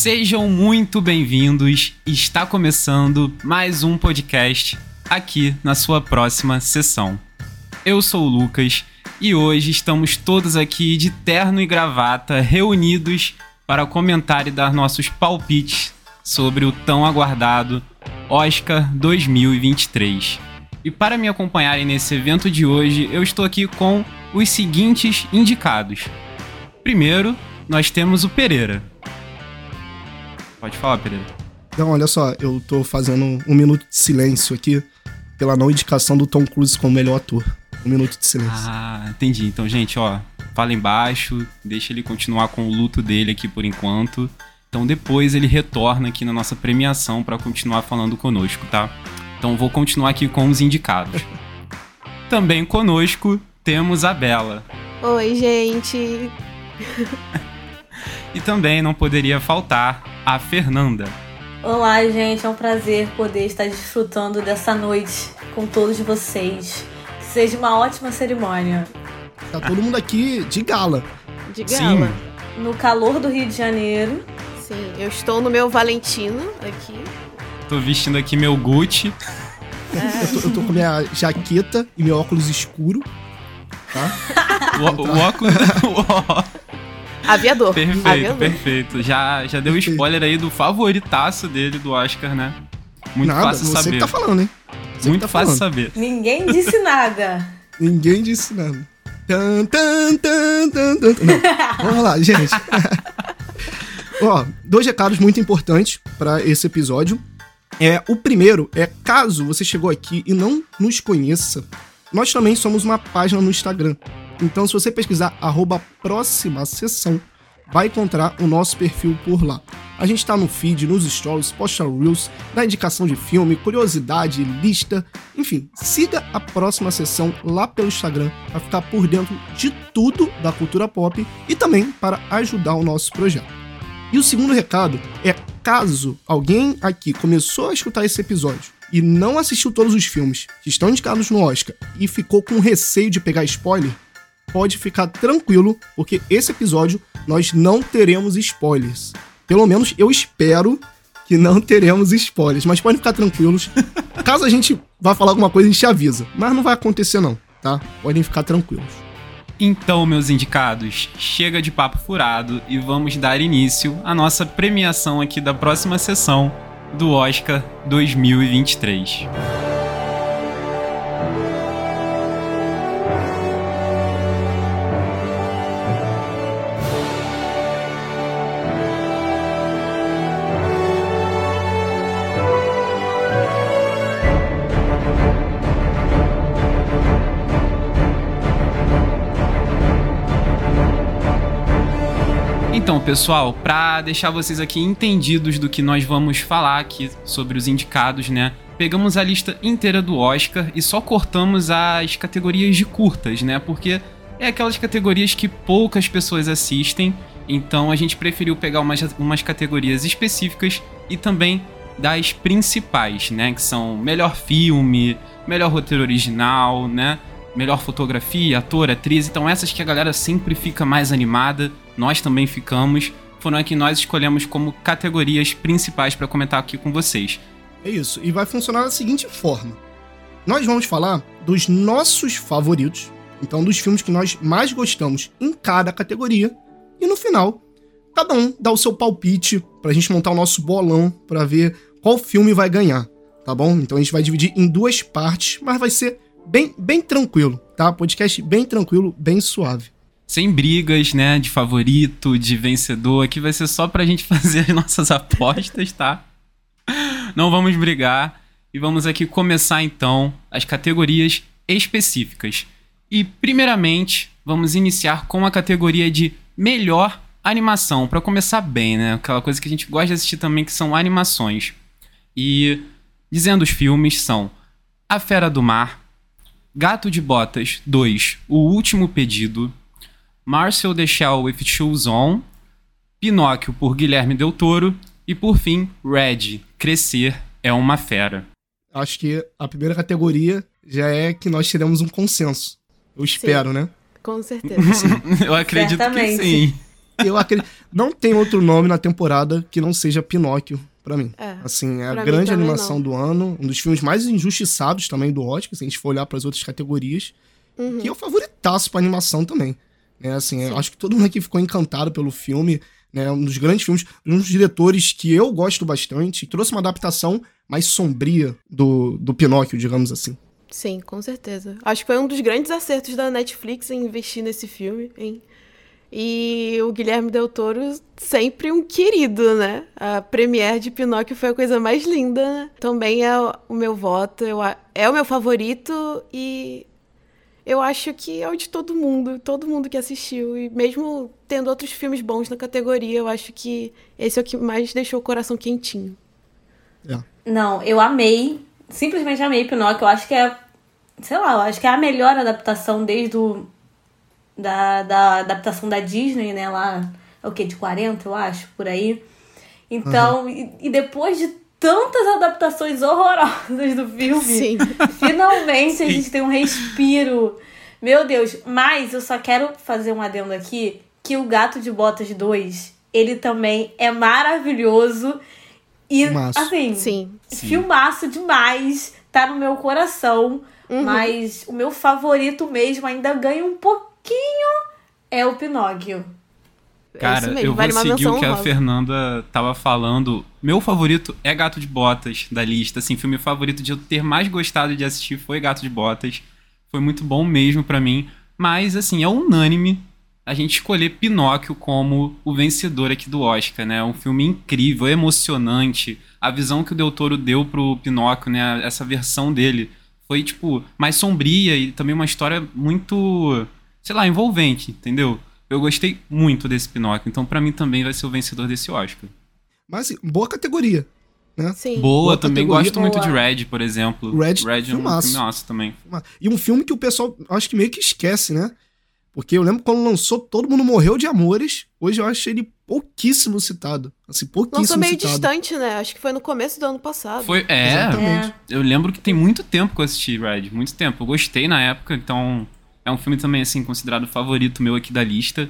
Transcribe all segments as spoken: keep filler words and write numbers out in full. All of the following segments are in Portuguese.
Sejam muito bem-vindos. Está começando mais um podcast aqui na sua próxima sessão. Eu sou o Lucas e hoje estamos todos aqui de terno e gravata reunidos para comentar e dar nossos palpites sobre o tão aguardado Oscar dois mil e vinte e três. E para me acompanharem nesse evento de hoje, eu estou aqui com os seguintes indicados. Primeiro, nós temos o Pereira. Pode falar, Pereira. Não, olha só, eu tô fazendo um minuto de silêncio aqui pela não indicação do Tom Cruise como melhor ator. Um minuto de silêncio. Ah, entendi. Então, gente, ó, fala embaixo, deixa ele continuar com o luto dele aqui por enquanto. Então, depois ele retorna aqui na nossa premiação pra continuar falando conosco, tá? Então, vou continuar aqui com os indicados. Também conosco temos a Bela. Oi, gente. E também não poderia faltar a Fernanda. Olá, gente. É um prazer poder estar desfrutando dessa noite com todos vocês. Que seja uma ótima cerimônia. Tá todo mundo aqui de gala. De gala. Sim. No calor do Rio de Janeiro. Sim, eu estou no meu Valentino aqui. Tô vestindo aqui meu Gucci. É. Eu, tô, eu tô com minha jaqueta e meu óculos escuro. Tá? O, o óculos... Aviador. Perfeito, Aviador. perfeito. Já, já deu spoiler aí do favoritaço dele do Oscar, né? Muito Nada, fácil você saber. que tá falando, hein? Você Muito que tá fácil falando. saber. Ninguém disse nada. Ninguém disse nada. Tan, tan, tan, tan, tan. Não, vamos lá, gente. Ó, dois recados muito importantes pra esse episódio. É, o primeiro é, caso você chegou aqui e não nos conheça, nós também somos uma página no Instagram. Então, se você pesquisar arroba próxima sessão, vai encontrar o nosso perfil por lá. A gente tá no feed, nos stories, posta reels, na indicação de filme, curiosidade, lista, enfim, siga a próxima sessão lá pelo Instagram para ficar por dentro de tudo da cultura pop e também para ajudar o nosso projeto. E o segundo recado é, caso alguém aqui começou a escutar esse episódio e não assistiu todos os filmes que estão indicados no Oscar e ficou com receio de pegar spoiler, pode ficar tranquilo, porque esse episódio nós não teremos spoilers. Pelo menos eu espero que não teremos spoilers, mas podem ficar tranquilos. Caso a gente vá falar alguma coisa, a gente avisa. Mas não vai acontecer não, tá? Podem ficar tranquilos. Então, meus indicados, chega de papo furado e vamos dar início à nossa premiação aqui da próxima sessão do Oscar dois mil e vinte e três. Então, pessoal, para deixar vocês aqui entendidos do que nós vamos falar aqui sobre os indicados, né? Pegamos a lista inteira do Oscar e só cortamos as categorias de curtas, né? Porque é aquelas categorias que poucas pessoas assistem, então a gente preferiu pegar umas, umas categorias específicas e também das principais, né? Que são melhor filme, melhor roteiro original, né? Melhor fotografia, ator, atriz. Então essas que a galera sempre fica mais animada, nós também ficamos, foram as que nós escolhemos como categorias principais para comentar aqui com vocês. É isso, e vai funcionar da seguinte forma. Nós vamos falar dos nossos favoritos, então dos filmes que nós mais gostamos em cada categoria, e no final, cada um dá o seu palpite pra gente montar o nosso bolão pra ver qual filme vai ganhar, tá bom? Então a gente vai dividir em duas partes, mas vai ser bem, bem tranquilo, tá? Podcast bem tranquilo, bem suave. Sem brigas, né, de favorito, de vencedor, aqui vai ser só pra gente fazer as nossas apostas, tá? Não vamos brigar e vamos aqui começar então as categorias específicas. E primeiramente, vamos iniciar com a categoria de melhor animação, pra começar bem, né? Aquela coisa que a gente gosta de assistir também, que são animações. E dizendo os filmes são A Fera do Mar, Gato de Botas dois, O Último Pedido, Marcel the Shell with Shoes On, Pinóquio por Guilherme Del Toro e, por fim, Red, Crescer é uma Fera. Acho que a primeira categoria já é que nós teremos um consenso. Eu espero, Sim. né? Com certeza. Eu acredito Certamente. que sim. Eu acredito. Não tem outro nome na temporada que não seja Pinóquio, pra mim. É, Assim, é a pra grande mim também animação não. do ano, um dos filmes mais injustiçados também do Oscar, se a gente for olhar pras outras categorias. Uhum. Que é o favoritaço pra animação também. É, assim, eu Sim. acho que todo mundo aqui ficou encantado pelo filme, né? Um dos grandes filmes, um dos diretores que eu gosto bastante, trouxe uma adaptação mais sombria do, do Pinóquio, digamos assim. Sim, com certeza. Acho que foi um dos grandes acertos da Netflix em investir nesse filme, hein? E o Guilherme Del Toro, sempre um querido, né? A premiere de Pinóquio foi a coisa mais linda, né? Também é o meu voto, eu, a- é o meu favorito e eu acho que é o de todo mundo, todo mundo que assistiu. E mesmo tendo outros filmes bons na categoria, eu acho que esse é o que mais deixou o coração quentinho. É. Não, eu amei. Simplesmente amei Pinóquio. Eu acho que é. Sei lá, eu acho que é a melhor adaptação desde o. Da, da adaptação da Disney, né? Lá. É o quê? De quarenta, eu acho, por aí. Então, e, e depois de tantas adaptações horrorosas do filme, Sim. finalmente a gente tem um respiro. Meu Deus, mas eu só quero fazer um adendo aqui, que o Gato de Botas dois, ele também é maravilhoso. E, Filmaço. assim, Sim. Sim. filmaço demais, tá no meu coração, mas o meu favorito mesmo ainda ganha um pouquinho, é o Pinóquio. Cara, é isso mesmo, eu vou vale uma seguir menção o que a honrosa. Fernanda tava falando. Meu favorito é Gato de Botas, da lista. Assim, filme favorito de eu ter mais gostado de assistir foi Gato de Botas. Foi muito bom mesmo pra mim. Mas, assim, é unânime a gente escolher Pinóquio como o vencedor aqui do Oscar, né? É um filme incrível, emocionante. A visão que o Del Toro deu pro Pinóquio, né? Essa versão dele foi, tipo, mais sombria e também uma história muito, sei lá, envolvente, entendeu? Eu gostei muito desse Pinóquio, então pra mim também vai ser o vencedor desse Oscar. Mas, assim, boa categoria, né? Sim. Boa, Boa também categoria. gosto muito de Boa. Red, por exemplo. Red, Red é um filmaço. filmaço também. E um filme que o pessoal, acho que meio que esquece, né? Porque eu lembro quando lançou, todo mundo morreu de amores. Hoje eu acho ele pouquíssimo citado. Assim, pouquíssimo Lançou meio citado. distante, né? Acho que foi no começo do ano passado. Foi, é, Exatamente. eu lembro que tem muito tempo que eu assisti Red, muito tempo. Eu gostei na época, então é um filme também, assim, considerado favorito meu aqui da lista.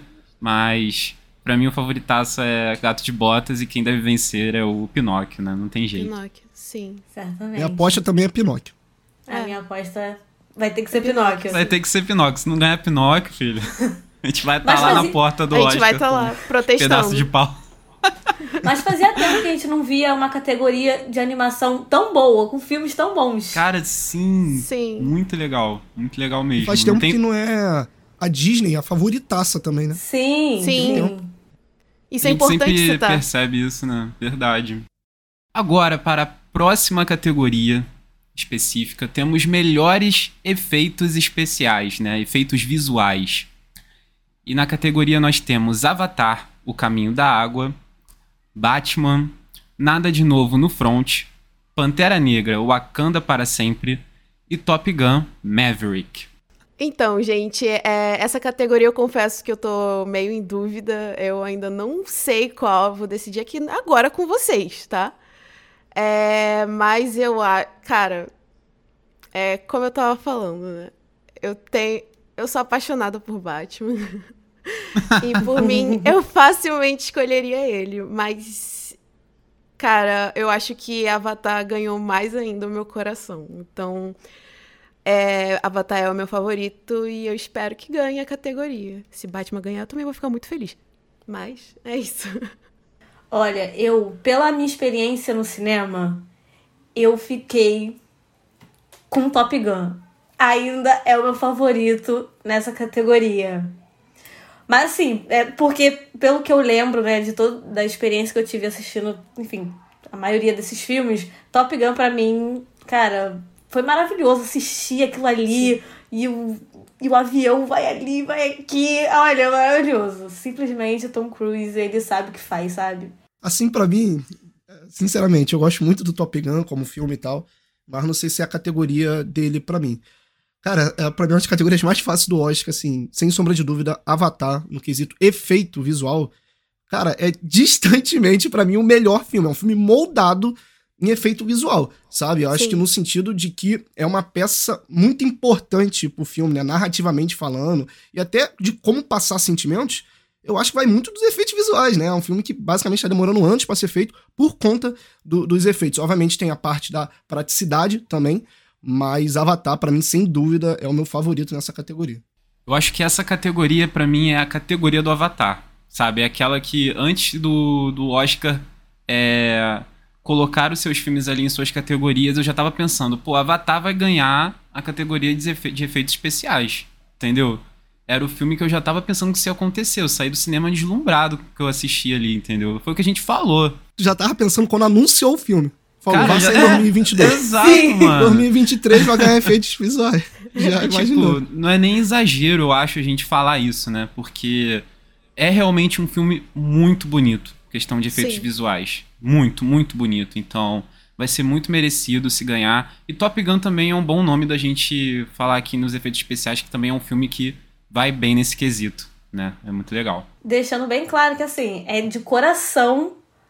Mas, pra mim, o favoritaço é Gato de Botas e quem deve vencer é o Pinóquio, né? Não tem jeito. Pinóquio, sim. Certamente. Minha aposta também é Pinóquio. A É. minha aposta vai ter que ser Pinóquio. Vai ter que ser Pinóquio. Se não ganhar Pinóquio, filho, a gente vai estar Mas lá fazia- na porta do A gente Oscar. vai estar com lá um protestando. pedaço de pau. Mas fazia tempo que a gente não via uma categoria de animação tão boa, com filmes tão bons. Cara, sim. Sim. Muito legal. Muito legal mesmo. Faz Não tempo tem- que não é a Disney a favoritaça também, né? Sim, Sim. sim. Isso a é gente importante sempre citar. percebe isso, né? Verdade. Agora, para a próxima categoria específica, temos melhores efeitos especiais, né? Efeitos visuais. E na categoria nós temos Avatar, O Caminho da Água, Batman, Nada de Novo no Front, Pantera Negra, Wakanda para Sempre e Top Gun, Maverick. Então, gente, é, essa categoria eu confesso que eu tô meio em dúvida. Eu ainda não sei qual. Vou decidir aqui agora com vocês, tá? É, mas eu acho. Cara, é, como eu tava falando, né? Eu tenho. Eu sou apaixonada por Batman. E por mim, eu facilmente escolheria ele. Mas, cara, eu acho que Avatar ganhou mais ainda o meu coração. Então. É, Avatar é o meu favorito e eu espero que ganhe a categoria. Se Batman ganhar, eu também vou ficar muito feliz. Mas é isso. Olha, eu, pela minha experiência no cinema, eu fiquei com Top Gun. Ainda é o meu favorito nessa categoria. Mas assim, é porque pelo que eu lembro, né, de toda da experiência que eu tive assistindo, enfim, a maioria desses filmes, Top Gun pra mim, cara, foi maravilhoso assistir aquilo ali e o, e o avião vai ali, vai aqui. Olha, maravilhoso. Simplesmente Tom Cruise, ele sabe o que faz, sabe? Assim, pra mim, sinceramente, eu gosto muito do Top Gun como filme e tal, mas não sei se é a categoria dele pra mim. Cara, é, pra mim, uma das categorias mais fáceis do Oscar, assim, sem sombra de dúvida, Avatar, no quesito efeito visual, cara, é distantemente, pra mim, o melhor filme. É um filme moldado em efeito visual, sabe? Eu acho Sim. que no sentido de que é uma peça muito importante pro filme, né? Narrativamente falando, e até de como passar sentimentos, eu acho que vai muito dos efeitos visuais, né? É um filme que basicamente está demorando anos para ser feito por conta do, dos efeitos. Obviamente tem a parte da praticidade também, mas Avatar, para mim, sem dúvida, é o meu favorito nessa categoria. Eu acho que essa categoria, pra mim, é a categoria do Avatar, sabe? É aquela que, antes do, do Oscar é, colocar os seus filmes ali em suas categorias, eu já tava pensando, pô, Avatar vai ganhar a categoria de, efe- de efeitos especiais, entendeu? Era o filme que eu já tava pensando que isso ia acontecer. Eu saí do cinema deslumbrado que eu assisti ali, entendeu? Foi o que a gente falou. Tu já tava pensando quando anunciou o filme. Falou, Cara, vai já- sair em dois mil e vinte e dois. Exato, mano. dois mil e vinte e três vai ganhar efeitos visuais. Já E, imaginou. tipo, não é nem exagero, eu acho, a gente falar isso, né? Porque é realmente um filme muito bonito, questão de efeitos Sim. visuais. Muito, muito bonito. Então, vai ser muito merecido se ganhar. E Top Gun também é um bom nome da gente falar aqui nos efeitos especiais, que também é um filme que vai bem nesse quesito, né? É muito legal. Deixando bem claro que, assim, é de coração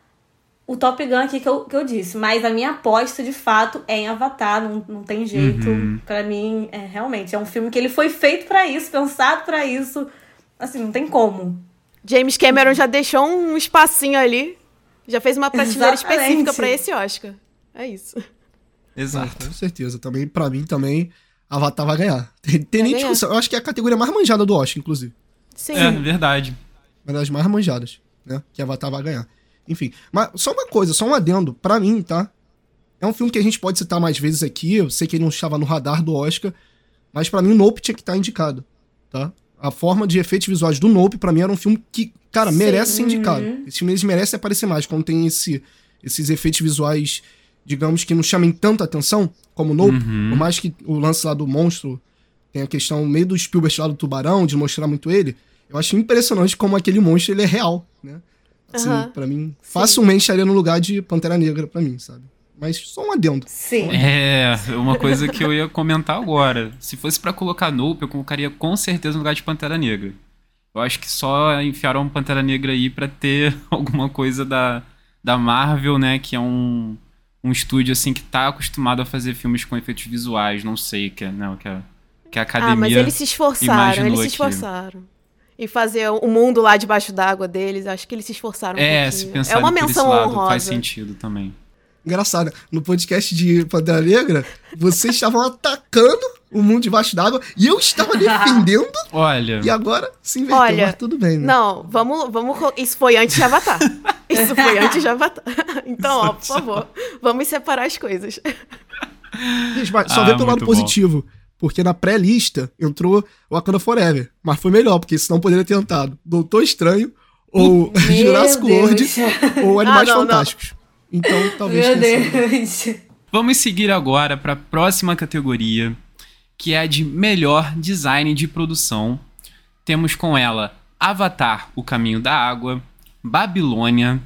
o Top Gun aqui que eu, que eu disse. Mas a minha aposta, de fato, é em Avatar. Não, não tem jeito. Uhum. Pra mim, é, realmente, é um filme que ele foi feito pra isso, pensado pra isso. Assim, não tem como. James Cameron já deixou um espacinho ali. Já fez uma prateleira Exatamente. específica pra esse Oscar. É isso. Exato. Com certeza. Também, pra mim, também, Avatar vai ganhar. Tem, tem Vai nem ganhar. discussão. Eu acho que é a categoria mais manjada do Oscar, inclusive. Sim. É, verdade. Uma das mais manjadas, né? Que Avatar vai ganhar. Enfim. Mas só uma coisa, só um adendo. Pra mim, tá? É um filme que a gente pode citar mais vezes aqui. Eu sei que ele não estava no radar do Oscar. Mas pra mim, o Nope tinha que estar indicado, tá? A forma de efeitos visuais do Nope, pra mim, era um filme que, cara, Sim. merece ser indicado. Uhum. Esse filme, eles merecem aparecer mais. Quando tem esse, esses efeitos visuais, digamos, que não chamem tanta atenção, como o Nope. Uhum. Por mais que o lance lá do monstro tem a questão meio do Spielberg lá do tubarão, de mostrar muito ele. Eu acho impressionante como aquele monstro, ele é real, né? Assim, Aham. pra mim, facilmente estaria no lugar de Pantera Negra, pra mim, sabe? Mas só um adendo. Sim. É, uma coisa que eu ia comentar agora. Se fosse pra colocar Nope, eu colocaria com certeza no lugar de Pantera Negra. Eu acho que só enfiaram um Pantera Negra aí pra ter alguma coisa da, da Marvel, né? Que é um, um estúdio, assim, que tá acostumado a fazer filmes com efeitos visuais. Não sei, que, é, não, que, a, que a academia Ah, mas eles se esforçaram, imaginou eles se aqui. esforçaram. E fazer o mundo lá debaixo d'água deles, acho que eles se esforçaram um É, pouquinho. se pensar É uma por esse menção lado, honrosa. faz sentido também. Engraçado, no podcast de Pantera Negra, vocês estavam atacando o mundo debaixo d'água e eu estava defendendo Olha, e agora se inverteu, Olha, mas tudo bem, né? Não, vamos, vamos. co- Isso foi antes de Avatar. Isso foi antes de Avatar. Então, ó, por favor, vamos separar as coisas. Gente, mas só Ah, vê pelo lado muito positivo, porque na pré-lista entrou Wakanda Forever, mas foi melhor, porque senão poderia ter entrado Doutor Estranho ou Meu Jurassic World Deus. ou Animais Ah, não, não. Fantásticos. Então, talvez Meu tenha sido. Deus. vamos seguir agora para a próxima categoria, que é a de melhor design de produção. Temos com ela Avatar, O Caminho da Água, Babilônia,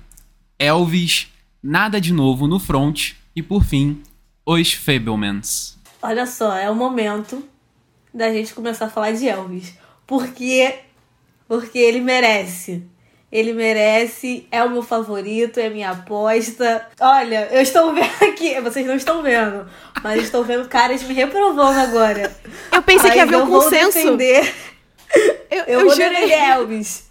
Elvis, Nada de Novo no Front e, por fim, Os Fabelmans. Olha só, é o momento da gente começar a falar de Elvis. Porque, porque ele merece. Ele merece, é o meu favorito, é a minha aposta. Olha, eu estou vendo aqui, vocês não estão vendo, mas estou vendo caras me reprovando agora. Eu pensei que Mas havia um eu vou consenso. defender, Eu, eu, eu vou jurei, defender Elvis.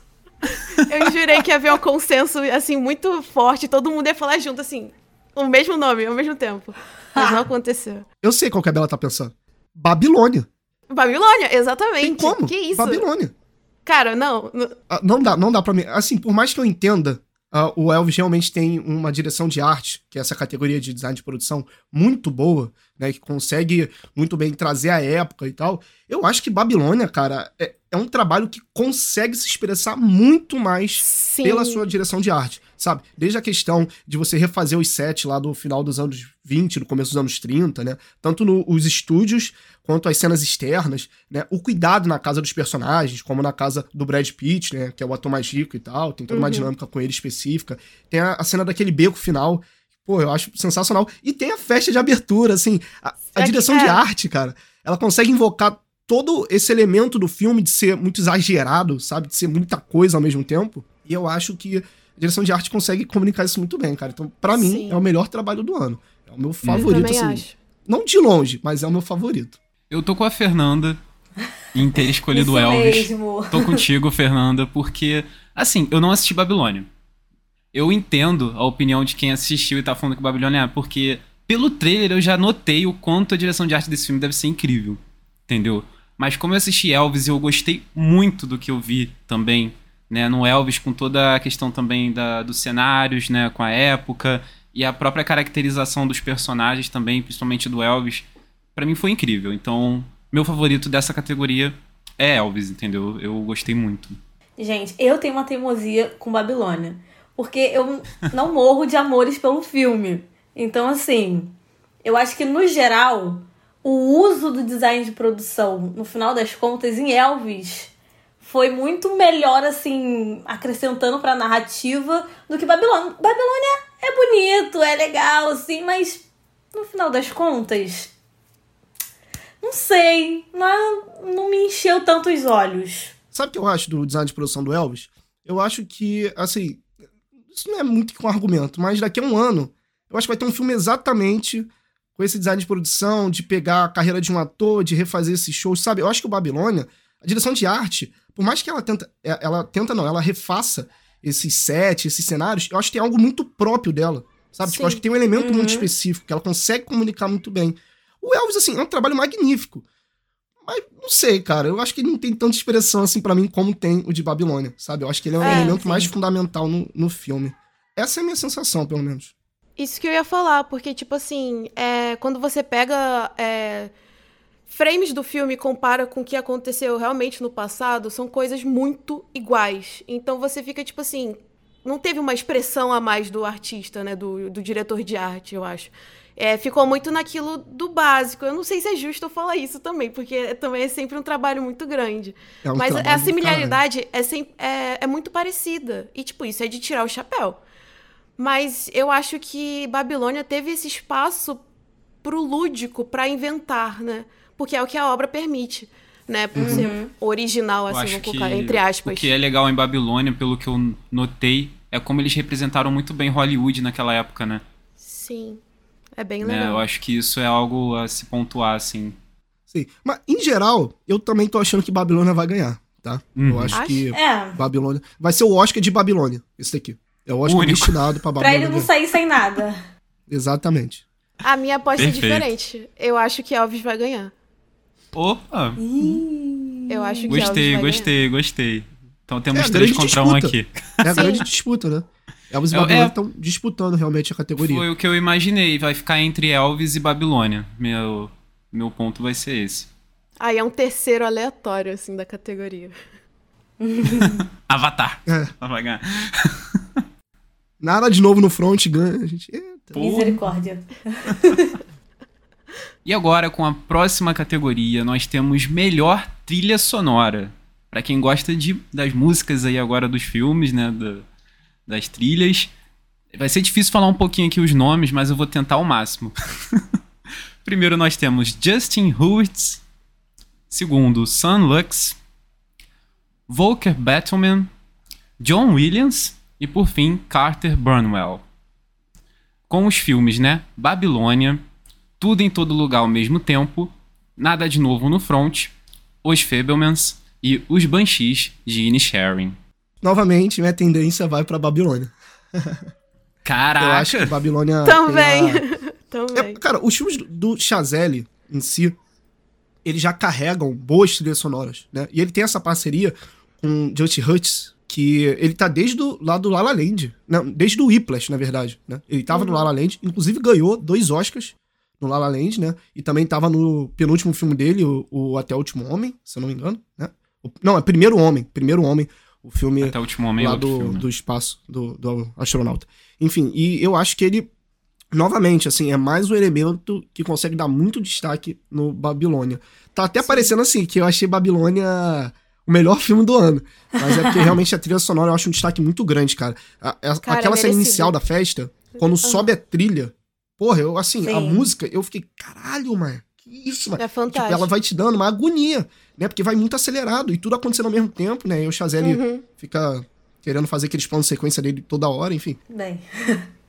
eu jurei que havia um consenso, assim, muito forte. Todo mundo ia falar junto, assim, o mesmo nome, ao mesmo tempo. Mas não aconteceu. Eu sei qual que a Bela tá pensando. Babilônia. Babilônia, exatamente. Tem como? Que isso? Babilônia. Cara, não. n- Ah, não dá, não dá pra mim. Assim, por mais que eu entenda, ah, o Elvis realmente tem uma direção de arte, que é essa categoria de design de produção, muito boa, né? Que consegue muito bem trazer a época e tal. Eu acho que Babilônia, cara, é, é um trabalho que consegue se expressar muito mais Sim. pela sua direção de arte, sabe? Desde a questão de você refazer os sets lá do final dos anos vinte, no começo dos anos trinta, né? Tanto nos estúdios quanto as cenas externas, né? O cuidado na casa dos personagens, como na casa do Brad Pitt, né? Que é o ator mais rico e tal, tem toda uma Uhum. dinâmica com ele específica. Tem a, a cena daquele beco final, pô, eu acho sensacional. E tem a festa de abertura, assim, a, a É que- direção de é. arte, cara, ela consegue invocar todo esse elemento do filme de ser muito exagerado, sabe? De ser muita coisa ao mesmo tempo. E eu acho que a direção de arte consegue comunicar isso muito bem, cara. Então, pra mim, Sim. é o melhor trabalho do ano. É o meu Eu favorito, também assim. acho. Não de longe, mas é o meu favorito. Eu tô com a Fernanda em ter escolhido Isso Elvis. mesmo. Tô contigo, Fernanda, porque, assim, eu não assisti Babilônia. Eu entendo a opinião de quem assistiu e tá falando que Babilônia é, porque pelo trailer eu já notei o quanto a direção de arte desse filme deve ser incrível, entendeu? Mas como eu assisti Elvis e eu gostei muito do que eu vi também, né, no Elvis, com toda a questão também da, dos cenários, né, com a época e a própria caracterização dos personagens também, principalmente do Elvis, pra mim foi incrível. Então, meu favorito dessa categoria é Elvis, entendeu? Eu gostei muito. Gente, eu tenho uma teimosia com Babilônia, porque eu não morro de amores pelo filme. Então, assim, eu acho que, no geral, o uso do design de produção, no final das contas, em Elvis, foi muito melhor, assim, acrescentando pra narrativa do que Babilônia. Babilônia é bonito, é legal, assim, mas, no final das contas, não sei, não, não me encheu tanto os olhos. Sabe o que eu acho do design de produção do Elvis? Eu acho que, assim, isso não é muito com argumento, mas daqui a um ano, eu acho que vai ter um filme exatamente com esse design de produção, de pegar a carreira de um ator, de refazer esses shows, sabe? Eu acho que o Babilônia, a direção de arte, por mais que ela tenta, ela tenta não, ela refaça esses sets, esses cenários, eu acho que tem algo muito próprio dela, sabe? Tipo, eu acho que tem um elemento Uhum. muito específico, que ela consegue comunicar muito bem. O Elvis, assim, é um trabalho magnífico. Mas, não sei, cara, eu acho que ele não tem tanta expressão, assim, pra mim, como tem o de Babilônia, sabe? Eu acho que ele é um É, elemento sim. mais fundamental no, no filme. Essa é a minha sensação, pelo menos. Isso que eu ia falar, porque, tipo assim, é, quando você pega é, frames do filme e compara com o que aconteceu realmente no passado, são coisas muito iguais. Então você fica, tipo assim, não teve uma expressão a mais do artista, né, do, do diretor de arte, eu acho. É, ficou muito naquilo do básico. Eu não sei se é justo eu falar isso também, porque também é sempre um trabalho muito grande. É um Mas trabalho a do similaridade é, sem- é, é muito parecida. E, tipo, isso é de tirar o chapéu. Mas eu acho que Babilônia teve esse espaço pro lúdico, pra inventar, né? Porque é o que a obra permite, né? Por ser original, Eu assim, acho vou que colocar entre aspas. o que é legal em Babilônia, pelo que eu notei, é como eles representaram muito bem Hollywood naquela época, né? Sim, é bem Né? legal. Eu acho que isso é algo a se pontuar, assim. Sim. Mas, em geral, eu também tô achando que Babilônia vai ganhar, tá? Uhum. Eu acho Acha? que É, Babilônia... Vai ser o Oscar de Babilônia, esse daqui. É o Oscar Único. destinado pra pra Babilônia. ele não ganhar. sair sem nada. Exatamente. A minha aposta Perfeito. é diferente. Eu acho que Elvis vai ganhar. Opa! Eu acho que Gostei, Elvis vai gostei, gostei. Então temos É a três grande contra um disputa. aqui. É a Sim. grande disputa, né? Elvis e É, Babilônia é. estão disputando realmente a categoria. Foi o que eu imaginei. Vai ficar entre Elvis e Babilônia. Meu, meu ponto vai ser esse. ganhar. Aí é um terceiro aleatório, assim, da categoria. Avatar. É. Vai ganhar. Nada de novo no front, ganha. A gente... Eita. Porra. Misericórdia. E agora, com a próxima categoria, nós temos melhor trilha sonora. Pra quem gosta de, das músicas aí agora dos filmes, né, da- das trilhas. Vai ser difícil falar um pouquinho aqui os nomes, mas eu vou tentar ao máximo. Primeiro nós temos Justin Hurwitz. Segundo, Sam Lux. Volker Battleman. John Williams. E por fim, Carter Burnwell. Com os filmes, né? Babilônia, Tudo em Todo Lugar ao Mesmo Tempo, Nada de Novo no Front, Os Fabelmans e Os Banshees de Inisherin. Novamente, minha tendência vai pra Babilônia. Caraca! Eu acho que Babilônia Também. tem a- Também. É, cara, os filmes do- do Chazelle em si, eles já carregam boas trilhas sonoras, né? E ele tem essa parceria com Justin Hurwitz, que ele tá desde o, lá do La La Land, não, desde o Whiplash, na verdade, né? Ele tava no La La Land, inclusive ganhou dois Oscars no La La Land, né? E também tava no penúltimo filme dele, o, o Até o Último Homem, se eu não me engano, né? O- não, é Primeiro Homem, Primeiro Homem, o filme Até o Último Homem é lá outro do, filme. do espaço, do, do astronauta. Enfim, e eu acho que ele, novamente, assim, é mais um elemento que consegue dar muito destaque no Babilônia. Tá até parecendo assim, que eu achei Babilônia o melhor filme do ano. Mas é porque realmente a trilha sonora eu acho um destaque muito grande, cara. A- a- Cara, aquela cena merecido. inicial da festa, quando sobe a trilha, porra, eu, assim, a Sim. música, eu fiquei, caralho, mano, que isso, mano. É fantástico. Tipo, ela vai te dando uma agonia, né? Porque vai muito acelerado e tudo acontecendo ao mesmo tempo, né? E o Chazelle Uhum. fica querendo fazer aqueles planos de sequência dele toda hora, enfim. Bem.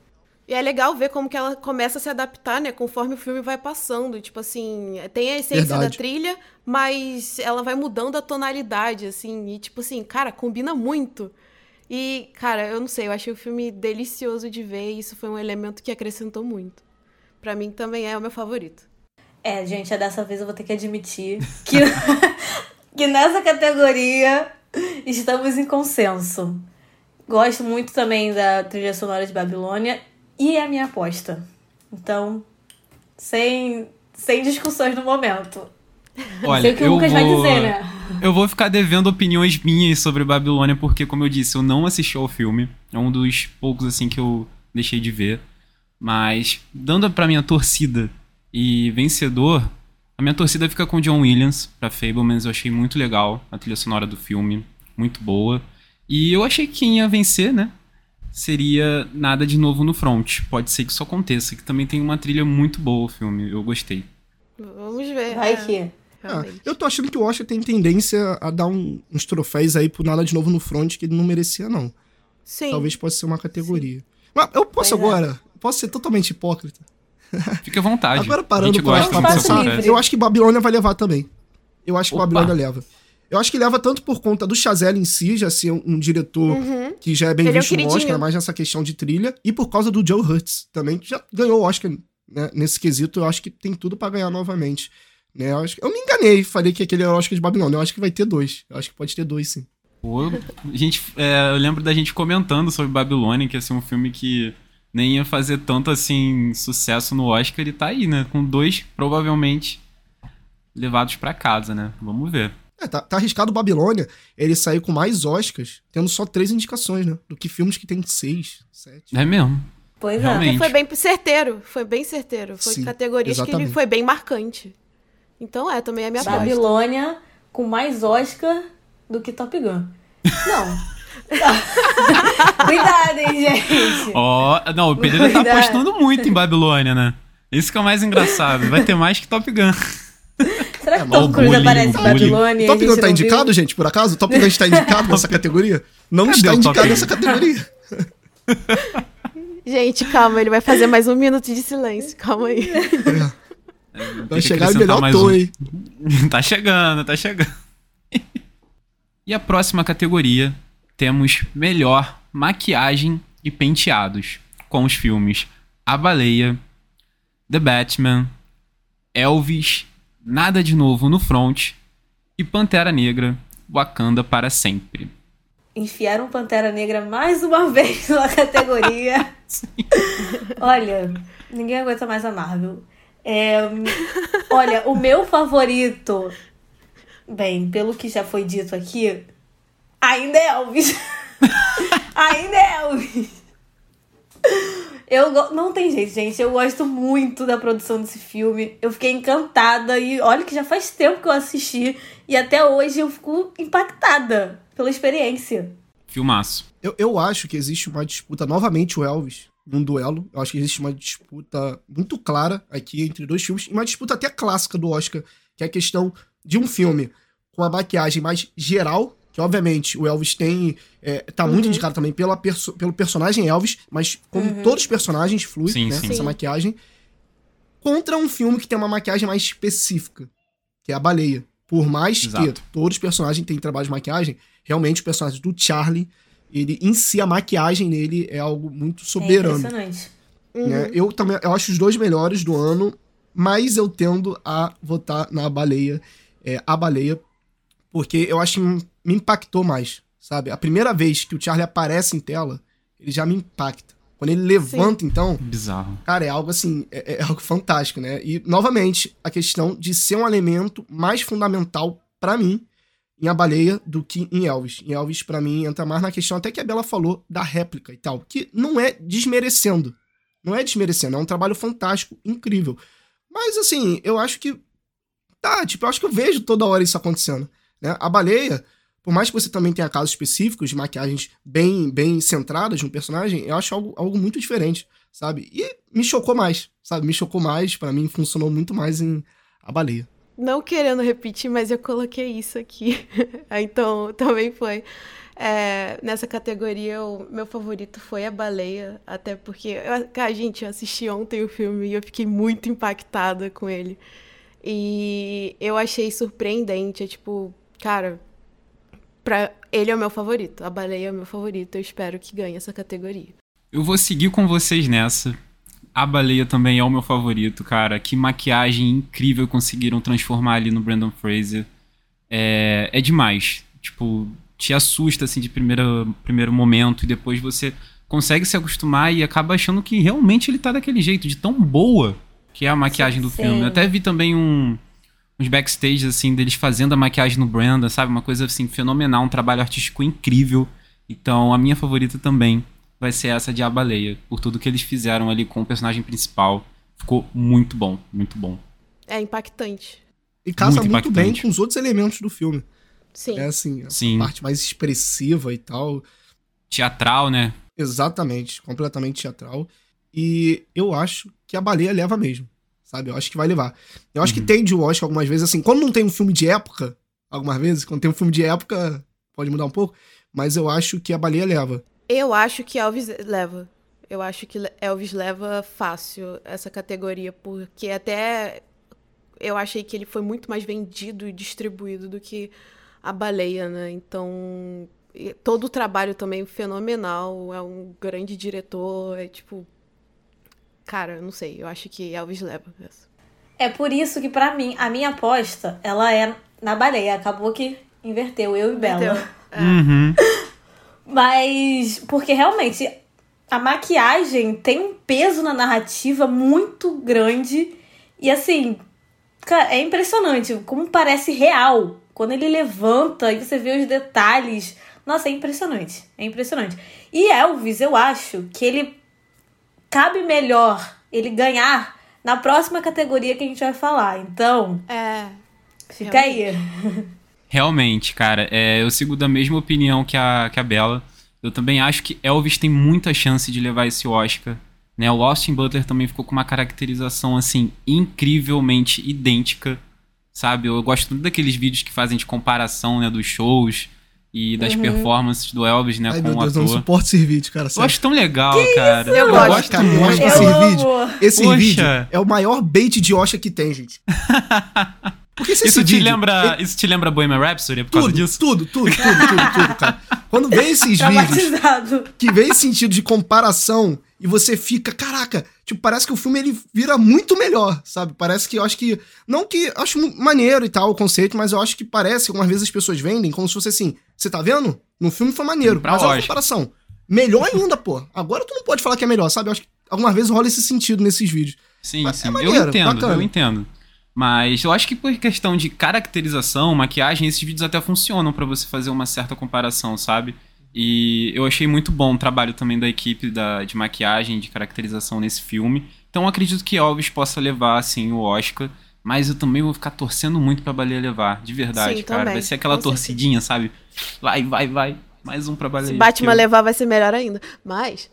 E é legal ver como que ela começa a se adaptar, né? Conforme o filme vai passando. Tipo assim, tem a essência Verdade. da trilha, mas ela vai mudando a tonalidade, assim. E tipo assim, cara, combina muito. E, cara, eu não sei, eu achei o filme delicioso de ver e isso foi um elemento que acrescentou muito. Pra mim também é o meu favorito. É, gente, dessa vez eu vou ter que admitir que, que nessa categoria estamos em consenso. Gosto muito também da trilha sonora de Babilônia e é a minha aposta. Então, sem, sem discussões no momento. Olha, Sei o que o eu Lucas vou... vai dizer, né? Eu vou ficar devendo opiniões minhas sobre Babilônia, porque, como eu disse, eu não assisti ao filme. É um dos poucos, assim, que eu deixei de ver. Mas, dando pra minha torcida e vencedor, a minha torcida fica com John Williams, pra Fabelmans. Eu achei muito legal a trilha sonora do filme, muito boa. E eu achei que quem ia vencer, né, seria Nada de Novo no Front. Pode ser que isso aconteça, que também tem uma trilha muito boa o filme, eu gostei. Vamos ver. Vai é, que... Ah, eu tô achando que o Oscar tem tendência a dar um- uns troféus aí pro Nada de Novo no Front que ele não merecia, não. Sim. Talvez possa ser uma categoria. Mas eu posso Pois é. agora, posso ser totalmente hipócrita. Fique à vontade. Agora a parando gente pra, gosta pra do seu Espaço pensar, livre. processo. eu acho que Babilônia vai levar também. Eu acho que Opa. Babilônia leva. Eu acho que leva tanto por conta do Chazelle em si, já ser um, um diretor Uhum. que já é bem Ele é o visto no queridinho. Oscar, mais nessa questão de trilha, e por causa do Joe Hurts também, que já ganhou o Oscar, né, nesse quesito. Eu acho que tem tudo pra ganhar novamente. Né, eu, acho que- eu me enganei, falei que aquele era o Oscar de Babilônia. Eu acho que vai ter dois. Eu acho que pode ter dois, sim. Pô, a gente, é, eu lembro da gente comentando sobre Babilônia, que ia ser um filme que nem ia fazer tanto, assim, sucesso no Oscar, e tá aí, né? Com dois, provavelmente, levados pra casa, né? Vamos ver. É, tá, tá arriscado o Babilônia ele sair com mais Oscars, tendo só três indicações, né? Do que filmes que tem seis, sete. É mesmo. Pois é. Realmente. Porque foi bem certeiro. Foi bem certeiro. Foi Sim, categorias que ele exatamente. foi bem marcante. Então é, também é a minha aposta. Babilônia com mais Oscar do que Top Gun. Não. Cuidado, hein, gente. Ó, não, o Pereira tá Cuidado. apostando muito em Babilônia, né? Isso que é o mais engraçado. Vai ter mais que Top Gun. Será que É, Tom o Cruise bullying, aparece o em bullying. Babilônia? e Top a Gun gente tá não indicado, viu? gente, por acaso? Top Gun está indicado nessa categoria? Não Cadê está o Top indicado Gun? nessa categoria. Gente, calma, ele vai fazer mais um minuto de silêncio. Calma aí. Vai Tem que chegar em acrescentar melhor mais tom, um. hein? Tá chegando, tá chegando. E a próxima categoria, temos melhor maquiagem e penteados, com os filmes A Baleia, The Batman, Elvis, Nada de Novo no Front e Pantera Negra, Wakanda para Sempre. Enfiaram Pantera Negra mais uma vez na categoria. Olha, ninguém aguenta mais a Marvel. É, olha, o meu favorito, bem, pelo que já foi dito aqui, ainda é Elvis. Ainda é Elvis. Eu go- não tem jeito, gente. Eu gosto muito da produção desse filme. Eu fiquei encantada e olha que já faz tempo que eu assisti e até hoje eu fico impactada pela experiência. Filmaço. Eu, eu acho que existe uma disputa, novamente o Elvis, num duelo. Eu acho que existe uma disputa muito clara aqui entre dois filmes, e uma disputa até clássica do Oscar, que é a questão de um filme com a maquiagem mais geral, que obviamente o Elvis tem, é, tá muito Uhum. indicado também pela perso- pelo personagem Elvis, mas como todos os personagens flui, Sim, né, sim. essa Sim. maquiagem, contra um filme que tem uma maquiagem mais específica, que é A Baleia. Por mais Exato. que todos os personagens têm trabalho de maquiagem, realmente o personagem do Charlie, ele em si, a maquiagem nele é algo muito É soberano. impressionante. Né? Eu também eu acho os dois melhores do ano, mas eu tendo a votar na Baleia, é, A Baleia, porque eu acho que me me impactou mais, sabe? A primeira vez que o Charlie aparece em tela, ele já me impacta. Quando ele levanta, então, Bizarro. cara, é algo assim, é, é algo fantástico, né? E, novamente, a questão de ser um elemento mais fundamental pra mim em A Baleia do que em Elvis. Em Elvis, pra mim, entra mais na questão até que a Bela falou da réplica e tal, que não é desmerecendo. Não é desmerecendo, é um trabalho fantástico, incrível. Mas, assim, eu acho que... Tá, tipo, eu acho que eu vejo toda hora isso acontecendo, né? A Baleia, por mais que você também tenha casos específicos de maquiagens bem, bem centradas no personagem, eu acho algo, algo muito diferente, sabe? E me chocou mais, sabe? Me chocou mais, pra mim funcionou muito mais em A Baleia. Não querendo repetir, mas eu coloquei isso aqui. Então, também foi. É, nessa categoria, o meu favorito foi A Baleia, até porque, eu, cara, gente, eu assisti ontem o filme e eu fiquei muito impactada com ele. E eu achei surpreendente, é tipo, cara, pra, ele é o meu favorito, A Baleia é o meu favorito, eu espero que ganhe essa categoria. Eu vou seguir com vocês nessa. A Baleia também é o meu favorito, cara. Que maquiagem incrível conseguiram transformar ali no Brendan Fraser. É, é demais. Tipo, te assusta, assim, de primeiro, primeiro momento. E depois você consegue se acostumar e acaba achando que realmente ele tá daquele jeito, de tão boa que é a maquiagem do Sim. filme. Eu até vi também um, uns backstage, assim, deles fazendo a maquiagem no Brendan, sabe? Uma coisa, assim, fenomenal. Um trabalho artístico incrível. Então, a minha favorita também vai ser essa de A Baleia, por tudo que eles fizeram ali com o personagem principal. Ficou muito bom, muito bom. É impactante. E casa Muito muito, bem impactante. com os outros elementos do filme. Sim. É assim, a Sim. parte mais expressiva e tal. Teatral, né? Exatamente, completamente teatral. E eu acho que A Baleia leva mesmo, sabe? Eu acho que vai levar. Eu acho Uhum. que tem de Oscar algumas vezes, assim, quando não tem um filme de época, algumas vezes, quando tem um filme de época, pode mudar um pouco, mas eu acho que A Baleia leva. Eu acho que Elvis leva. Eu acho que Elvis leva fácil essa categoria, porque até eu achei que ele foi muito mais vendido e distribuído do que A Baleia, né? Então, e todo o trabalho também fenomenal, é um grande diretor, é tipo... Cara, eu não sei, eu acho que Elvis leva essa. É por isso que, pra mim, a minha aposta, ela é na Baleia. Acabou que inverteu, eu e Bela. Entendeu? É. Uhum. Mas, porque realmente, a maquiagem tem um peso na narrativa muito grande. E assim, cara, é impressionante como parece real. Quando ele levanta e você vê os detalhes. Nossa, é impressionante. É impressionante. E Elvis, eu acho que ele cabe melhor ele ganhar na próxima categoria que a gente vai falar. Então, É. fica aí. Realmente, cara, é, eu sigo da mesma opinião que a, que a Bela. Eu também acho que Elvis tem muita chance de levar esse Oscar. Né? O Austin Butler também ficou com uma caracterização, assim, incrivelmente idêntica, sabe? Eu gosto muito daqueles vídeos que fazem de comparação, né, dos shows e das Uhum. performances do Elvis, né, Ai, com meu o Deus, eu não ator. suporto esse vídeo, cara. Eu sério. acho tão legal, cara. Eu gosto, cara, eu acho que Eu esse amo. vídeo, esse Poxa. vídeo é o maior bait de Oscar que tem, gente. Porque se Isso esse te, vídeo, lembra, ele- isso te lembra Bohemian Rhapsody por causa tudo, disso? tudo, tudo, tudo, tudo, tudo, cara. Quando vem esses vídeos Traumatizado. que vem esse sentido de comparação e você fica, caraca, tipo, parece que o filme ele vira muito melhor, sabe? Parece que eu acho que, não que, eu acho mu- maneiro e tal o conceito, mas eu acho que parece que algumas vezes as pessoas vendem como se fosse assim, você tá vendo? No filme foi maneiro, Pra mas é uma Oscar. comparação. Melhor ainda, pô. Agora tu não pode falar que é melhor, sabe? Eu acho que algumas vezes rola esse sentido nesses vídeos. Sim, Mas sim. é eu maneiro, entendo, bacana. eu entendo. Mas eu acho que por questão de caracterização, maquiagem, esses vídeos até funcionam pra você fazer uma certa comparação, sabe? E eu achei muito bom o trabalho também da equipe da, de maquiagem, de caracterização nesse filme. Então eu acredito que Elvis possa levar, assim, o Oscar. Mas eu também vou ficar torcendo muito pra Baleia levar, de verdade, Sim, cara. também, Vai ser aquela com certeza. torcidinha, sabe? Vai, vai, vai. Mais um pra Baleia. Se Batman Eu- levar, vai ser melhor ainda. Mas...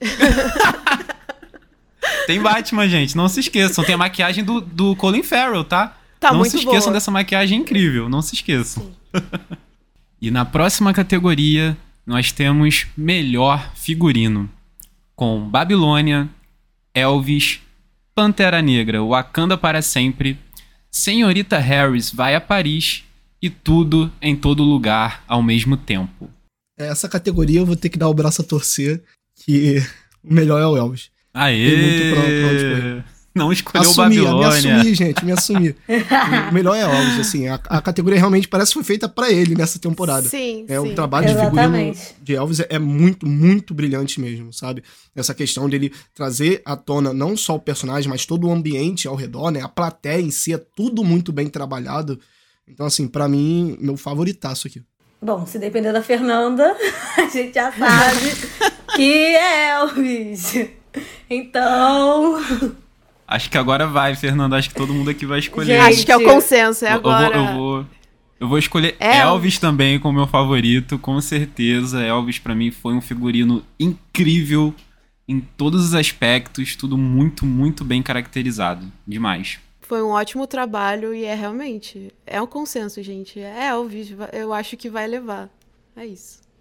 Tem Batman, gente, não se esqueçam. Tem a maquiagem do, do Colin Farrell, tá? Tá não muito se esqueçam boa. dessa maquiagem incrível, não se esqueçam. E na próxima categoria, nós temos Melhor Figurino. Com Babilônia, Elvis, Pantera Negra, Wakanda para Sempre, Senhorita Harris vai a Paris e Tudo em Todo Lugar ao mesmo tempo. Essa categoria eu vou ter que dar o braço a torcer, que o melhor é o Elvis. Aê! Tem muito pra- pra onde correr. Não escolheu Assumi, me Babilônia. assumi, gente, me assumi. O melhor é Elvis, assim, a, a categoria realmente parece que foi feita pra ele nessa temporada. Sim, É, sim. o trabalho de figurino Exatamente. de Elvis é muito, muito brilhante mesmo, sabe? Essa questão dele trazer à tona não só o personagem, mas todo o ambiente ao redor, né? A plateia em si é tudo muito bem trabalhado. Então, assim, pra mim, meu favoritaço aqui. Bom, se depender da Fernanda, a gente já sabe que é Elvis. Então, Acho que agora vai, Fernando. Acho que todo mundo aqui vai escolher. Gente, Acho que é o consenso, é Eu- agora. Eu vou, eu vou, eu vou escolher Elvis. Elvis também como meu favorito, com certeza. Elvis pra mim foi um figurino incrível em todos os aspectos, tudo muito, muito bem caracterizado. Demais. Foi um ótimo trabalho e é realmente... É um consenso, gente. É Elvis, va- eu acho que vai levar. É isso.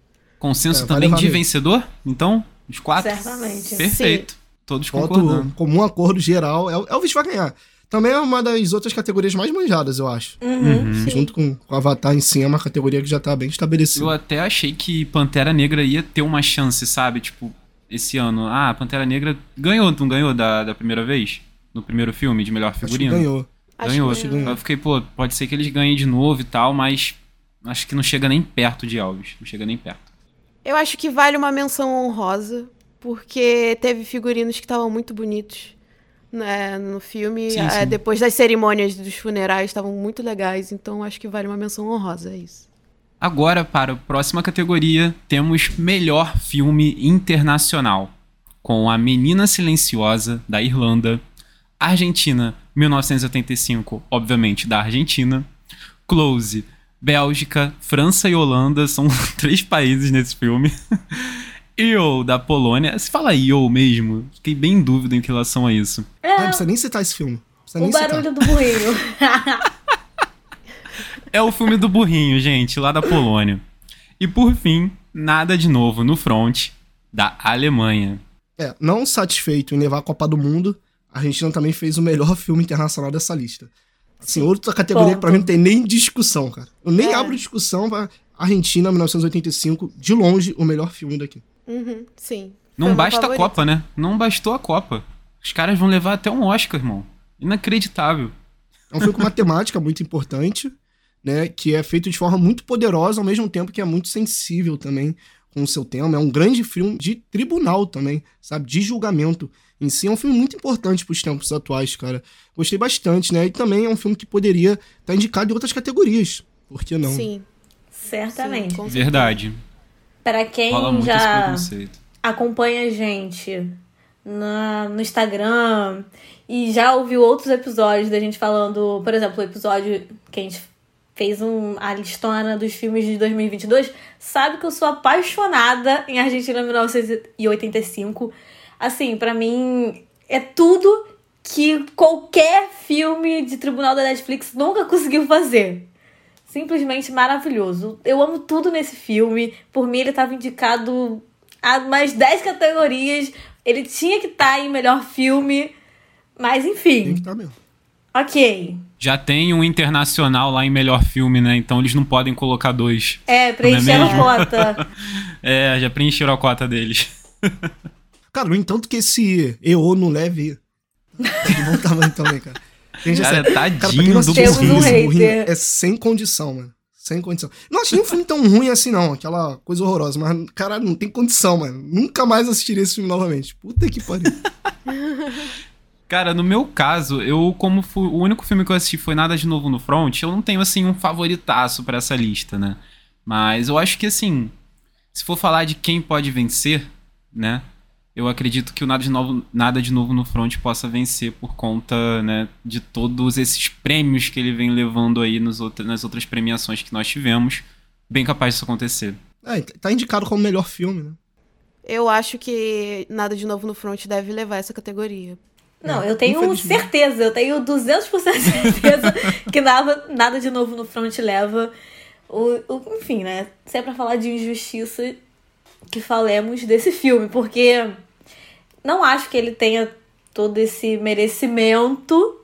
Consenso É, vai também levar de mesmo. vencedor? Então, os quatro? Certamente. Perfeito. Todos Voto concordando. como um acordo geral. El- Elvis vai ganhar. Também é uma das outras categorias mais manjadas, eu acho. Uhum. Sim. Junto com, com Avatar em si, é uma categoria que já tá bem estabelecida. Eu até achei que Pantera Negra ia ter uma chance, sabe? Tipo, esse ano. Ah, Pantera Negra ganhou, não ganhou da, da primeira vez? No primeiro filme de melhor Acho que figurino? ganhou. Acho Ganhou. que ganhou. Eu fiquei, pô, pode ser que eles ganhem de novo e tal, mas acho que não chega nem perto de Elvis. Não chega nem perto. Eu acho que vale uma menção honrosa, porque teve figurinos que estavam muito bonitos, né, no filme. Sim, É, sim. depois das cerimônias dos funerais, estavam muito legais. Então, acho que vale uma menção honrosa, é isso. Agora, para a próxima categoria, temos melhor filme internacional. Com A Menina Silenciosa, da Irlanda. Argentina, mil novecentos e oitenta e cinco, obviamente, da Argentina. Close, Bélgica, França e Holanda, são três países nesse filme. E o da Polônia, se fala I O mesmo, fiquei bem em dúvida em relação a isso. Ah, não precisa nem citar esse filme. Não precisa O nem citar. barulho do burrinho. É o filme do burrinho, gente, lá da Polônia. E por fim, Nada de Novo no Front, da Alemanha. É, não satisfeito em levar a Copa do Mundo, a Argentina também fez o melhor filme internacional dessa lista. Assim, outra categoria que pra mim não tem nem discussão, cara. Eu nem É. abro discussão pra Argentina, mil novecentos e oitenta e cinco, de longe, o melhor filme daqui. Uhum, sim. Não Foi meu basta a favorito. Copa, né? Não bastou a Copa. Os caras vão levar até um Oscar, irmão. Inacreditável. É um filme com uma temática muito importante, né? Que é feito de forma muito poderosa, ao mesmo tempo que é muito sensível também com o seu tema. É um grande filme de tribunal também, sabe? De julgamento em si. É um filme muito importante pros tempos atuais, cara. Gostei bastante, né? E também é um filme que poderia estar indicado em outras categorias. Por que não? Sim. Certamente. Sim, com certeza. Verdade. Para quem Rola muito esse já preconceito. acompanha a gente na, no Instagram e já ouviu outros episódios da gente falando, por exemplo, o episódio que a gente fez um, a listona dos filmes de dois mil e vinte e dois, sabe que eu sou apaixonada em Argentina mil novecentos e oitenta e cinco. Assim, pra mim, é tudo que qualquer filme de tribunal da Netflix nunca conseguiu fazer. Simplesmente maravilhoso. Eu amo tudo nesse filme. Por mim, ele estava indicado a mais dez categorias. Ele tinha que estar em melhor filme. Mas, Tem enfim. que estar mesmo. Ok. Já tem um internacional lá em melhor filme, né? Então eles não podem colocar dois. É, preencheram a mesmo? cota. É, já preencheram a cota deles. Cara, no entanto que esse E O não leve é de bom tamanho também, cara. Gente, Cara, assim, tadinho pra quem não do assistiu esse Burrinho. filme, esse Temos um Burrinho hater. é sem condição, mano. Sem condição. Não achei um filme tão ruim assim, não. Aquela coisa horrorosa. Mas, cara, não tem condição, mano. Nunca mais assistiria esse filme novamente. Puta que pariu. Cara, no meu caso, eu, como fui, o único filme que eu assisti foi Nada de Novo no Front, eu não tenho, assim, um favoritaço pra essa lista, né? Mas eu acho que, assim, se for falar de quem pode vencer, né? Eu acredito que o Nada de Novo, Nada de Novo no Front possa vencer por conta, né, de todos esses prêmios que ele vem levando aí nos outra, nas outras premiações que nós tivemos. Bem capaz disso acontecer. É, tá indicado como melhor filme, né? Eu acho que Nada de Novo no Front deve levar essa categoria. Não, É, eu tenho infelizmente. certeza. Eu tenho duzentos por cento de certeza que nada, nada de novo no front leva. O, o, enfim, né? Se é pra falar de injustiça, que falemos desse filme. Porque não acho que ele tenha todo esse merecimento,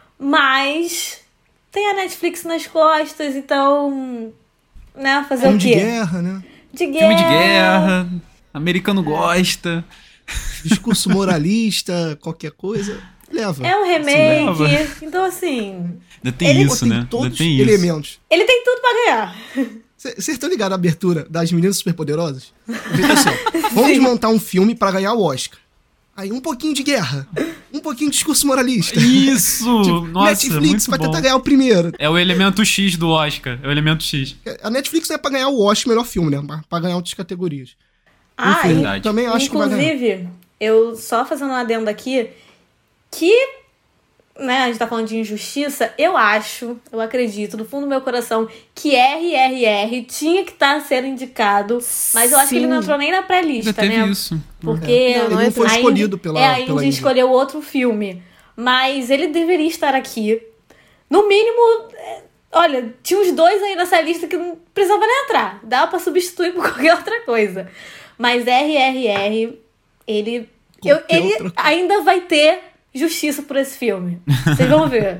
mas tem a Netflix nas costas, então, né, fazer Filme o de quê? guerra, né? De guerra. Filme de guerra, americano gosta. Discurso moralista, qualquer coisa. Leva. É um leva. remake, então assim, Ainda tem Ele isso, tem né? Ainda todos tem os isso. elementos. ele tem tudo pra ganhar. Vocês estão ligados à abertura das Meninas Superpoderosas? Porque, assim, ó, vamos montar um filme pra ganhar o Oscar. Aí um pouquinho de guerra, um pouquinho de discurso moralista. Isso! Tipo, Nossa, Netflix muito pra bom. tentar ganhar o primeiro. É o elemento X do Oscar. É o elemento X. A Netflix não é pra ganhar o Oscar melhor filme, né? Pra- Pra ganhar outras categorias. Ah, Enfim, e- verdade. também acho que vai ganhar. inclusive, eu só fazendo um adendo aqui, que, né, a gente tá falando de injustiça, eu acho, eu acredito, do fundo do meu coração, que R R R tinha que estar sendo indicado, mas eu acho que ele não Sim. entrou nem na Ainda pré-lista, teve né? isso. Porque É. Não, Ele não não foi a Indy- escolhido pela, é, a pela Indy Indy. escolheu outro filme, mas ele deveria estar aqui. No mínimo, é, Olha, tinha uns dois aí nessa lista que não precisava nem entrar. Dava pra substituir por qualquer outra coisa. Mas R R R, ele, eu, ele outra... ainda vai ter justiça por esse filme. Vocês vão ver.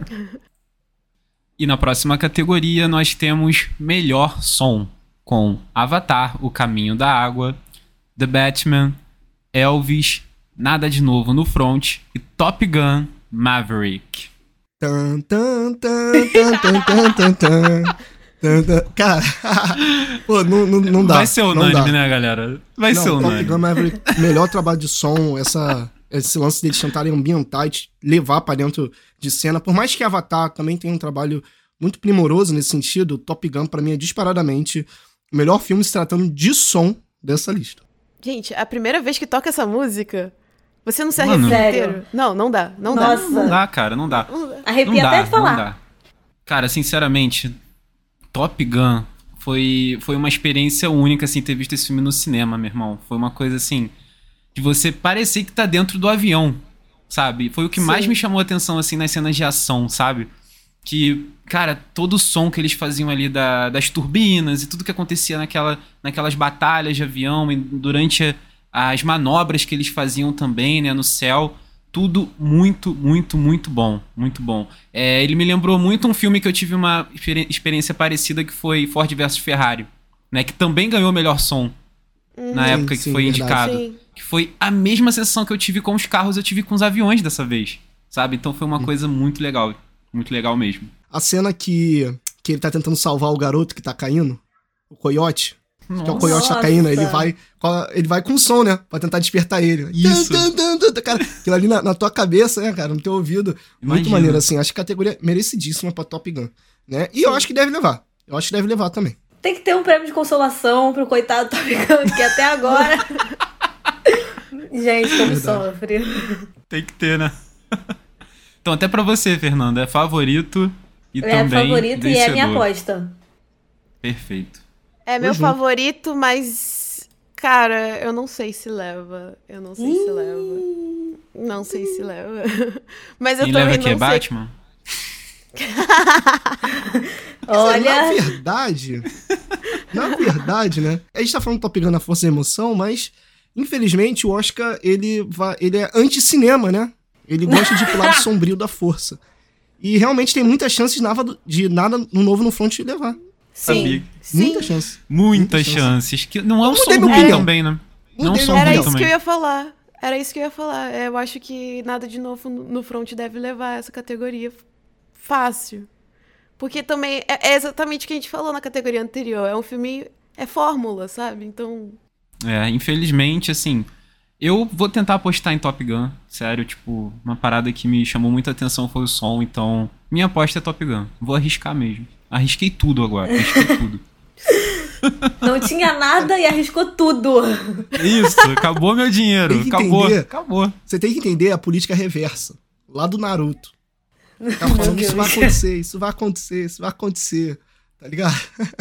E na próxima categoria nós temos melhor som, com Avatar, O Caminho da Água, The Batman, Elvis, Nada de Novo no Front e Top Gun Maverick. Tan, tan, tan, tan, tan, tan, tan, tan. Cara, pô, não, não, não dá. Vai ser unânime, né, galera? Vai não, ser unânime. Top Gun Maverick, melhor trabalho de som, essa, esse lance deles tentarem ambientar e levar pra dentro de cena. Por mais que Avatar também tenha um trabalho muito primoroso nesse sentido, Top Gun pra mim é disparadamente o melhor filme se tratando de som dessa lista. Gente, a primeira vez que toca essa música, você não se Mano, arrepia inteiro? Não, não dá, não Nossa. dá. Não dá, cara, não dá. Arrepia não dá, até de falar. Não dá. Cara, sinceramente, Top Gun foi, foi uma experiência única, assim, ter visto esse filme no cinema, meu irmão. Foi uma coisa, assim, de você parecer que tá dentro do avião, sabe? Foi o que Sim. mais me chamou a atenção, assim, nas cenas de ação, sabe? Que, cara, todo o som que eles faziam ali da, das turbinas e tudo que acontecia naquela, naquelas batalhas de avião e durante a, as manobras que eles faziam também, né, no céu, tudo muito, muito, muito bom, muito bom. É, ele me lembrou muito um filme que eu tive uma experi- experiência parecida, que foi Ford versus Ferrari, né, que também ganhou o melhor som uhum. na sim, época que sim, foi verdade. indicado. Sim. Que foi a mesma sensação que eu tive com os carros, eu tive com os aviões dessa vez, sabe? Então foi uma uhum. coisa muito legal. Muito legal mesmo. A cena que, que ele tá tentando salvar o garoto que tá caindo, o coiote, que é o coiote tá caindo, ele vai, ele vai com som, né? Pra tentar despertar ele. Isso. Tum, tum, tum, tum, cara, aquilo ali na, na tua cabeça, né, cara? No teu ouvido. Imagina. Muito maneiro, assim. Acho que a categoria é merecidíssima pra Top Gun, né? E Sim. eu acho que deve levar. Eu acho que deve levar também. Tem que ter um prêmio de consolação pro coitado Top Gun, que até agora... Gente, como sofre. Tem que ter, né? Então, até pra você, Fernanda, é favorito e é também favorito vencedor. E é minha aposta. Perfeito. É meu Uhum. favorito, mas, cara, eu não sei se leva. Eu não sei se leva. Não sei se leva. Mas eu Quem também leva aqui não é sei. Batman? Olha... Na verdade, na verdade, né? A gente tá falando Top Gun na força e emoção, mas, infelizmente, o Oscar, ele, vai, ele é anti-cinema, né? Ele gosta de ir pro lado sombrio da força. E realmente tem muitas chances de nada, de nada no Novo no Front levar. Sim, sim. Muita chance. Muitas Muita chances. Que não é um Eu som mudei meu ruim opinião. também, né? Não é um Mudei som meu Era ruim isso também. que eu ia falar. Era isso que eu ia falar. Eu acho que nada de novo no front deve levar essa categoria fácil. Porque também é é exatamente o que a gente falou na categoria anterior. É um filme... É fórmula, sabe? Então... É, infelizmente, assim... Eu vou tentar apostar em Top Gun. Sério, tipo... Uma parada que me chamou muita atenção foi o som. Então, minha aposta é Top Gun. Vou arriscar mesmo. Arrisquei tudo agora. Arrisquei tudo. Não tinha nada e arriscou tudo. Isso, acabou meu dinheiro. Tem que Acabou, entender. acabou. Você tem que entender a política reversa. Lá do Naruto. Tá falando que isso vai acontecer, isso vai acontecer, isso vai acontecer. Tá ligado?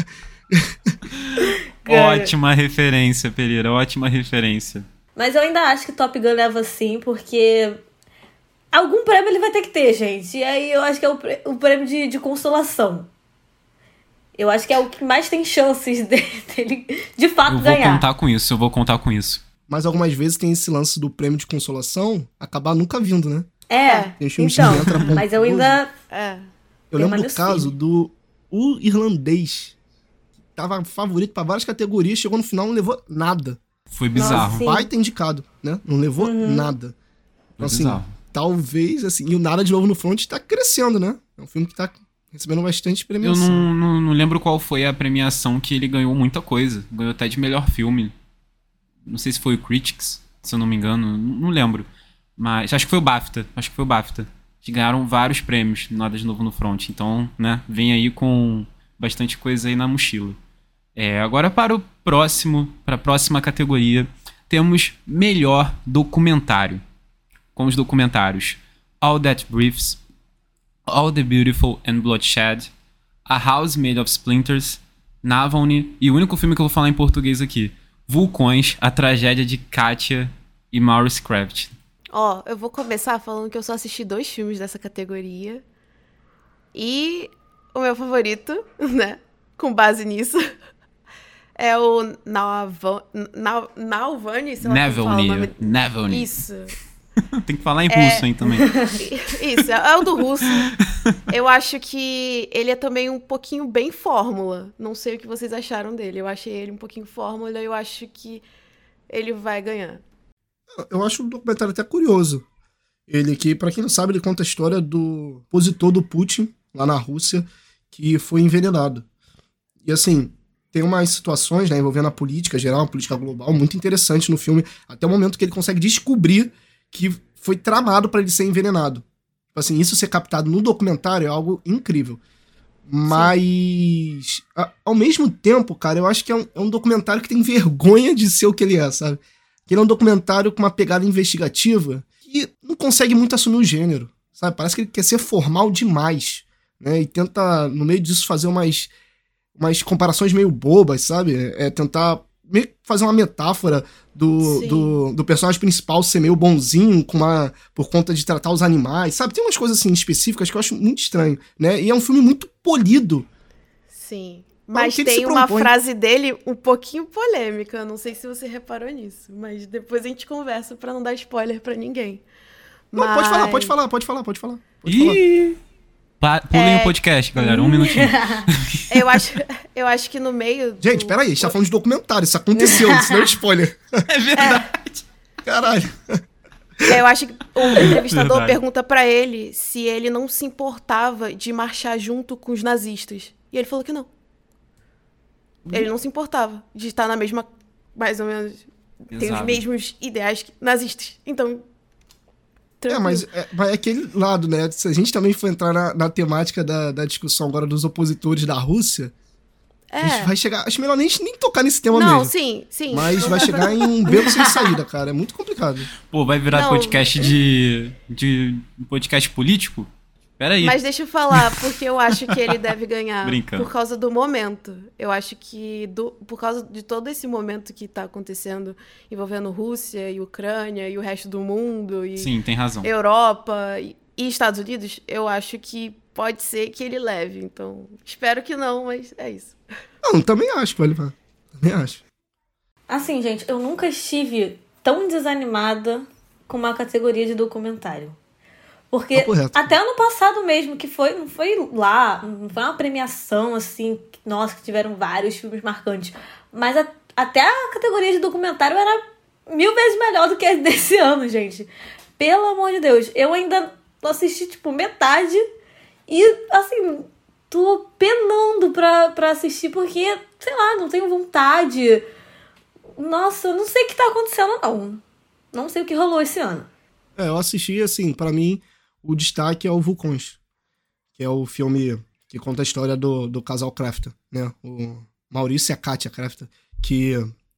Ótima referência, Pereira. Ótima referência. Mas eu ainda acho que Top Gun leva sim, porque algum prêmio ele vai ter que ter, gente. E aí eu acho que é o, prê- o prêmio de, de consolação. Eu acho que é o que mais tem chances de- dele, de fato, Eu vou ganhar. contar com isso, eu vou contar com isso. Mas algumas vezes tem esse lance do prêmio de consolação acabar nunca vindo, né? É, Tem filmes então, que entra bom. mas eu ainda... É. Eu Tem lembro do mais caso filme. do O Irlandês. Que tava favorito pra várias categorias, chegou no final e não levou nada. Foi bizarro. Sim. Vai ter indicado, né? Não levou nada. Então, Foi assim, bizarro. talvez, assim... E o Nada de Novo no Front tá crescendo, né? É um filme que tá recebendo bastante Eu premiação. não, não, não lembro qual foi a premiação que ele ganhou muita coisa. Ganhou até de melhor filme. Não sei se foi o Critics, se eu não me engano. Não, não lembro. Mas acho que foi o BAFTA. Acho que foi o BAFTA. Que ganharam vários prêmios Nada de Novo no Front. Então, né, vem aí com bastante coisa aí na mochila. É, agora para o próximo, para a próxima categoria, temos melhor documentário. Com os documentários All That Breathes, All the Beautiful and Bloodshed, A House Made of Splinters, Navalny e o único filme que eu vou falar em português aqui, Vulcões, A Tragédia de Katia e Maurice Craft. Ó, eu vou começar falando que eu só assisti dois filmes dessa categoria. E o meu favorito, né? Com base nisso, é o Nalva- Nal- Nalvani, sei lá como fala o nome. Navalny. Navalny. Isso. Tem que falar em russo, É. hein, também. Isso, é o do russo. Eu acho que ele é também um pouquinho bem fórmula. Não sei o que vocês acharam dele. Eu achei ele um pouquinho fórmula e eu acho que ele vai ganhar. Eu acho o documentário até curioso. Ele que, pra quem não sabe, ele conta a história do opositor do Putin, lá na Rússia, que foi envenenado. E assim, tem umas situações, né, envolvendo a política geral, a política global, muito interessante no filme, até o momento que ele consegue descobrir que foi tramado pra ele ser envenenado. Tipo assim, isso ser captado no documentário é algo incrível. Mas, a, ao mesmo tempo, cara, eu acho que é um, é um documentário que tem vergonha de ser o que ele é, sabe? Que ele é um documentário com uma pegada investigativa que não consegue muito assumir o gênero, sabe? Parece que ele quer ser formal demais, né? E tenta, no meio disso, fazer umas, umas comparações meio bobas, sabe? É tentar meio que fazer uma metáfora do, Sim. do, do personagem principal ser meio bonzinho com uma, por conta de tratar os animais, sabe? Tem umas coisas assim específicas que eu acho muito estranho, né? E é um filme muito polido. Sim. o Mas que ele se tem uma propõe? frase dele um pouquinho polêmica. Não sei se você reparou nisso. Mas depois a gente conversa pra não dar spoiler pra ninguém. Não, Mas... pode falar, pode falar, pode falar, pode falar. Pode falar. Ih! Pa- Pulem É. o podcast, galera. Um minutinho. Eu acho, eu acho que no meio. do- Gente, peraí, a gente tá falando de documentário, isso aconteceu, isso não é spoiler. É verdade. Caralho. Eu acho que o entrevistador Verdade. pergunta pra ele se ele não se importava de marchar junto com os nazistas. E ele falou que não. Ele não se importava de estar na mesma. Mais ou menos. Tem os Exato. mesmos ideais que nazistas. Então. É, tranquilo. mas é, mas é aquele lado, né? Se a gente também for entrar na, na temática da, da discussão agora dos opositores da Rússia, a gente É. vai chegar. Acho melhor nem, nem tocar nesse tema Não, mesmo. sim, sim. Mas vai chegar em um beco sem saída, cara. É muito complicado. Pô, vai virar Não. podcast de, de podcast político? Pera aí. Mas deixa eu falar, porque eu acho que ele deve ganhar Brincando. por causa do momento. Eu acho que do, por causa de todo esse momento que tá acontecendo envolvendo Rússia e Ucrânia e o resto do mundo e Sim, tem razão. Europa e, e Estados Unidos, eu acho que pode ser que ele leve. Então, espero que não, mas é isso. Não, também acho que vai levar. Também acho. Assim, gente, eu nunca estive tão desanimada com uma categoria de documentário. Porque Tá correto. até ano passado mesmo, que foi, não foi lá, não foi uma premiação assim, que, nossa, que tiveram vários filmes marcantes. Mas a- até a categoria de documentário era mil vezes melhor do que a desse ano, gente. Pelo amor de Deus. Eu ainda assisti, tipo, metade e, assim, tô penando pra, pra assistir porque, sei lá, não tenho vontade. Nossa, não sei o que tá acontecendo, não. Não sei o que rolou esse ano. É, eu assisti, assim, pra mim, o destaque é o Vulcões, que é o filme que conta a história do, do casal Crafter, né? O Maurício e a Kátia Crafter, que,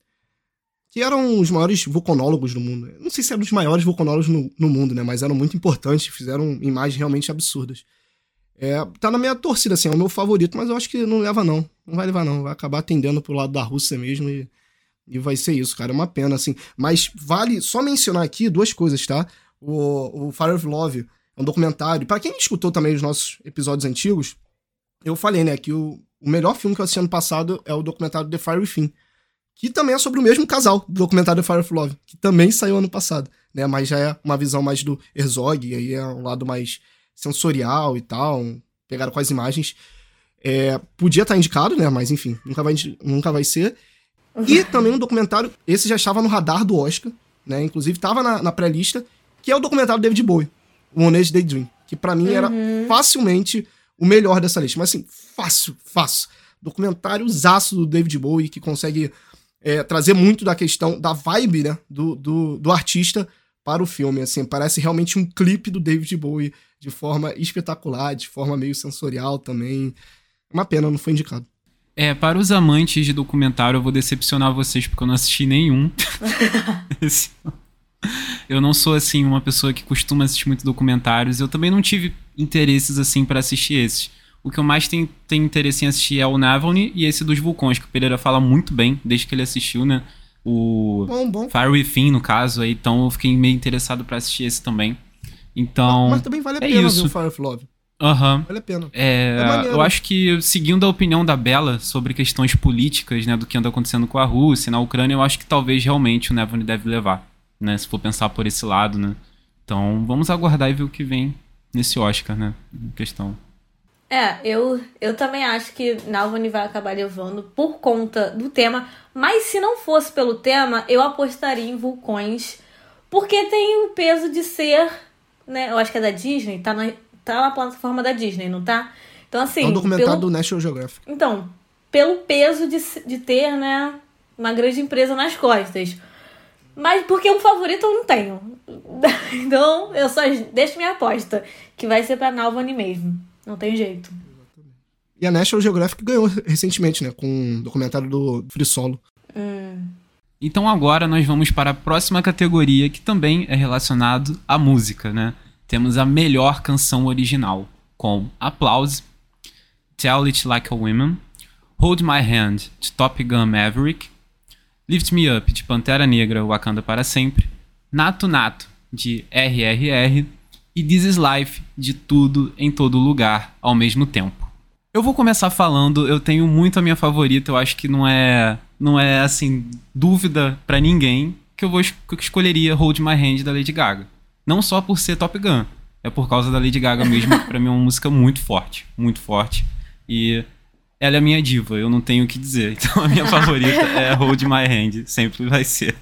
que eram os maiores vulcanólogos do mundo. Não sei se eram os maiores vulcanólogos no, no mundo, né? Mas eram muito importantes, fizeram imagens realmente absurdas. É, tá na minha torcida, assim, é o meu favorito, mas eu acho que não leva, não. Não vai levar, não. Vai acabar tendendo pro lado da Rússia mesmo e, e vai ser isso, cara. É uma pena, assim. Mas vale só mencionar aqui duas coisas, tá? O, o Fire of Love é um documentário. Pra quem escutou também os nossos episódios antigos, eu falei, né, que o, o melhor filme que eu assisti ano passado é o documentário The Fire Within, que também é sobre o mesmo casal do documentário The Fire of Love, que também saiu ano passado, né, mas já é uma visão mais do Herzog, e aí é um lado mais sensorial e tal, um, pegaram com as imagens. É, podia estar indicado, né, mas enfim, nunca vai, nunca vai ser. E também um documentário, esse já estava no radar do Oscar, né, inclusive estava na, na pré-lista, que é o documentário do David Bowie, o Honest Daydream, que pra mim era facilmente o melhor dessa lista. Mas assim, fácil, fácil. Documentáriozaço do David Bowie, que consegue é, trazer muito da questão, da vibe, né, do, do, do artista para o filme. Assim, parece realmente um clipe do David Bowie de forma espetacular, de forma meio sensorial também. Uma pena, não foi indicado. É, para os amantes de documentário, eu vou decepcionar vocês, porque eu não assisti nenhum. Esse- Eu não sou, assim, uma pessoa que costuma assistir muito documentários. Eu também não tive interesses, assim, pra assistir esses. O que eu mais tenho, tenho interesse em assistir é o Navalny e esse dos Vulcões, que o Pereira fala muito bem, desde que ele assistiu, né? O Bom, bom. Fire Within, no caso, aí, então eu fiquei meio interessado pra assistir esse também. Então, Mas também vale a é pena isso. ver o Fire of Love. Aham. Vale a pena. É, É maneiro. eu acho que, seguindo a opinião da Bela sobre questões políticas, né, do que anda acontecendo com a Rússia, na Ucrânia, eu acho que talvez realmente o Nevermind deve levar, né, se for pensar por esse lado, né. Então, vamos aguardar e ver o que vem nesse Oscar, né, em questão. É, eu, eu também acho que Nalvani vai acabar levando por conta do tema, mas se não fosse pelo tema, eu apostaria em Vulcões, porque tem o peso de ser, né, eu acho que é da Disney, tá na, tá na plataforma da Disney, não tá? Então, assim... É um documentário pelo, do National Geographic. Então, pelo peso de, de ter, né, uma grande empresa nas costas. Mas porque um favorito eu não tenho. Então, eu só deixo minha aposta, que vai ser pra Nalvani mesmo. Não tem jeito. E a National Geographic ganhou recentemente, né? Com um documentário do Free Solo. Hum. Então agora nós vamos para a próxima categoria, que também é relacionado à música, né? Temos a melhor canção original, com Applause, Tell It Like a Woman, Hold My Hand, de Top Gun Maverick, Lift Me Up, de Pantera Negra, Wakanda para Sempre, Nato Nato, de R R R, e This Is Life, de Tudo em Todo Lugar, ao mesmo tempo. Eu vou começar falando, eu tenho muito a minha favorita, eu acho que não é, não é assim, dúvida pra ninguém que eu vou que eu escolheria Hold My Hand da Lady Gaga. Não só por ser Top Gun, é por causa da Lady Gaga mesmo, que pra mim é uma música muito forte, muito forte. E ela é a minha diva, eu não tenho o que dizer. Então a minha favorita é Hold My Hand, sempre vai ser.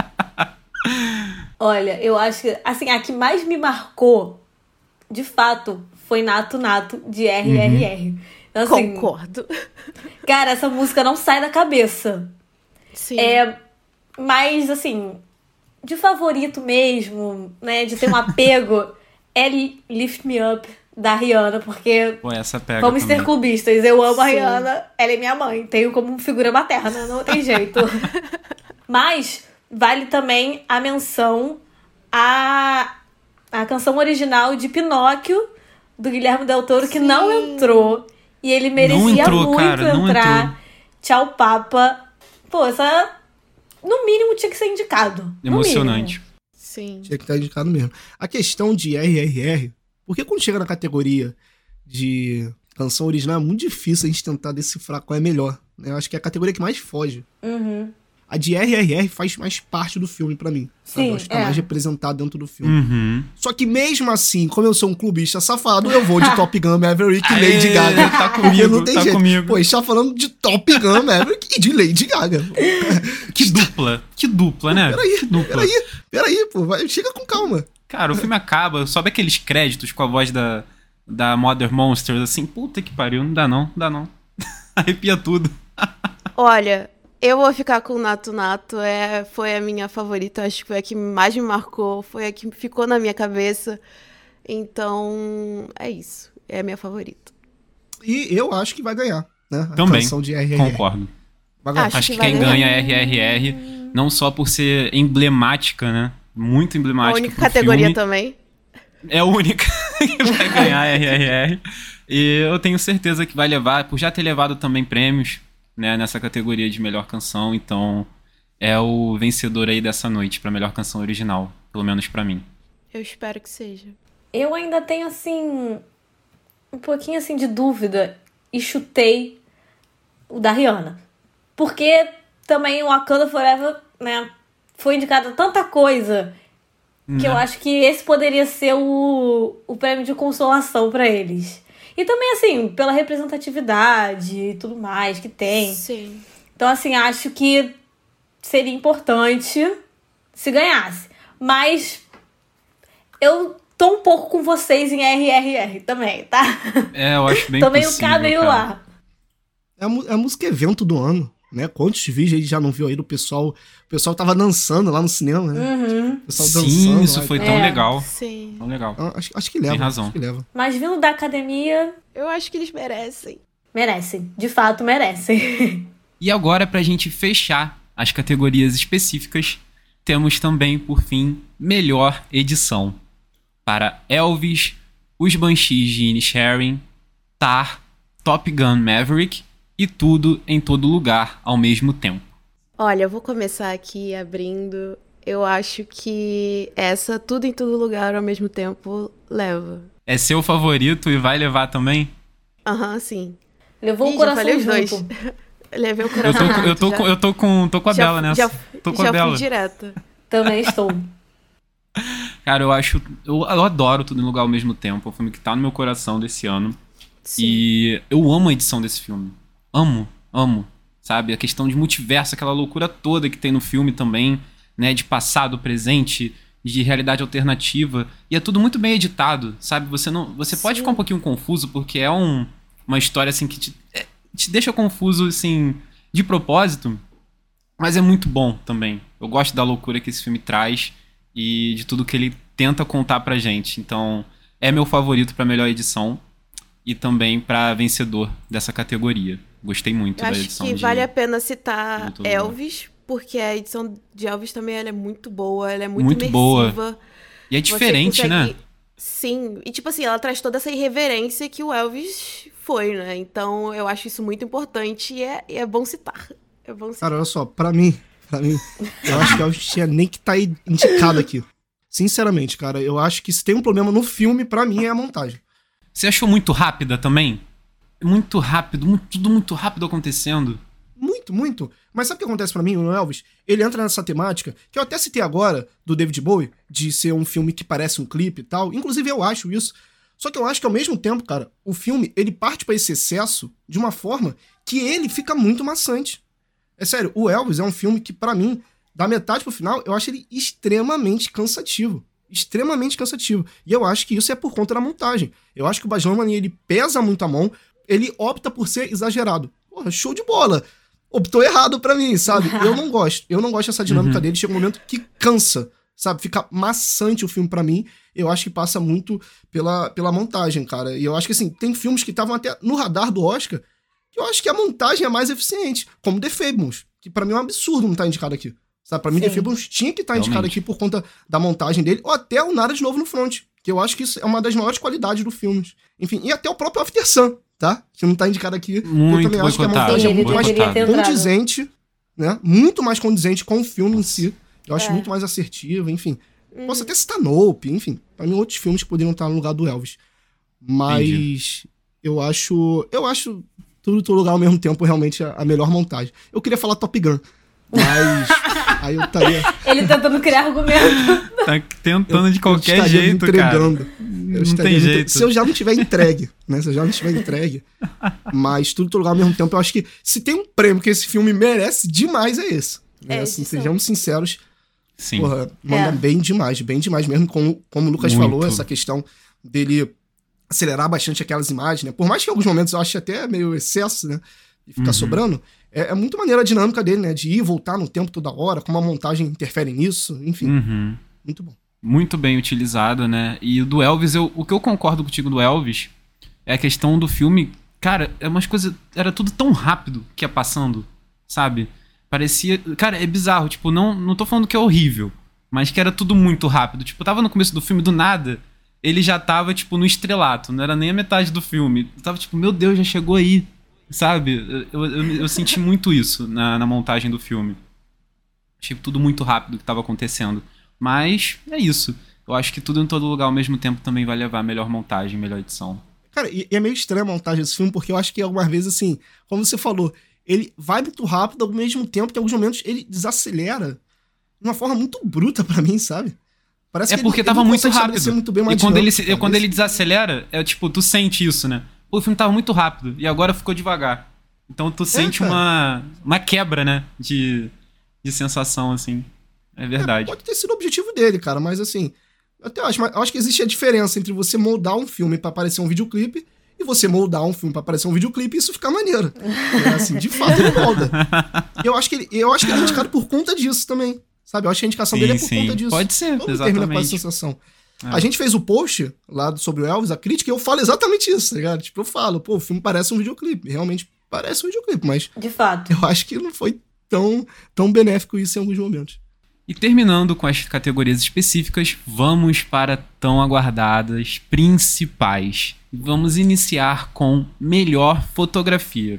Olha, eu acho que, assim, a que mais me marcou, de fato, foi Nato Nato, de R R R. Uhum. Então, assim, Concordo. cara, essa música não sai da cabeça. Sim. É, mas, assim, de favorito mesmo, né, de ter um apego, é Lift Me Up, da Rihanna, porque Pô, essa pega vamos também. ser clubistas. Eu amo a Sim. Rihanna, ela é minha mãe, tenho como figura materna, não tem jeito. Mas vale também a menção à, à canção original de Pinóquio, do Guilherme Del Toro, que Sim. não entrou. E ele merecia entrou, muito cara, não entrar. entrou. Tchau, Papa. Pô, essa, no mínimo, tinha que ser indicado. No Emocionante. mínimo. Sim. Tinha que estar indicado mesmo. A questão de R R R, porque quando chega na categoria de canção original, é muito difícil a gente tentar decifrar qual é melhor. Né? Eu acho que é a categoria que mais foge. Uhum. A de R R R faz mais parte do filme pra mim. Sabe? Sim, Eu acho que tá é. mais representado dentro do filme. Uhum. Só que mesmo assim, como eu sou um clubista safado, eu vou de Top Gun Maverick e Aê, Lady Gaga. tá Porque comigo, não tem tá jeito. comigo. Pô, a gente tá falando de Top Gun Maverick e de Lady Gaga. Que dupla, que dupla, né? Peraí, que dupla. peraí, peraí, pô. Vai, chega com calma. Cara, o filme acaba, sobe aqueles créditos com a voz da, da Mother Monsters, assim, puta que pariu, não dá não, não dá não. Arrepia tudo. Olha, eu vou ficar com o Nato Nato. É, foi a minha favorita. Acho que foi a que mais me marcou. Foi a que ficou na minha cabeça. Então, é isso. É a minha favorita. E eu acho que vai ganhar, né? A Também, canção de R R R. concordo. Vai ganhar. Acho Acho que que vai quem ganhar. ganha é R R R, não só por ser emblemática, né? Muito A emblemática única pro categoria filme. também. É a única que vai ganhar R R R. E eu tenho certeza que vai levar, por já ter levado também prêmios, né, nessa categoria de melhor canção, então é o vencedor aí dessa noite pra melhor canção original, pelo menos pra mim. Eu espero que seja. Eu ainda tenho, assim, um pouquinho, assim, de dúvida e chutei o da Rihanna. Porque também o Wakanda Forever, né, foi indicado a tanta coisa que eu acho que esse poderia ser o, o prêmio de consolação pra eles. E também, assim, pela representatividade e tudo mais que tem. Sim. Então, assim, acho que seria importante se ganhasse. Mas eu tô um pouco com vocês em R R R também, tá? É, eu acho bem tô meio possível, cá, meio cara. lá. É a, mu- é a música evento do ano, né? Quantos vídeos a gente já não viu aí do pessoal? O pessoal tava dançando lá no cinema, né? Uhum. O pessoal Sim, dançando isso lá e foi tal. tão É. legal. Sim. Tão legal. Ah, Acho, acho que leva. Tem razão. Acho que leva. Mas vindo da academia, Eu acho que eles merecem. merecem. De fato, merecem. E agora, pra gente fechar as categorias específicas, temos também, por fim, melhor edição. Para Elvis, Os Banshees de Inisherin, Tar, Top Gun Maverick e Tudo em Todo Lugar ao mesmo tempo. Olha, eu vou começar aqui abrindo. Eu acho que essa Tudo em Todo Lugar ao mesmo tempo leva. É seu favorito e vai levar também? Aham, sim. Levou Ih, o coração já falei os junto. dois. Levei o Eu coração tô, junto. eu tô, já, com- eu tô com, tô com a já- Bela nessa. Já, Tô com já a Bela. fui direto. Também estou. Cara, eu acho. Eu, eu adoro Tudo em Lugar ao Mesmo Tempo. É um filme que tá no meu coração desse ano. Sim. E eu amo a edição desse filme. Amo, amo. Sabe? A questão de multiverso, aquela loucura toda que tem no filme também, né? De passado, presente, de realidade alternativa. E é tudo muito bem editado, sabe? Você não. Você pode Sim. ficar um pouquinho confuso, porque é um, uma história assim que te, é, te deixa confuso, assim, de propósito. Mas é muito bom também. Eu gosto da loucura que esse filme traz e de tudo que ele tenta contar pra gente. Então, é meu favorito pra melhor edição e também pra vencedor dessa categoria. Gostei muito Eu da acho edição que de... vale a pena citar Tudo. Elvis, porque a edição de Elvis também ela é muito boa, ela é muito, Muito boa. imersiva. E é Você diferente, consegue- né? Sim, e tipo assim, ela traz toda essa irreverência que o Elvis foi, né? Então eu acho isso muito importante e é, e é bom citar. É bom citar. Cara, olha só, pra mim, pra mim, eu acho que Elvis tinha nem que tá indicado aqui. Sinceramente, cara, eu acho que se tem um problema no filme, pra mim, é a montagem. Você achou muito rápida também? Muito rápido, muito- tudo muito rápido acontecendo. Muito, muito. Mas sabe o que acontece pra mim, o Elvis? Ele entra nessa temática, que eu até citei agora, do David Bowie, de ser um filme que parece um clipe e tal. Inclusive, eu acho isso. Só que eu acho que, ao mesmo tempo, cara, o filme, ele parte pra esse excesso de uma forma que ele fica muito maçante. É sério, o Elvis é um filme que, pra mim, da metade pro final, eu acho ele extremamente cansativo. Extremamente cansativo. E eu acho que isso é por conta da montagem. Eu acho que o Baz Luhrmann, ele pesa muito a mão, ele opta por ser exagerado. Porra, show de bola. Optou errado pra mim, sabe? Eu não gosto. Eu não gosto dessa dinâmica Uhum. dele. Chega um momento que cansa, sabe? Fica maçante o filme pra mim. Eu acho que passa muito pela, pela montagem, cara. E eu acho que, assim, tem filmes que estavam até no radar do Oscar que eu acho que a montagem é mais eficiente. Como The Fablemans, que pra mim é um absurdo não estar indicado aqui. Sabe? Pra mim, Sim. The Fablemans tinha que estar indicado Realmente. aqui por conta da montagem dele. Ou até o Nada de Novo no Front, que eu acho que isso é uma das maiores qualidades do filme. Enfim, e até o próprio After Sun, tá? Que não tá indicado aqui. Muito eu também acho que a boicotado, montagem é Ele muito mais deveria ter entrado. condizente, né? Muito mais condizente com o filme em si. Eu acho É. muito mais assertivo, enfim. Posso até citar Nope, enfim. Pra mim, outros filmes que poderiam estar no lugar do Elvis. Mas Entendi. eu acho. Eu acho tudo todo lugar ao mesmo tempo realmente a, a melhor montagem. Eu queria falar Top Gun. Mas aí eu estaria. Ele tentando criar argumento. Tá tentando de qualquer estaria me jeito, cara. entregando. Eu Não estaria tem me entre- jeito. Se eu já não tiver entregue, né? Se eu já não tiver entregue. Mas tudo todo lugar ao mesmo tempo, eu acho que se tem um prêmio que esse filme merece demais, é esse. Né? É, Assim, edição. sejamos sinceros. Sim. Porra, manda É. bem demais, bem demais mesmo. Como, como o Lucas Muito. falou, essa questão dele acelerar bastante aquelas imagens, né? Por mais que em alguns momentos eu ache até meio excesso, né? E ficar Uhum. sobrando, é, é muito maneira a dinâmica dele, né? De ir e voltar no tempo toda hora, como a montagem interfere nisso, enfim, Uhum. muito bom. Muito bem utilizado, né? E o do Elvis, eu, o que eu concordo contigo do Elvis é a questão do filme. Cara, é umas coisas. Era tudo tão rápido que ia passando, sabe? Parecia. Cara, é bizarro. Tipo, não, não tô falando que é horrível, mas que era tudo muito rápido. Tipo, eu tava no começo do filme, do nada, ele já tava, tipo, no estrelato. Não era nem a metade do filme. Eu tava tipo, meu Deus, já chegou aí, sabe? Eu, eu, eu senti muito isso na, na montagem do filme. Achei tudo muito rápido que tava acontecendo. Mas é isso. Eu acho que tudo em todo lugar ao mesmo tempo também vai levar a melhor montagem, melhor edição. Cara, e, e é meio estranha a montagem desse filme, porque eu acho que algumas vezes, assim, como você falou, ele vai muito rápido ao mesmo tempo que em alguns momentos ele desacelera de uma forma muito bruta pra mim, sabe? Parece É que porque ele, tava ele não muito consegue estabelecer rápido. muito bem uma E quando ele, dinâmica, se- quando sabe? ele desacelera, é tipo, tu sente isso, né? Pô, o filme tava muito rápido e agora ficou devagar. Então tu sente cara. uma, uma quebra, né? De, de sensação, assim. É verdade. É, pode ter sido o objetivo dele, cara, mas assim, eu até acho, mas eu acho que existe a diferença entre você moldar um filme pra parecer um videoclipe e você moldar um filme pra parecer um videoclipe e isso ficar maneiro. É, assim, de fato ele molda. Eu acho que ele, eu acho que ele é indicado por conta disso também, sabe? Eu acho que a indicação dele é por sim. conta disso. Pode ser, Todo mundo termina com essa exatamente. sensação. É. A gente fez o post lá sobre o Elvis, a crítica, e eu falo exatamente isso, tá ligado? Tipo, eu falo, pô, o filme parece um videoclipe. Realmente parece um videoclipe, mas De fato. eu acho que não foi tão, tão benéfico isso em alguns momentos. E terminando com as categorias específicas, vamos para tão aguardadas principais. Vamos iniciar com melhor fotografia.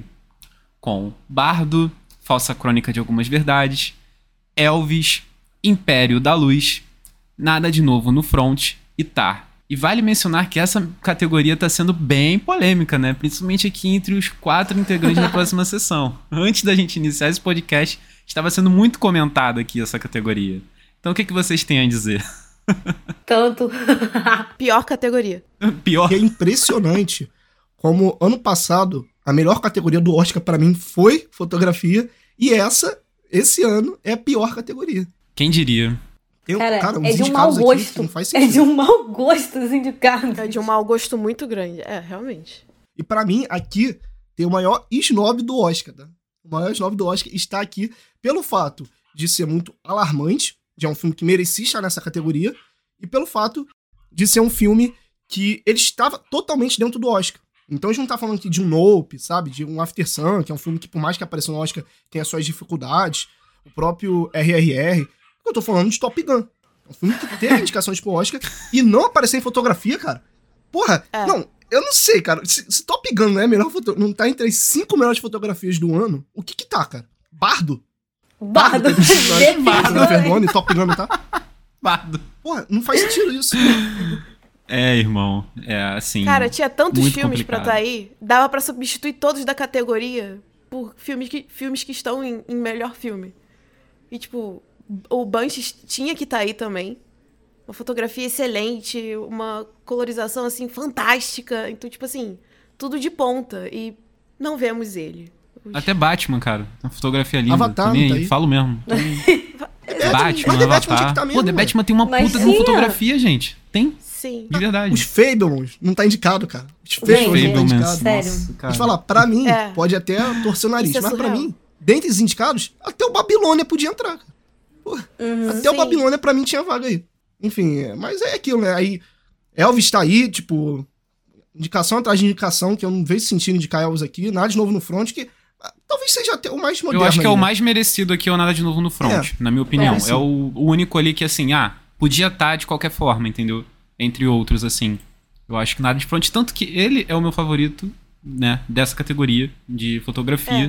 Com Bardo, Falsa Crônica de Algumas Verdades, Elvis, Império da Luz, Nada de Novo no Front e Tar. E vale mencionar que essa categoria está sendo bem polêmica, né? Principalmente aqui entre os quatro integrantes da próxima sessão. Antes da gente iniciar esse podcast, estava sendo muito comentada aqui essa categoria. Então o que, que vocês têm a dizer? Tanto. Pior categoria. Pior. E é impressionante como ano passado a melhor categoria do Oscar pra mim foi fotografia e essa, esse ano, é a pior categoria. Quem diria? Eu, Cara, uns é de um mau indicados aqui gosto. que não faz É sentido. de um mau gosto os indicados. É de um mau gosto muito grande. É, realmente. E pra mim, aqui, tem o maior snob do Oscar, tá? O maior snob do Oscar está aqui pelo fato de ser muito alarmante, de é um filme que merecia estar nessa categoria, e pelo fato de ser um filme que ele estava totalmente dentro do Oscar. Então a gente não tá falando aqui de um Nope, sabe? De um After Sun, que é um filme que, por mais que apareça no Oscar, tem as suas dificuldades. O próprio R R R. Eu tô falando de Top Gun. É um filme que teve indicações pro Oscar e não aparecer em fotografia, cara. Porra, É. não, eu não sei, cara. Se, se Top Gun não é a melhor foto, não tá entre as cinco melhores fotografias do ano, o que que tá, cara? Bardo? Bardo. Bardo, Fernando, Top Gun, não tá? Bardo. Porra, não faz sentido isso. É, irmão. É assim. Cara, tinha tantos muito filmes pra complicado. tá aí, dava pra substituir todos da categoria por filmes que, filmes que estão em, em melhor filme. E, tipo, o Banshees tinha que estar aí também. Uma fotografia excelente, uma colorização, assim, fantástica. Então, tipo assim, tudo de ponta. E não vemos ele. Até Batman, cara. Uma fotografia linda. Avatar, Tô nem não tá aí. aí? Falo mesmo. Tô nem- Batman, mas The Batman Avatar. tinha que tá mesmo, Pô, The ué. Batman tem uma Mas puta de uma tinha. fotografia, gente. Tem, Sim. de verdade. Os Fablemans não tá indicado, cara. Os Gente, Fablemans não tá Fablemans, indicado. sério. nossa, Deixa cara. eu falar, pra mim, É. pode até torcer o nariz, Isso é mas pra surreal. mim, dentre os indicados, até o Babilônia podia entrar. Cara. Pô, até o sim. Babilônia pra mim tinha vaga aí. Enfim, é, mas é aquilo, né? Aí, Elvis tá aí, tipo, indicação atrás de indicação, que eu não vejo sentido indicar Elvis aqui, nada de novo no front, que ah, talvez seja até o mais moderno. Eu acho que é aí, o né? mais merecido aqui, o Nada de Novo no Front, na minha opinião. É, É, sim. o, o único ali que, assim, ah, podia estar de qualquer forma, entendeu? Entre outros, assim. Eu acho que Nada de Front, tanto que ele é o meu favorito, né, dessa categoria de fotografia. É.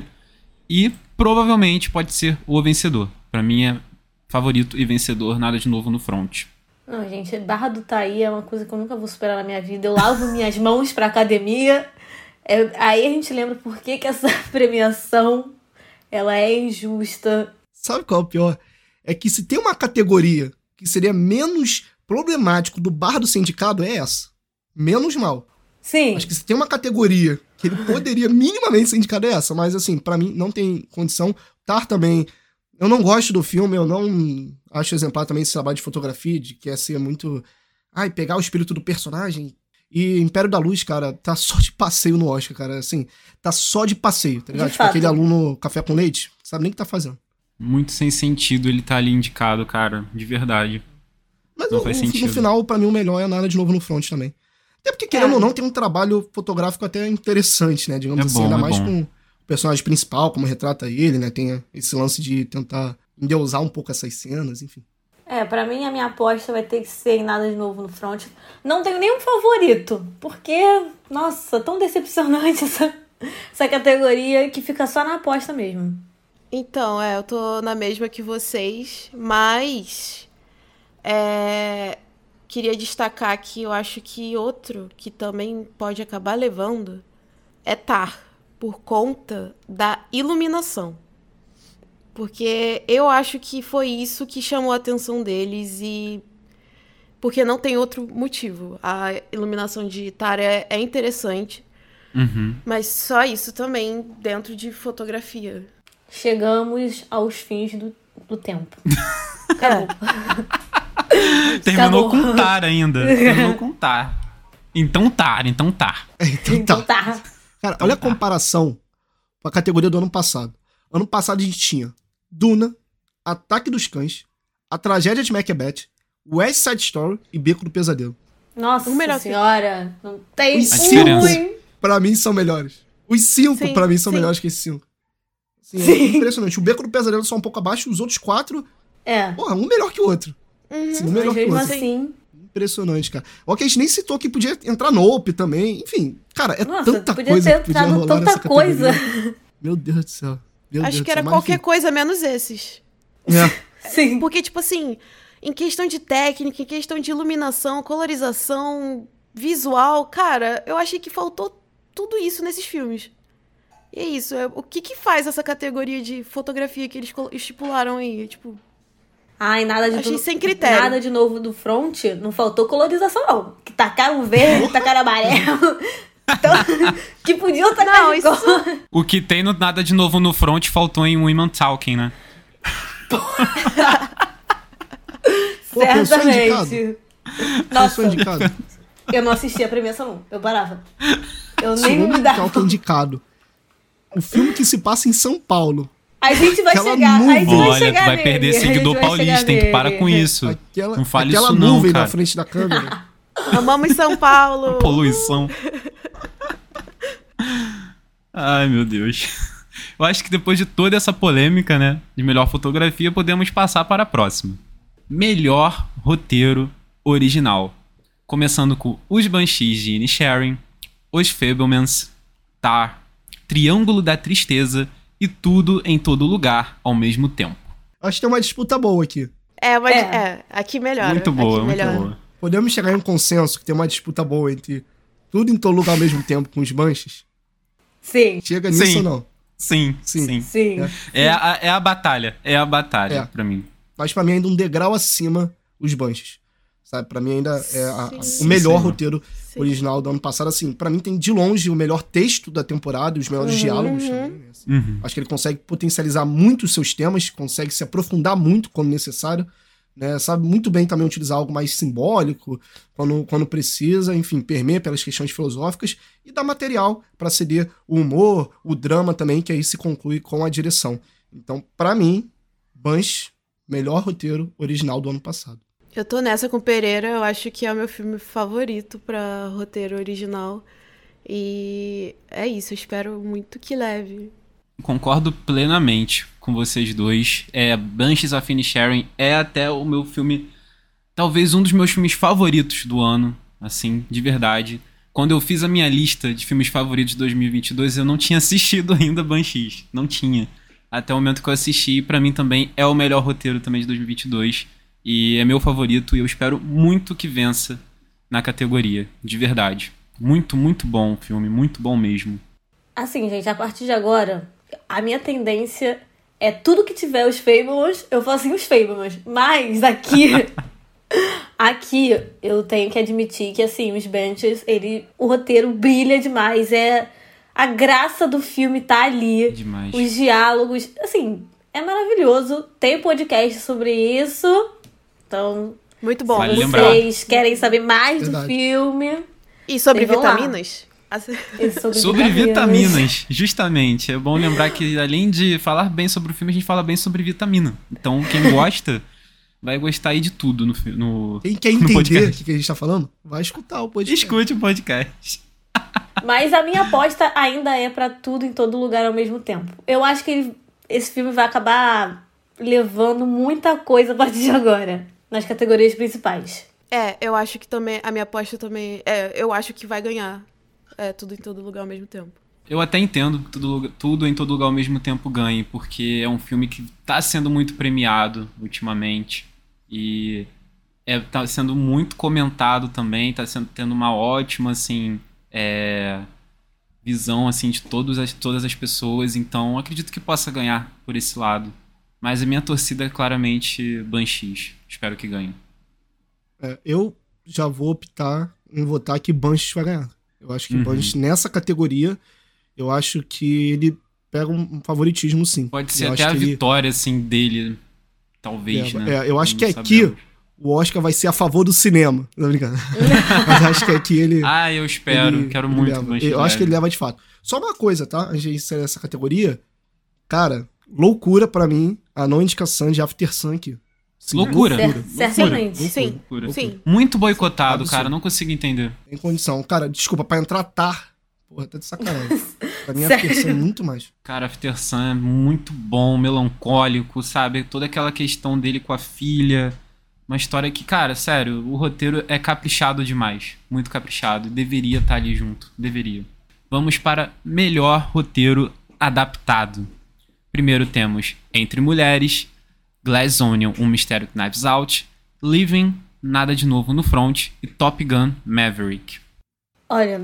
E provavelmente pode ser o vencedor. Pra mim é favorito e vencedor, Nada de Novo no Front. Não, gente, barra do Taí é uma coisa que eu nunca vou superar na minha vida. Eu lavo minhas mãos pra academia. É, aí a gente lembra por que, que essa premiação ela é injusta. Sabe qual é o pior? É que se tem uma categoria que seria menos problemático do bar do sindicato, é essa. Menos mal. Sim. Acho que se tem uma categoria que ele poderia minimamente ser indicado é essa, mas assim, pra mim não tem condição. Tar também, eu não gosto do filme, eu não acho exemplar também esse trabalho de fotografia, de que é ser muito... Ai, pegar o espírito do personagem. E Império da Luz, cara, tá só de passeio no Oscar, cara, assim, tá só de passeio, tá ligado? De Tipo fato. aquele aluno café com leite, sabe nem o que tá fazendo. Muito sem sentido ele tá ali indicado, cara, de verdade. Mas Não o- faz o- sentido. no final, pra mim, o melhor é Nada de Novo no Front também. Até porque, querendo É. ou não, tem um trabalho fotográfico até interessante, né? Digamos É assim, bom, ainda é mais bom. com o personagem principal, como retrata ele, né? Tem esse lance de tentar endeusar um pouco essas cenas, enfim. É, pra mim a minha aposta vai ter que ser em Nada de Novo no Front. Não tenho nenhum favorito, porque, nossa, tão decepcionante essa, essa categoria que fica só na aposta mesmo. Então, é, eu tô na mesma que vocês, mas é, queria destacar que eu acho que outro que também pode acabar levando é Tar, por conta da iluminação. Porque eu acho que foi isso que chamou a atenção deles e porque não tem outro motivo. A iluminação de Tar é, é interessante, Uhum. mas só isso também dentro de fotografia. Chegamos aos fins do, do tempo. Acabou. Terminou Acabou. com Tar ainda. Terminou com Tar. Então Tar, então Tar. É, então Então tá. tá. Cara, olha a comparação com a categoria do ano passado. Ano passado a gente tinha Duna, Ataque dos Cães, A Tragédia de Macbeth, West Side Story e Beco do Pesadelo. Nossa O melhor senhora, não tem Os A um diferença. ruim. Pra mim são melhores. Os cinco, Sim, pra mim, são sim. melhores que esses cinco. Assim, Sim. É impressionante. O Beco do Pesadelo só um pouco abaixo, os outros quatro, É, porra, um melhor que o outro. Assim, um melhor mas que o mesmo outro. assim, Impressionante, cara. Ó, que a gente nem citou que podia entrar Nope também. Enfim, cara, é nossa, tanta podia coisa ter que podia entrado rolar tanta nessa categoria. coisa. Meu Deus do céu. Meu Acho Deus que do era céu. Mas, qualquer enfim. coisa menos esses. É. Sim. Porque, tipo assim, em questão de técnica, em questão de iluminação, colorização, visual, cara, eu achei que faltou tudo isso nesses filmes. E é isso, é, o que que faz essa categoria de fotografia que eles estipularam aí? Tipo... Ai, nada de Achei do, sem critério. Nada de novo do front, não faltou colorização, não. Que tacaram verde, tacaram amarelo. Então, que podiam tacar Não, de isso... cor. O que tem no Nada de Novo no Front faltou em Women Talking, né? Pô, pensou indicado? Certamente. Pensou Nossa, indicado. eu não assistia a premiação, não. Eu parava. Eu nem Segundo me dava. Talk indicado. O filme que se passa em São Paulo. A gente vai Aquela chegar, a gente nuvem. vai Olha, chegar tu vai nele, perder a gente seguidor vai paulista, chegar hein? Tu para nele. com isso. Aquela, Não fale aquela isso não, nuvem cara. na frente da câmera. Amamos São Paulo. Poluição. Ai, meu Deus. Eu acho que depois de toda essa polêmica, né, de melhor fotografia, podemos passar para a próxima. Melhor roteiro original. Começando com Os Banshees de Inisherin, Os Fabelmans, Tar, Triângulo da Tristeza e Tudo em Todo Lugar ao mesmo tempo. Acho que tem uma disputa boa aqui. É, mas, É. é, aqui melhora. Muito boa, aqui muito melhora. boa. Podemos chegar em um consenso que tem uma disputa boa entre Tudo em Todo Lugar ao mesmo tempo com Os Banshees? Sim, Chega nisso Sim. ou não? Sim, Sim. sim. sim. É. É a, é a batalha, é a batalha É. pra mim. Mas pra mim ainda um degrau acima Os Banshees. Sabe? Pra mim ainda é a- a- Sim. o melhor Sim. roteiro Sim. original do ano passado. Assim, pra mim tem de longe o melhor texto da temporada e os melhores Uhum, diálogos uhum. também. né? Assim, Uhum. acho que ele consegue potencializar muito os seus temas, consegue se aprofundar muito quando necessário, né? Sabe muito bem também utilizar algo mais simbólico quando, quando precisa, enfim, permeia pelas questões filosóficas e dá material para ceder o humor, o drama também, que aí se conclui com a direção. Então, pra mim, Banshees, melhor roteiro original do ano passado. Eu tô nessa com Pereira, eu acho que é o meu filme favorito pra roteiro original. E é isso, eu espero muito que leve. Concordo plenamente com vocês dois. É, Banshees of Inisherin é até o meu filme, talvez um dos meus filmes favoritos do ano, assim, de verdade. Quando eu fiz a minha lista de filmes favoritos de dois mil e vinte e dois, eu não tinha assistido ainda Banshees. Não tinha. Até o momento que eu assisti, pra mim também é o melhor roteiro também de dois mil e vinte e dois. E é meu favorito e eu espero muito que vença na categoria, de verdade. Muito, muito bom o filme, muito bom mesmo. Assim, gente, a partir de agora, a minha tendência é tudo que tiver os Fabelmans, eu falo assim, os Fabelmans. Mas aqui, aqui eu tenho que admitir que, assim, os Banshees, ele, o roteiro brilha demais. É, a graça do filme tá ali. Demais. Os diálogos, assim, é maravilhoso. Tem podcast sobre isso. Então, Muito bom. Vale se lembrar. vocês querem saber mais Verdade. do filme... E sobre E vamos lá. vitaminas? Assim- e sobre, Sobre vitaminas, justamente. É bom lembrar que além de falar bem sobre o filme, a gente fala bem sobre vitamina. Então, quem gosta, vai gostar aí de tudo no, fi- no, Quem quer no entender o podcast. que, que a gente tá falando, vai escutar o podcast. Escute o podcast. Mas a minha aposta ainda é pra tudo em todo lugar ao mesmo tempo. Eu acho que ele- esse filme vai acabar levando muita coisa a partir de agora, nas categorias principais. É, eu acho que também, a minha aposta também, é, eu acho que vai ganhar. É, tudo em todo lugar ao mesmo tempo. Eu até entendo que tudo, tudo em todo lugar ao mesmo tempo ganhe, porque é um filme que tá sendo muito premiado ultimamente. E é, tá sendo muito comentado também, tá sendo, tendo uma ótima, assim, é, visão, assim, de todas as, todas as pessoas. Então, acredito que possa ganhar por esse lado. Mas a minha torcida é claramente Banshees. Espero que ganhe. É, eu já vou optar em votar que Banshees vai ganhar. Eu acho que Uhum. Banshees, nessa categoria, eu acho que ele pega um favoritismo, sim. Pode Eu ser até acho a que ele- vitória, assim, dele, talvez, É, né? é, eu acho Não que aqui sabemos. o Oscar vai ser a favor do cinema. Não, brincando. Mas acho que aqui ele... Ah, eu espero. ele- Quero ele muito leva. que Banshees Eu acho que ele leve. leva de fato. Só uma coisa, tá? Antes de inserir essa categoria, cara, loucura pra mim a não indicação de After Sun aqui. Sim, Loucura. Cer- certamente. Loucura. Sim, Loucura. sim. Muito boicotado, Absurdo. cara. Não consigo entender. Tem condição. Cara, desculpa, pra entrar Tar, porra, tá de sacanagem. Pra mim, Sério? After Sun é muito mais. Cara, After Sun é muito bom, melancólico, sabe? Toda aquela questão dele com a filha. Uma história que, cara, sério, o roteiro é caprichado demais. Muito caprichado. Deveria estar ali junto. Deveria. Vamos para melhor roteiro adaptado. Primeiro temos Entre Mulheres, Glass Onion, Um Mistério que Knives Out, Living, Nada de Novo no Front e Top Gun Maverick. Olha...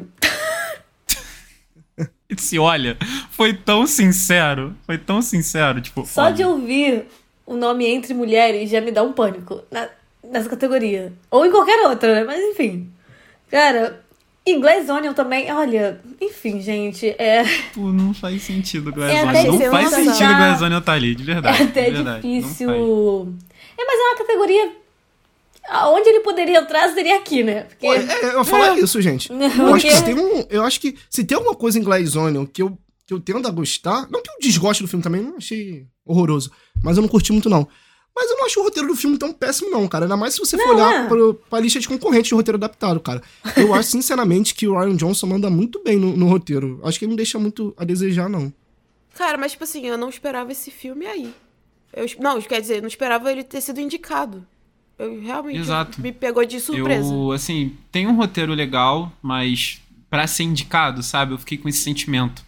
Esse olha, foi tão sincero, foi tão sincero, tipo... Só olha. de ouvir o nome Entre Mulheres já me dá um pânico na, nessa categoria. Ou em qualquer outra, né? Mas enfim. Cara, e Glass Onion também, olha... Enfim, gente, é... Pô, não faz sentido o Glass É Onion. até Não faz difícil sentido o achar- Glass Onion tá ali, de verdade. É até de verdade, não faz. difícil... É, mas é uma categoria... Aonde ele poderia entrar seria aqui, né? Porque... Pô, é, eu ia falar isso, gente. Eu acho, Porque- que se tem um, eu acho que se tem alguma coisa em Glass Onion que eu, que eu tendo a gostar... Não que eu desgoste do filme também, não achei horroroso. Mas eu não curti muito, não. Mas eu não acho o roteiro do filme tão péssimo, não, cara. Ainda mais se você for Não, olhar é. pro, pra lista de concorrentes de roteiro adaptado, cara. Eu acho, sinceramente, que o Rian Johnson manda muito bem no, no roteiro. Acho que ele não deixa muito a desejar, não. Cara, mas tipo assim, eu não esperava esse filme aí. Eu, não, quer dizer, eu não esperava ele ter sido indicado. Eu realmente Exato. me pegou de surpresa. Eu, assim, tem um roteiro legal, mas pra ser indicado, sabe? Eu fiquei com esse sentimento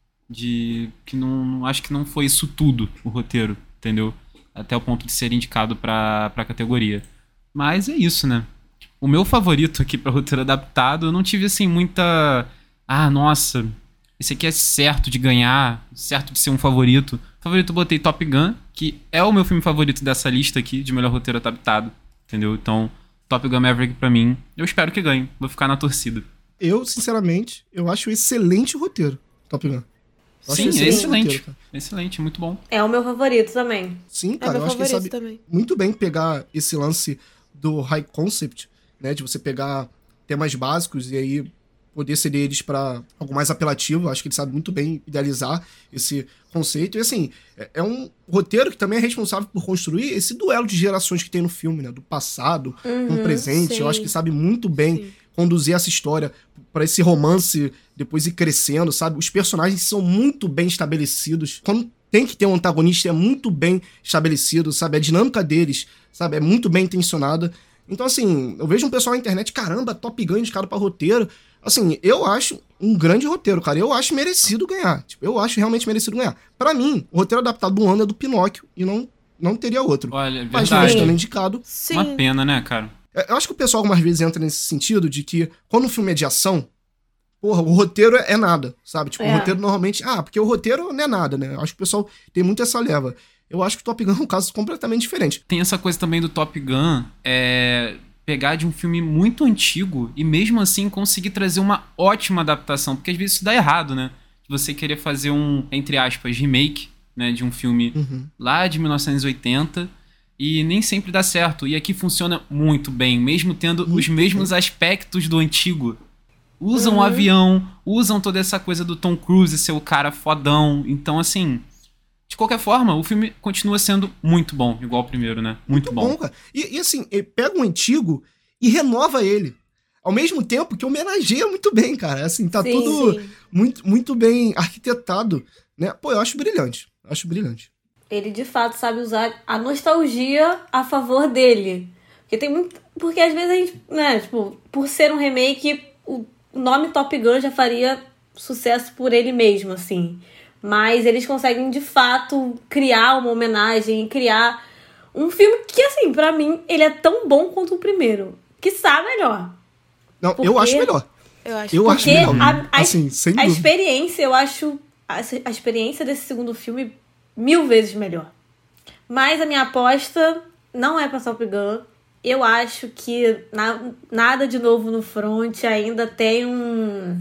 de que não, acho que não foi isso tudo, o roteiro, entendeu? Até o ponto de ser indicado pra, pra categoria. Mas é isso, né? O meu favorito aqui pra roteiro adaptado, eu não tive, assim, muita... Ah, nossa, esse aqui é certo de ganhar, certo de ser um favorito. Favorito eu botei Top Gun, que é o meu filme favorito dessa lista aqui, de melhor roteiro adaptado, entendeu? Então, Top Gun Maverick pra mim, eu espero que ganhe, vou ficar na torcida. Eu, sinceramente, eu acho um excelente roteiro, Top Gun. Eu acho Sim, é excelente excelente, roteiro, cara. excelente, muito bom. É o meu favorito também. Sim, É cara, meu eu acho que ele favorito sabe também. muito bem pegar esse lance do high concept, né? De você pegar temas básicos e aí poder ceder eles pra algo mais apelativo. Eu acho que ele sabe muito bem idealizar esse conceito. E assim, é, é um roteiro que também é responsável por construir esse duelo de gerações que tem no filme, né? Do passado com o presente. sim. Eu acho que sabe muito bem Sim. conduzir essa história pra esse romance depois ir crescendo, sabe? Os personagens são muito bem estabelecidos. Quando tem que ter um antagonista, é muito bem estabelecido, sabe? A dinâmica deles, sabe? É muito bem intencionada. Então, assim, eu vejo um pessoal na internet, caramba, Top Gun indicado pra roteiro. Assim, eu acho um grande roteiro, cara. Eu acho merecido ganhar. Tipo, eu acho realmente merecido ganhar. Pra mim, o roteiro adaptado do ano é do Pinóquio e não, não teria outro. Olha, é Mas não verdade. estando indicado. Sim. Uma pena, né, cara? Eu acho que o pessoal algumas vezes entra nesse sentido de que quando o filme é de ação, porra, o roteiro é nada, sabe? Tipo, É. o roteiro normalmente... Ah, porque o roteiro não é nada, né? Eu acho que o pessoal tem muito essa leva. Eu acho que o Top Gun é um caso completamente diferente. Tem essa coisa também do Top Gun, é... pegar de um filme muito antigo e mesmo assim conseguir trazer uma ótima adaptação, porque às vezes isso dá errado, né? Você querer fazer um, entre aspas, remake, né, de um filme Uhum. lá de mil novecentos e oitenta e nem sempre dá certo. E aqui funciona muito bem, mesmo tendo Muito os mesmos aspectos do antigo. Usam o avião, usam toda essa coisa do Tom Cruise ser o cara fodão. Então, assim, de qualquer forma, o filme continua sendo muito bom, igual o primeiro, né? Muito, bom. Bom, cara. E, e assim, ele pega um antigo e renova ele. Ao mesmo tempo que homenageia muito bem, cara. Assim, tá Sim, tudo sim. muito, muito bem arquitetado, né? Pô, eu acho brilhante. Acho brilhante. Ele de fato sabe usar a nostalgia a favor dele. Porque tem muito. Porque às vezes a gente, né, tipo, por ser um remake, o nome Top Gun já faria sucesso por ele mesmo, assim. Mas eles conseguem de fato criar uma homenagem, criar um filme que, assim, pra mim, ele é tão bom quanto o primeiro. Quiçá melhor. Não, Por eu quê? acho melhor. Eu acho Eu que- acho Porque melhor. a, a, Assim, sem a dúvida. experiência, eu acho. A, a experiência desse segundo filme mil vezes melhor. Mas a minha aposta não é pra Top Gun. Eu acho que na, nada de novo no front, ainda tem um.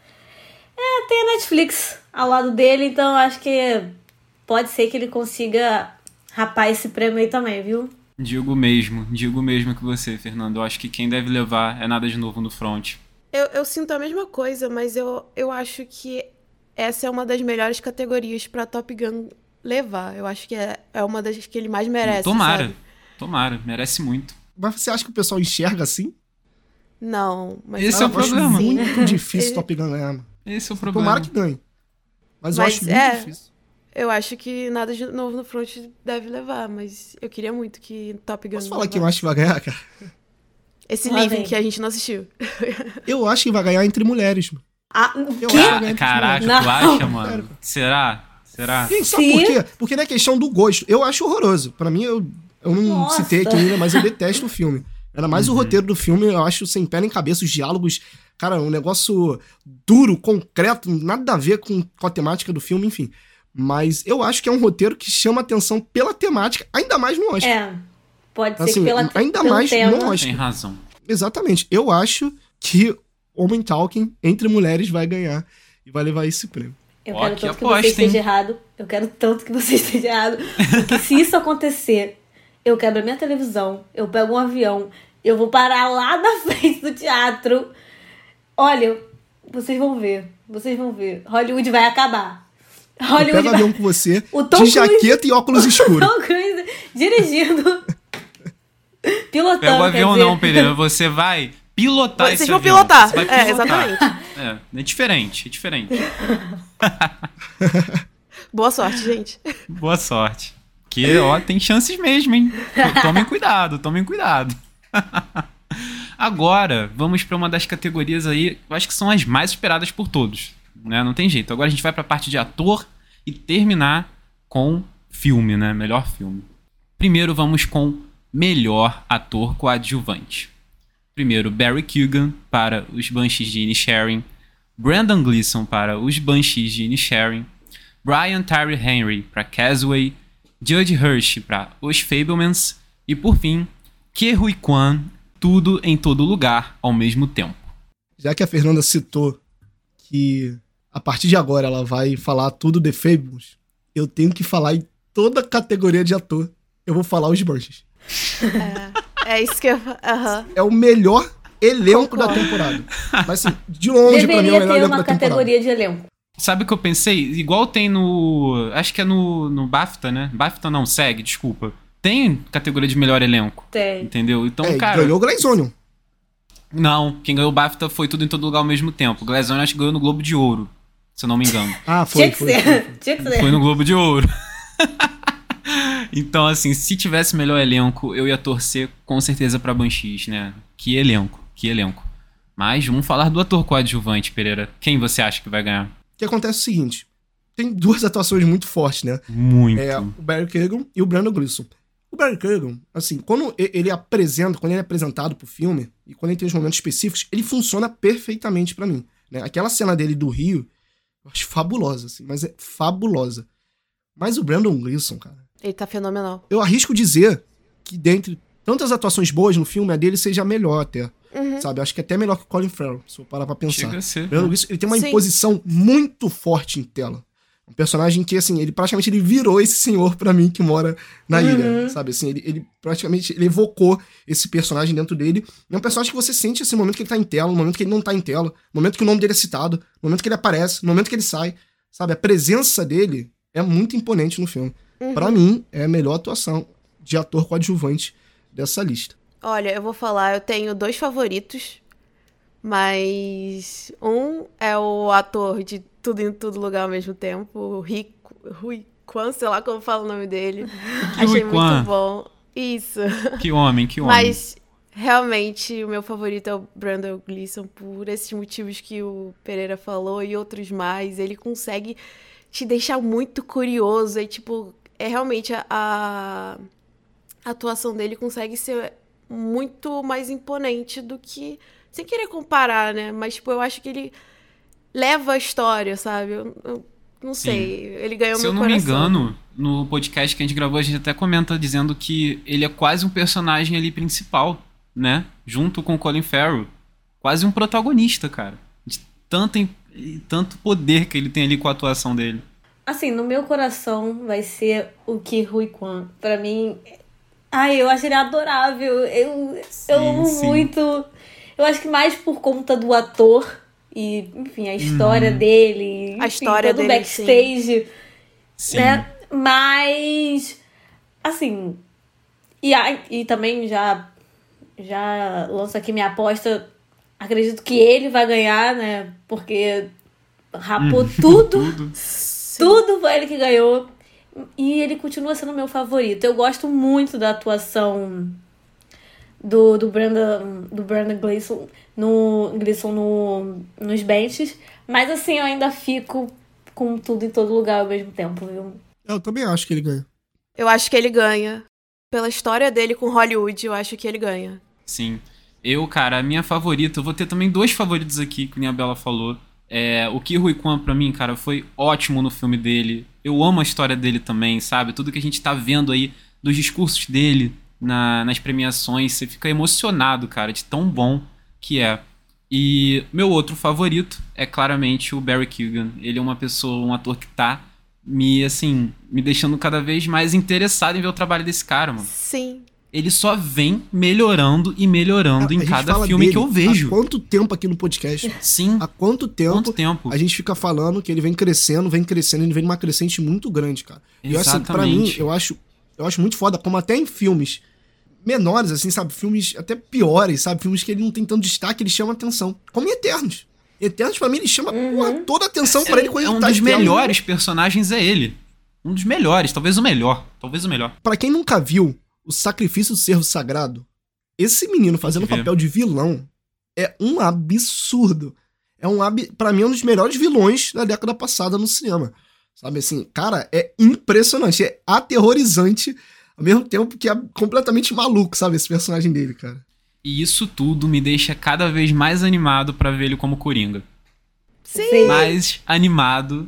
É, tem a Netflix ao lado dele, então eu acho que pode ser que ele consiga rapar esse prêmio aí também, viu? Digo mesmo, digo mesmo que você, Fernando. Eu acho que quem deve levar é Nada de Novo no Front. Eu, eu sinto a mesma coisa, mas eu, eu acho que essa é uma das melhores categorias pra Top Gun levar. Eu acho que é, é uma das que ele mais merece. Tomara, sabe? tomara, merece muito. Mas você acha que o pessoal enxerga assim? Não, mas Esse Ah, é o eu acho problema. muito difícil Ele- Top Gun ganhar, mano. Esse é o problema. Tomara que ganhe. Mas, eu Mas acho muito é. difícil. eu acho que nada de novo no front deve levar. Mas eu queria muito que Top Gun Posso falar quem eu levasse. acho que vai ganhar, cara? Esse Lá livro vem. que a gente não assistiu. Eu acho que vai ganhar entre mulheres, mano. Ah, Eu que? acho que vai ganhar entre Caraca, mulheres. tu Não. acha, mano? Será? Será? Gente, sabe Se- por quê? Porque não é questão do gosto. Eu acho horroroso. Pra mim, eu Eu não Nossa. citei aqui ainda, mas eu detesto o filme. Era mais Uhum. o roteiro do filme, eu acho sem pé nem cabeça, os diálogos, cara, um negócio duro, concreto, nada a ver com, com a temática do filme, enfim. Mas eu acho que é um roteiro que chama atenção pela temática, ainda mais no Oscar. É, pode ser Assim, que pela, ainda pelo mais tema. no Oscar. Tem razão. Exatamente. Eu acho que Homem Talking entre mulheres vai ganhar e vai levar esse prêmio. Eu Ó, quero que tanto que aposta, você esteja hein? errado. Eu quero tanto que você esteja errado. Porque se isso acontecer, eu quebro a minha televisão, eu pego um avião, eu vou parar lá na frente do teatro. Olha, vocês vão ver. Vocês vão ver. Hollywood vai acabar. Eu Hollywood pego vai... avião com você, O Tom de jaqueta e óculos escuros. Tom Cruise dirigindo. Pilotando, Pega o quer avião dizer. não, Pereira. Você vai pilotar Vocês esse vão avião. pilotar. Você vai É, pilotar. exatamente. É, é diferente, é diferente. Boa sorte, gente. Boa sorte. Porque, ó, tem chances mesmo, hein? Tomem cuidado, tomem cuidado. Agora, vamos para uma das categorias aí, eu acho que são as mais esperadas por todos, né? Não tem jeito. Agora a gente vai para a parte de ator e terminar com filme, né? Melhor filme. Primeiro vamos com melhor ator coadjuvante. Primeiro, Barry Keoghan para Os Banshees de Inisherin, Brendan Gleeson para Os Banshees de Inisherin, Brian Tyree Henry para Castaway, Judd Hirsch para Os Fabelmans e, por fim, Ke Huy Quan, Tudo em Todo Lugar ao mesmo tempo. Já que a Fernanda citou que a partir de agora ela vai falar tudo de Fables, eu tenho que falar em toda a categoria de ator. Eu vou falar Os Banshees. É, é isso que eu... Aham. É o melhor elenco Concordo. da temporada. Mas assim, de longe pra mim é o Deveria melhor ter elenco uma da temporada. categoria de elenco. Sabe o que eu pensei? Igual tem no... Acho que é no, no BAFTA, né? BAFTA não, SEG, desculpa. Tem categoria de melhor elenco. Tem. Entendeu? Então, É, cara... ganhou o Glass Onion. Não, quem ganhou o BAFTA foi Tudo em Todo Lugar ao mesmo tempo. Glass Onion acho que ganhou no Globo de Ouro, se eu não me engano. Ah, foi, Tinha que foi, ser. foi, foi. Tinha que ser. Foi no Globo de Ouro. Então, assim, se tivesse melhor elenco, eu ia torcer com certeza pra Banshees, né? Que elenco, que elenco. Mas vamos falar do ator coadjuvante, Pereira. Quem você acha que vai ganhar? O que acontece é o seguinte, tem duas atuações muito fortes, né? Muito. É o Barry Keoghan e o Brendan Gleeson. O Barry Keoghan, assim, quando e- ele apresenta, quando ele é apresentado pro filme, e quando ele tem os momentos específicos, ele funciona perfeitamente pra mim, né? Aquela cena dele do Rio, eu acho fabulosa, assim, mas é fabulosa. Mas o Brendan Gleeson, cara, Ele tá fenomenal. eu arrisco dizer que dentre tantas atuações boas no filme, a dele seja a melhor até, Uhum. sabe? Acho que é até melhor que o Colin Farrell, se eu parar pra pensar. Chega a ser. O Brendan Gleeson, ele tem uma Sim. imposição muito forte em tela. Um personagem que, assim, ele praticamente ele virou esse senhor pra mim que mora na Uhum. ilha, sabe? Assim, ele, ele praticamente ele evocou esse personagem dentro dele. E é um personagem que você sente esse momento que ele tá em tela, no momento que ele não tá em tela, no momento que o nome dele é citado, no momento que ele aparece, no momento que ele sai, sabe? A presença dele é muito imponente no filme. Uhum. Pra mim, é a melhor atuação de ator coadjuvante dessa lista. Olha, eu vou falar, eu tenho dois favoritos, mas um é o ator de Tudo em Todo Lugar ao mesmo tempo, o Rico, Rui Kwan, sei lá como fala o nome dele. Que Rui Achei Kwan? muito bom. Isso. Que homem, que homem. Mas realmente o meu favorito é o Brendan Gleeson por esses motivos que o Pereira falou e outros mais. Ele consegue te deixar muito curioso e tipo, é realmente a, a atuação dele consegue ser muito mais imponente do que, sem querer comparar, né? Mas tipo, eu acho que ele leva a história, sabe? Eu, eu não Sim. sei, ele ganhou Se meu eu não coração. me engano, no podcast que a gente gravou, a gente até comenta dizendo que ele é quase um personagem ali principal, né? Junto com o Colin Farrell. Quase um protagonista, cara. De tanto, em- tanto poder que ele tem ali com a atuação dele. Assim, no meu coração vai ser o Ke Huy Quan. Pra mim, ai, eu acho ele adorável. Eu, eu amo sim. muito. Eu acho que mais por conta do ator e, enfim, a história dele. A enfim, história todo o dele, backstage, Sim. né? Mas, assim, e, a- e também já, já lanço aqui minha aposta. Acredito que ele vai ganhar, né? Porque rapou tudo. Tudo. Tudo foi ele que ganhou. E ele continua sendo meu favorito. Eu gosto muito da atuação do, do Brendan, do Brendan Gleeson, no, Gleeson no, nos benches. Mas assim, eu ainda fico com Tudo em Todo Lugar ao mesmo tempo, viu? Eu também acho que ele ganha. Eu acho que ele ganha. pela história dele com Hollywood, eu acho que ele ganha. Sim. Eu, cara, a minha favorita, eu vou ter também dois favoritos aqui, que nem a Bela falou. É, o Ke Huy Quan, pra mim, cara, foi ótimo no filme dele. Eu amo a história dele também, sabe? Tudo que a gente tá vendo aí dos discursos dele na, nas premiações, você fica emocionado, cara, de tão bom que é. E meu outro favorito é claramente o Barry Keoghan. Ele é uma pessoa, um ator que tá me, assim, me deixando cada vez mais interessado em ver o trabalho desse cara, mano. Sim. Ele só vem melhorando e melhorando A- a em gente cada fala filme dele que eu vejo. Há quanto tempo aqui no podcast? Sim. Há quanto tempo, Quanto tempo? a gente fica falando que ele vem crescendo, vem crescendo, ele vem numa crescente muito grande, cara. E assim, pra mim, Exatamente. eu acho, eu acho muito foda, como até em filmes menores, assim, sabe? Filmes até piores, sabe? Filmes que ele não tem tanto destaque, ele chama atenção. Como em Eternos. Eternos, pra mim, ele chama porra, toda a atenção pra ele quando É ele um tá dos de tela. melhores personagens, é ele. Um dos melhores, talvez o melhor. Talvez o melhor. Pra quem nunca viu O Sacrifício do Cervo Sagrado, esse menino fazendo ver. papel de vilão é um absurdo. É um ab... Pra mim, é um dos melhores vilões da década passada no cinema. Sabe assim, cara, é impressionante, é aterrorizante, ao mesmo tempo que é completamente maluco, sabe, esse personagem dele, cara. E isso tudo me deixa cada vez mais animado pra ver ele como Coringa. Sim. Mais animado.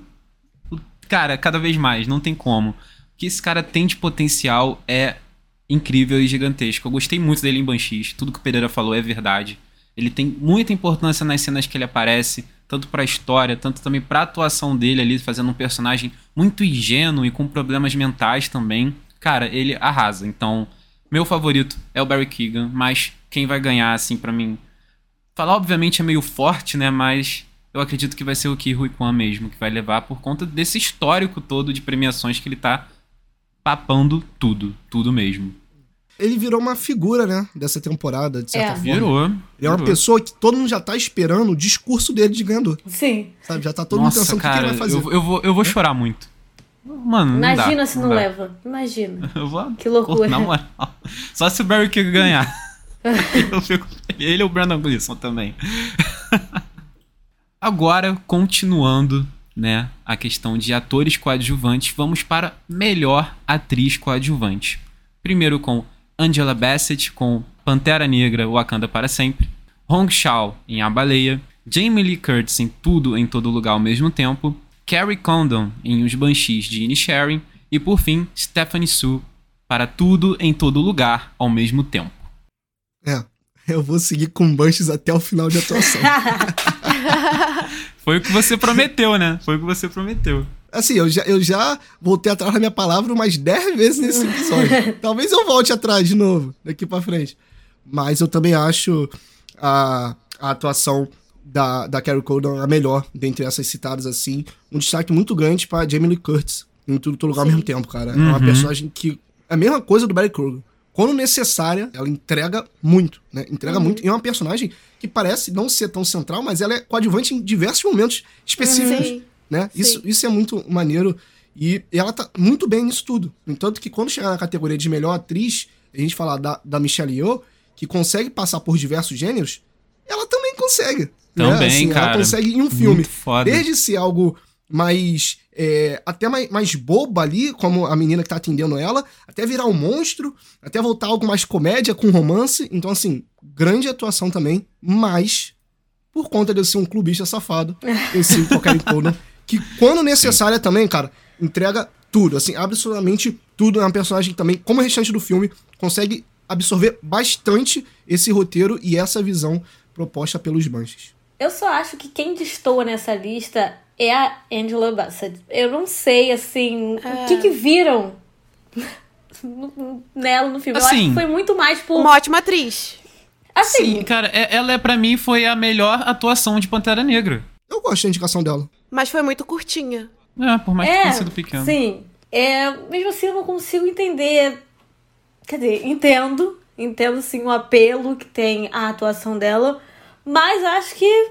Cara, cada vez mais, não tem como. O que esse cara tem de potencial é incrível e gigantesco. Eu gostei muito dele em Banshees. Tudo que o Pereira falou é verdade. Ele tem muita importância nas cenas que ele aparece, tanto pra história, tanto também pra atuação dele ali, fazendo um personagem muito ingênuo e com problemas mentais também. Cara, ele arrasa. Então, meu favorito é o Barry Keoghan, mas quem vai ganhar, assim, pra mim... Falar, obviamente, é meio forte, né? Mas eu acredito que vai ser o Ke Huy Quan mesmo, que vai levar por conta desse histórico todo de premiações que ele tá papando tudo. Tudo mesmo. Ele virou uma figura, né, dessa temporada, de certa É. forma. Virou. Ele é uma virou. pessoa que todo mundo já tá esperando o discurso dele de ganhador, Sim. sabe? Já tá todo mundo Nossa, pensando o que que cara, ele vai fazer. eu, eu vou, eu vou chorar muito. Mano, não Imagina dá, se não dá. leva. Imagina. Eu vou... Que loucura. Na moral. Só se o Barry Keoghan ganhar. Eu fico... Ele é o Brandon Gleeson também. Agora, continuando, né, a questão de atores coadjuvantes, vamos para melhor atriz coadjuvante. Primeiro com Angela Bassett, com Pantera Negra, Wakanda para Sempre. Hong Chau, em A Baleia. Jamie Lee Curtis, em Tudo em Todo Lugar ao Mesmo Tempo. Carrie Condon, em Os Banshees de Inisherin. E, por fim, Stephanie Hsu, para Tudo em Todo Lugar ao Mesmo Tempo. É, eu vou seguir com Banshees até o final de atuação. Foi o que você prometeu, né? Foi o que você prometeu. Assim, eu já, eu já voltei atrás da minha palavra umas dez vezes nesse episódio. Talvez eu volte atrás de novo, daqui pra frente. Mas eu também acho a, a atuação da, da Carrie Condon a melhor dentre essas citadas, assim. Um destaque muito grande pra Jamie Lee Curtis, em Tudo Todo Lugar ao Mesmo Tempo, cara. É uma Uhum. personagem que... É a mesma coisa do Barry Keoghan. Quando necessária, ela entrega muito, né? Entrega muito. E é uma personagem que parece não ser tão central, mas ela é coadjuvante em diversos momentos específicos. Sim. Né? Sim. Isso, isso é muito maneiro. E ela tá muito bem nisso tudo. No entanto que quando chegar na categoria de melhor atriz, a gente falar da, da Michelle Yeoh, que consegue passar por diversos gêneros, ela também consegue. Também, né? Assim, cara. Ela consegue em um filme. Muito foda. Desde ser algo mais... é, até mais, mais boba ali, como a menina que tá atendendo ela, até virar um monstro, até voltar algo mais comédia com romance. Então, assim, grande atuação também, mas por conta de eu ser um clubista safado, eu sigo com a Carrie Condon, que quando necessária também, cara, entrega tudo, assim, absolutamente tudo. É uma personagem que também, como o restante do filme, consegue absorver bastante esse roteiro e essa visão proposta pelos Banshees. Eu só acho que quem destoa nessa lista é a Angela Bassett. Eu não sei, assim, É. o que que viram no- nela no filme. Eu acho Assim, que foi muito mais por... Uma ótima atriz. Assim, Sim, cara, é- ela é, pra mim foi a melhor atuação de Pantera Negra. Eu gosto da indicação dela. Mas foi muito curtinha. É, por mais que é, tenha sido pequeno. sim. É, mesmo assim, eu não consigo entender... Quer dizer, entendo. Entendo, sim, o apelo que tem a atuação dela. Mas acho que...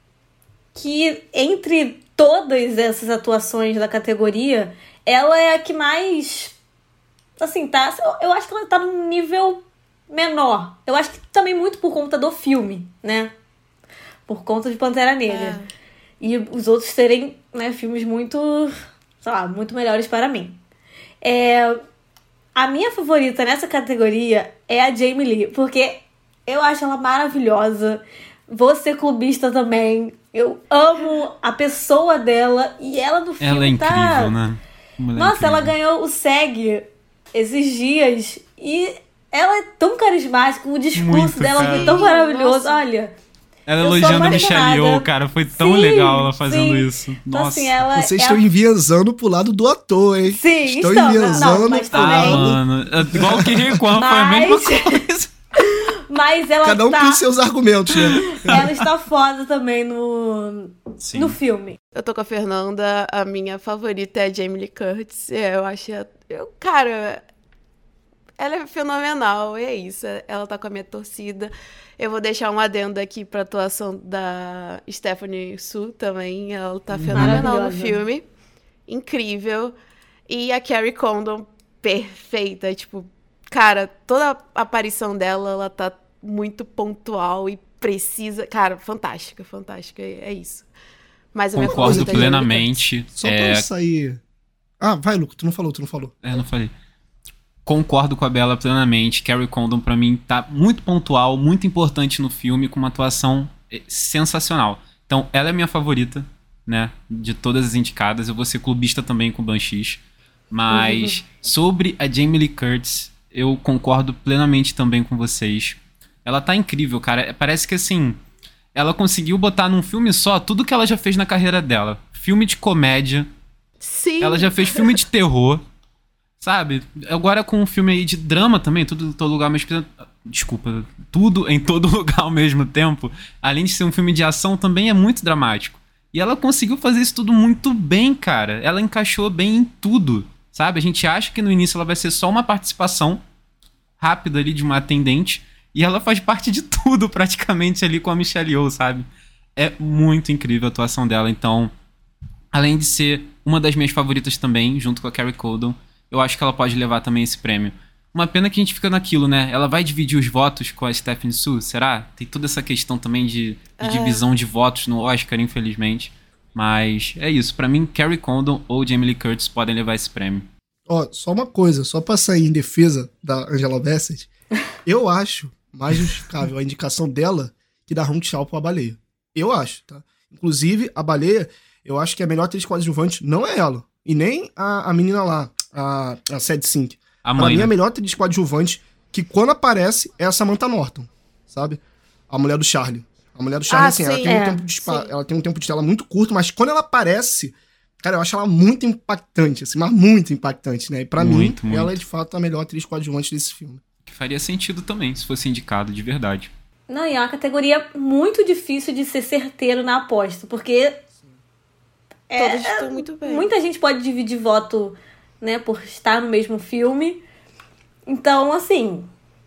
Que entre todas essas atuações da categoria, ela é a que mais... Assim, tá... Eu acho que ela tá num nível menor. Eu acho que também muito por conta do filme, né? Por conta de Pantera Negra. É. E os outros terem, né, filmes muito... Sei lá, muito melhores para mim. É... a minha favorita nessa categoria é a Jamie Lee, porque eu acho ela maravilhosa. Vou ser clubista também. Eu amo a pessoa dela e ela no filme ela é incrível, tá... né? Mulher Nossa, incrível. ela ganhou o S E G esses dias e ela é tão carismática, o discurso Muito, dela cara. foi tão maravilhoso. Nossa. Olha, Ela eu sou elogiando a Michelle apaixonada. Yeoh, cara. Foi tão Sim, legal ela fazendo sim. isso. Então, Nossa. assim, ela Vocês é estão a- enviesando pro lado do ator, hein? Sim, estão estão, não, enviesando não, mas pro Ah, também- lado. mano. É igual o Kiri Kwan, foi a mesma Mas- coisa. Mas ela Cada um tá... tem seus argumentos, né? Ela está foda também no, Sim. no filme. Eu tô com a Fernanda, a minha favorita é a Jamie Lee Curtis. É, eu acho. Eu, cara, ela é fenomenal, é isso. Ela tá com a minha torcida. Eu vou deixar um adendo aqui pra atuação da Stephanie Su também. Ela tá fenomenal no Maravilhosa. filme. Incrível. E a Carrie Condon, perfeita. Tipo, cara, toda a aparição dela, ela tá muito pontual e precisa. Cara, fantástica, fantástica. É é isso. Mas a minha Concordo favorita é a Jamie Lee plenamente. Só É, pra sair... Ah, vai, Luca, tu não falou, tu não falou. É, não falei. Concordo com a Bella plenamente. Carrie Condon, pra mim, tá muito pontual, muito importante no filme, com uma atuação eh, sensacional. Então, ela é minha favorita, né? De todas as indicadas. Eu vou ser clubista também com Banshees. Mas, sobre a Jamie Lee Curtis, eu concordo plenamente também com vocês. Ela tá incrível, cara. Parece que, assim, ela conseguiu botar num filme só tudo que ela já fez na carreira dela. Filme de comédia. Sim. Ela já fez filme de terror, sabe? Agora com um filme aí de drama também, tudo em todo lugar, mas... Desculpa, tudo em todo lugar ao mesmo tempo. Além de ser um filme de ação, também é muito dramático. E ela conseguiu fazer isso tudo muito bem, cara. Ela encaixou bem em tudo, sabe? A gente acha que no início ela vai ser só uma participação rápida ali de uma atendente, e ela faz parte de tudo praticamente ali com a Michelle Yeoh, sabe? É muito incrível a atuação dela, então... Além de ser uma das minhas favoritas também, junto com a Carrie Condon, eu acho que ela pode levar também esse prêmio. Uma pena que a gente fica naquilo, né? Ela vai dividir os votos com a Stephanie Su, será? Tem toda essa questão também de, de É. divisão de votos no Oscar, infelizmente. Mas é isso. Pra mim, Carrie Condon ou Jamie Lee Curtis podem levar esse prêmio. Ó, só uma coisa, só pra sair em defesa da Angela Bassett, eu acho mais justificável a indicação dela que da Hong Chau pra Baleia. Eu acho, tá? Inclusive, a Baleia, eu acho que a melhor atriz coadjuvante não é ela. E nem a, a menina lá, a, a Sadie Sink. A Pra mãe, mim, né? a melhor atriz coadjuvante, que quando aparece, é a Samantha Norton, sabe? A mulher do Charlie. A mulher do Charlie, Ah, assim, ela sim, tem, um é, tempo de spa- sim. ela tem um tempo de tela muito curto, mas quando ela aparece, cara, eu acho ela muito impactante, assim, mas muito impactante, né? E pra Muito, mim, muito. ela é de fato a melhor atriz coadjuvante desse filme. Que faria sentido também, se fosse indicado, de verdade. Não, e é uma categoria muito difícil de ser certeiro na aposta, porque é, Todos estão muito bem. muita gente pode dividir voto, né, por estar no mesmo filme. Então, assim,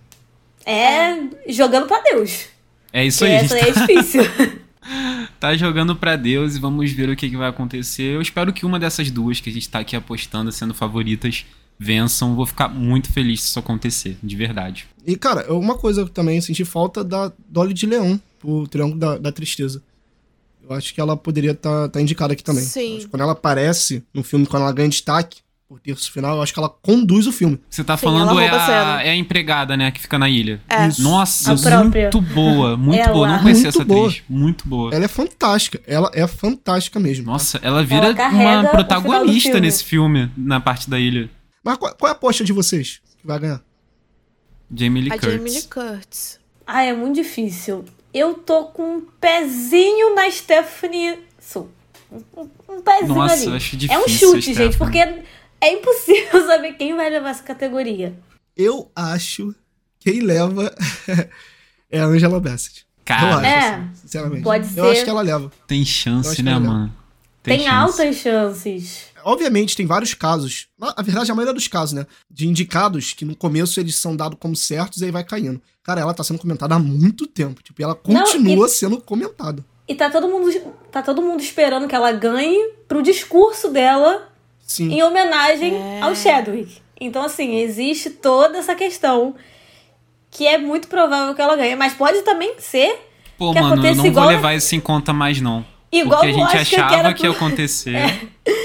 é, jogando pra Deus. É isso Porque aí, a essa gente aí é difícil. tá jogando pra Deus e vamos ver o que, que vai acontecer. Eu espero que uma dessas duas que a gente tá aqui apostando, sendo favoritas, vençam. Vou ficar muito feliz se isso acontecer, de verdade. E, cara, uma coisa que eu também senti falta da Dolly de Leon, pro Triângulo da, da Tristeza. Eu acho que ela poderia estar tá, tá indicada aqui também. Sim. Eu acho que quando ela aparece no filme, quando ela ganha destaque, por terço final, eu acho que ela conduz o filme. Você tá Sim, falando ela é rouba a a, cena. é a empregada, né, que fica na ilha. É. Isso. Nossa, A própria. muito boa, muito Ela. boa. Não conhecia Muito essa boa. atriz. Muito boa. Ela é fantástica. Ela é fantástica mesmo. Nossa, ela vira Ela carrega o uma final do protagonista filme. nesse filme, na parte da ilha. Mas qual, qual é a aposta de vocês que vai ganhar? Jamie Lee A Curtis. Jamie Lee Curtis. Ah, é muito difícil. Eu tô com um pezinho na Stephanie Su. Um, um pezinho Nossa, ali. eu acho É difícil um a chute, Stephanie. gente, porque é impossível saber quem vai levar essa categoria. Eu acho que quem leva é a Angela Bassett. Cara, eu acho, É, assim, sinceramente. pode Eu ser. acho que ela leva. tem Eu chance, acho que né, ela leva. mano? Tem, chance. altas chances. Obviamente, tem vários casos. Na na verdade, a maioria dos casos, né? De indicados que no começo eles são dados como certos e aí vai caindo. Cara, ela tá sendo comentada há muito tempo. Tipo, e ela continua sendo comentada. E tá todo mundo, tá todo mundo esperando que ela ganhe pro discurso dela Sim. em homenagem É. ao Chadwick. Então, assim, existe toda essa questão que é muito provável que ela ganhe. Mas pode também ser Pô, que mano, eu aconteça não igual vou na- levar isso em conta mais, não. igual Porque a no gente Oscar, que achava era que ia pro- acontecer.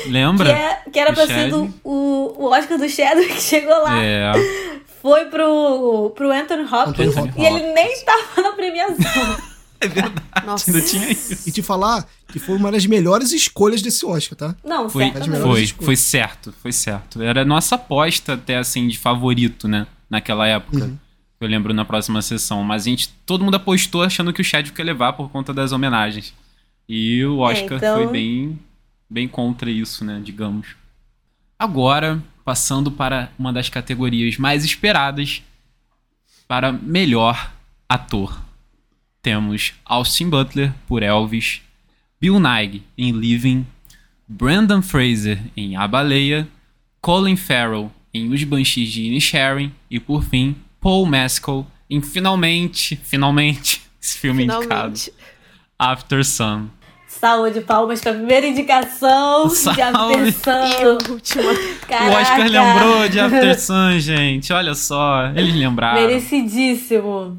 Lembra? Que, é, que era Do pra ser do, o, o Oscar do Chadwick que chegou lá. É. Foi pro, pro Anthony Hopkins Anthony e ele nem tava na premiação. É verdade. Nossa. Ainda tinha isso. E te falar que foi uma das melhores escolhas desse Oscar, tá? Não, Foi, certamente. foi, escolhas. foi certo, foi certo. Era a nossa aposta até, assim, de favorito, né? Naquela época. Uhum. Eu lembro na próxima sessão. Mas a gente, todo mundo apostou achando que o Chadwick ia levar por conta das homenagens. E o Oscar É, então- foi bem, bem contra isso, né? Digamos. Agora, passando para uma das categorias mais esperadas para melhor ator. Temos Austin Butler por Elvis, Bill Nighy em Living, Brendan Fraser em A Baleia, Colin Farrell em Os Banshees de Inisherin e, por fim, Paul Mescal em Finalmente, finalmente, esse filme indicado, Finalmente. After Sun. Saúde, palmas pra primeira indicação de Salve. After E Sun. o último. Caraca. O Oscar lembrou de After Sun, gente, olha só, eles lembraram. Merecidíssimo.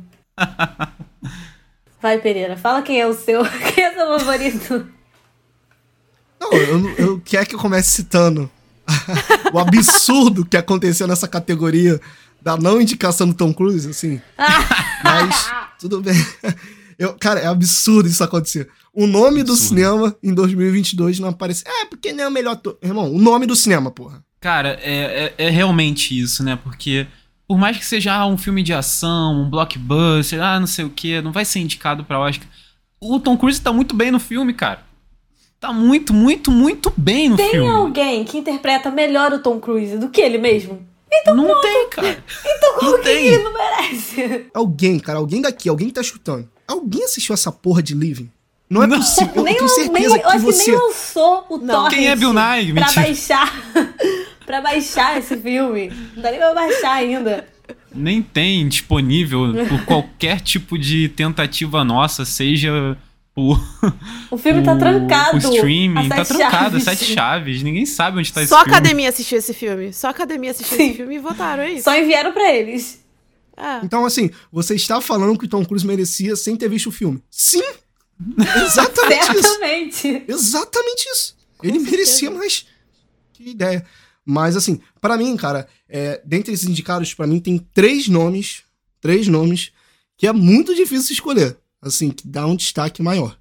Vai, Pereira, fala quem é o seu, quem é o seu favorito. Não, eu, eu quero que eu comece citando o absurdo que aconteceu nessa categoria da não indicação do Tom Cruise, assim. Mas, tudo bem. Eu, cara, é absurdo isso acontecer. O nome do Absurdo. cinema em dois mil e vinte e dois não aparece. É, porque nem é o melhor ator. Irmão, o nome do cinema, porra. Cara, é, é, é realmente isso, né? Porque por mais que seja ah, um filme de ação, um blockbuster, ah, não sei o que, não vai ser indicado pra Oscar. O Tom Cruise tá muito bem no filme, cara. Tá muito, muito, muito bem no Tem filme. alguém que interpreta melhor o Tom Cruise do que ele mesmo? Não tem, cara. Então como Não que tem. ele não merece? Alguém, cara, alguém daqui, alguém que tá chutando. Alguém assistiu essa porra de Living? Não é Não. possível. Eu nem, tenho lan- certeza nem, eu que acho você. que nem lançou o Não. torrent Quem é Bill Nighy? pra Mentira. baixar. Pra baixar esse filme. Não dá nem pra baixar ainda. Nem tem disponível por qualquer tipo de tentativa nossa, seja por. O filme tá por- trancado. por streaming, a tá sete trancado, chaves. sete chaves. Ninguém sabe onde tá esse Só a filme. academia assistiu esse filme. Só a academia assistiu Sim. esse filme e votaram, é isso? Só enviaram pra eles. É. Então, assim, você está falando que o Tom Cruise merecia sem ter visto o filme. Sim! Exatamente isso. Certamente. Exatamente isso. Ele certeza. merecia mais. Que ideia. Mas, assim, pra mim, cara, é, dentre esses indicados, pra mim, tem três nomes. Três nomes que é muito difícil escolher. Assim, que dá um destaque maior.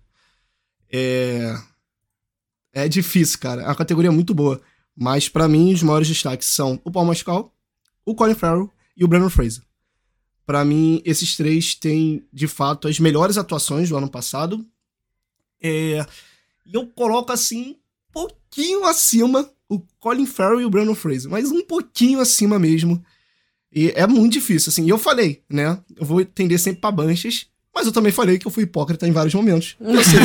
É. É difícil, cara. É uma categoria muito boa. Mas, pra mim, os maiores destaques são o Paul Mescal, o Colin Farrell e o Brendan Fraser. Pra mim, esses três têm, de fato, as melhores atuações do ano passado. É, e eu coloco, assim, um pouquinho acima o Colin Farrell e o Brendan Fraser. Mas um pouquinho acima mesmo. E é muito difícil, assim. E eu falei, né? Eu vou tender sempre pra Banshees, mas eu também falei que eu fui hipócrita em vários momentos. Eu sei,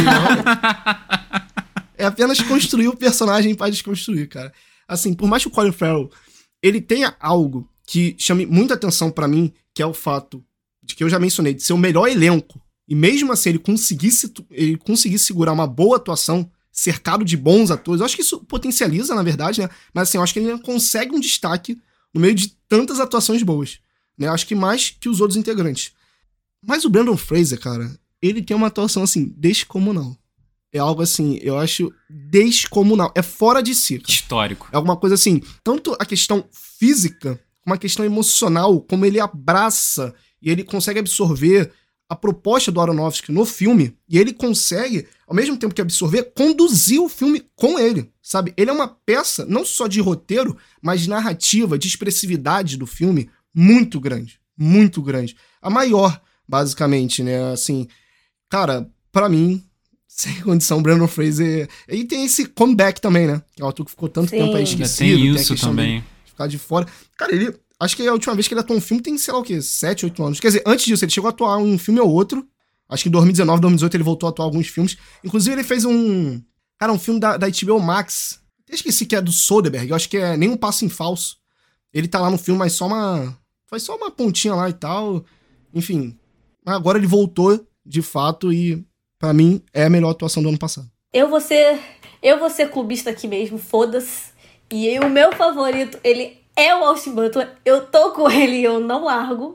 não. É apenas construir o personagem pra desconstruir, cara. Assim, por mais que o Colin Farrell ele tenha algo que chame muita atenção pra mim, que é o fato de que eu já mencionei, de ser o melhor elenco, e mesmo assim ele conseguisse, ele conseguisse segurar uma boa atuação, cercado de bons atores, eu acho que isso potencializa, na verdade, né? Mas assim, eu acho que ele consegue um destaque no meio de tantas atuações boas, né? Eu acho que mais que os outros integrantes. Mas o Brendan Fraser, cara, ele tem uma atuação, assim, descomunal. É algo assim, eu acho descomunal. É fora de si, cara. Histórico. É alguma coisa assim, tanto a questão física, como a questão emocional, como ele abraça e ele consegue absorver a proposta do Aronofsky no filme, e ele consegue, ao mesmo tempo que absorver, conduzir o filme com ele, sabe? Ele é uma peça, não só de roteiro, mas de narrativa, de expressividade do filme, muito grande, muito grande. A maior, basicamente, né? Assim, cara, pra mim, sem condição, Brendan Fraser... E tem esse comeback também, né? Que é o ator que ficou tanto Sim. tempo aí Já esquecido. tem a isso questão também. dele ficar de fora. Cara, ele... Acho que a última vez que ele atuou em um filme tem, sei lá o quê, sete, oito anos. Quer dizer, antes disso, ele chegou a atuar em um filme ou outro. Acho que em dois mil e dezenove, dois mil e dezoito ele voltou a atuar em alguns filmes. Inclusive, ele fez um... Cara, um filme da, da H B O Max. Eu esqueci que é do Soderbergh. Eu acho que é Nem um Passo em Falso. Ele tá lá no filme, mas só uma... Faz só uma pontinha lá e tal. Enfim. Agora ele voltou, de fato, e pra mim é a melhor atuação do ano passado. Eu vou ser, eu vou ser clubista aqui mesmo, foda-se. E o meu favorito, ele é o Austin Butler. Eu tô com ele e eu não largo.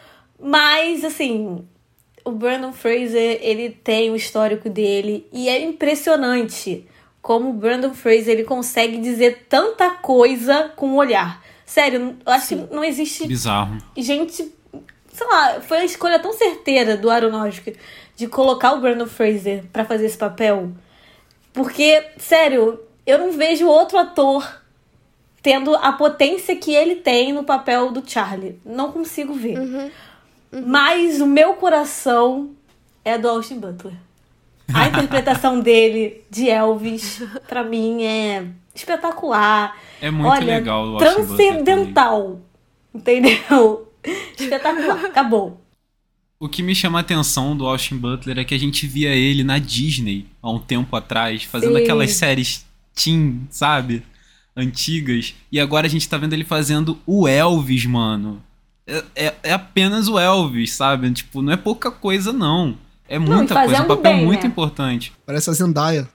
Mas, assim, o Brendan Fraser, ele tem o histórico dele. E é impressionante como o Brandon Fraser ele consegue dizer tanta coisa com o olhar. Sério, eu acho Sim. que não existe... Bizarro. Gente, sei lá, foi a escolha tão certeira do Aronofsky de colocar o Brandon Fraser pra fazer esse papel. Porque, sério, eu não vejo outro ator tendo a potência que ele tem no papel do Charlie. Não consigo ver. Uhum. Uhum. Mas o meu coração é do Austin Butler. A interpretação dele de Elvis, pra mim, é espetacular. É muito Olha, legal o Austin transcendental. Entendeu? Espetacular. Acabou. O que me chama a atenção do Austin Butler é que a gente via ele na Disney há um tempo atrás, fazendo Sim. aquelas séries teen, sabe? Antigas. E agora a gente tá vendo ele fazendo o Elvis, mano. É, é, é apenas o Elvis, sabe? Tipo, não é pouca coisa, não. É muita não, coisa, um papel bem, muito né? importante. Parece a Zendaya.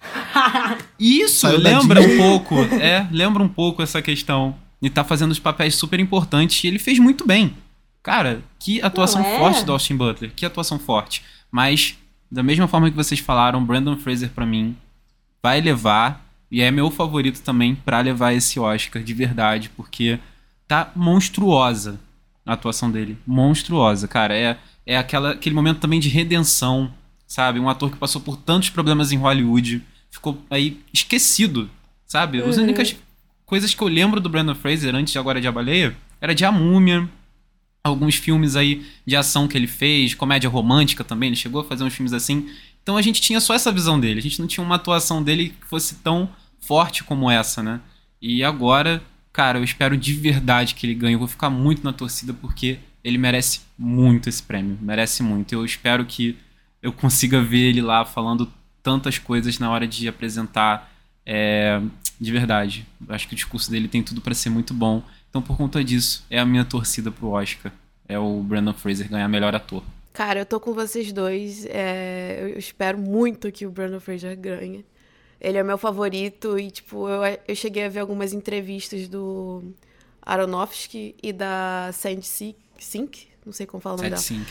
Isso, Saiu da lembra Disney. um pouco. É, lembra um pouco essa questão. Ele tá fazendo os papéis super importantes e ele fez muito bem. Cara, que atuação Não é? forte do Austin Butler. Que atuação forte. Mas, da mesma forma que vocês falaram, Brandon Fraser, pra mim, vai levar. E é meu favorito também pra levar esse Oscar, de verdade. Porque tá monstruosa a atuação dele. Monstruosa, cara. É, é aquela, aquele momento também de redenção, sabe? Um ator que passou por tantos problemas em Hollywood. Ficou aí esquecido, sabe? As Uhum. únicas coisas que eu lembro do Brandon Fraser, antes de Agora de A Baleia, era de A Múmia. Alguns filmes aí de ação que ele fez, comédia romântica também, ele chegou a fazer uns filmes assim. Então a gente tinha só essa visão dele, a gente não tinha uma atuação dele que fosse tão forte como essa, né? E agora, cara, eu espero de verdade que ele ganhe, eu vou ficar muito na torcida porque ele merece muito esse prêmio, merece muito. Eu espero que eu consiga ver ele lá falando tantas coisas na hora de apresentar, é, de verdade. Eu acho que o discurso dele tem tudo pra ser muito bom. Então, por conta disso, é a minha torcida pro Oscar. É o Brandon Fraser ganhar melhor ator. Cara, eu tô com vocês dois. É, eu espero muito que o Brandon Fraser ganhe. Ele é meu favorito e, tipo, eu, eu cheguei a ver algumas entrevistas do Aronofsky e da Sandy Sink, não sei como fala o nome dela. Sim.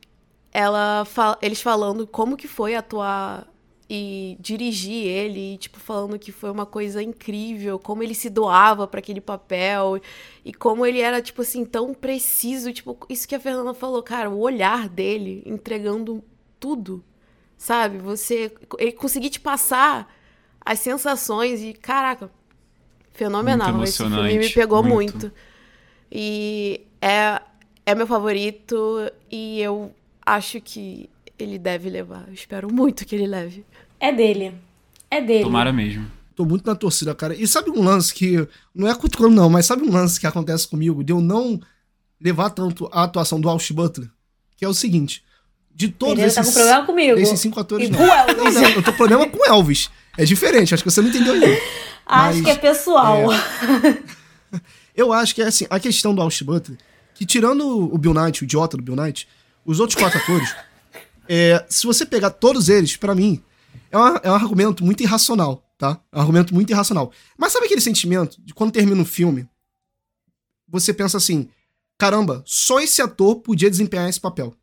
Ela fala, eles falando como que foi atuar e dirigir ele, e, tipo, falando que foi uma coisa incrível, como ele se doava pra aquele papel e como ele era, tipo assim, tão preciso, tipo, isso que a Fernanda falou, cara, o olhar dele entregando tudo, sabe? Você, ele conseguir te passar as sensações e, caraca, fenomenal. Muito Esse filme emocionante, me pegou muito. muito. E é, é meu favorito e eu acho que ele deve levar. Eu espero muito que ele leve. É dele. É dele. Tomara mesmo. Tô muito na torcida, cara. E sabe um lance que... Não é cutucando, não, mas sabe um lance que acontece comigo de eu não levar tanto a atuação do Austin Butler? Que é o seguinte. De todos Ele esses... tá com problema comigo. Esses cinco atores, E não. com o Elvis. Não, não, eu tô com problema com o Elvis. É diferente, acho que você não entendeu ainda. Acho Mas, que é pessoal. é, eu acho que é assim, a questão do Austin Butler, que tirando o Bill Knight, o idiota do Bill Knight, os outros quatro atores, é, se você pegar todos eles, pra mim, é, uma, é um argumento muito irracional, tá? É um argumento muito irracional. Mas sabe aquele sentimento de quando termina um filme, você pensa assim, caramba, só esse ator podia desempenhar esse papel.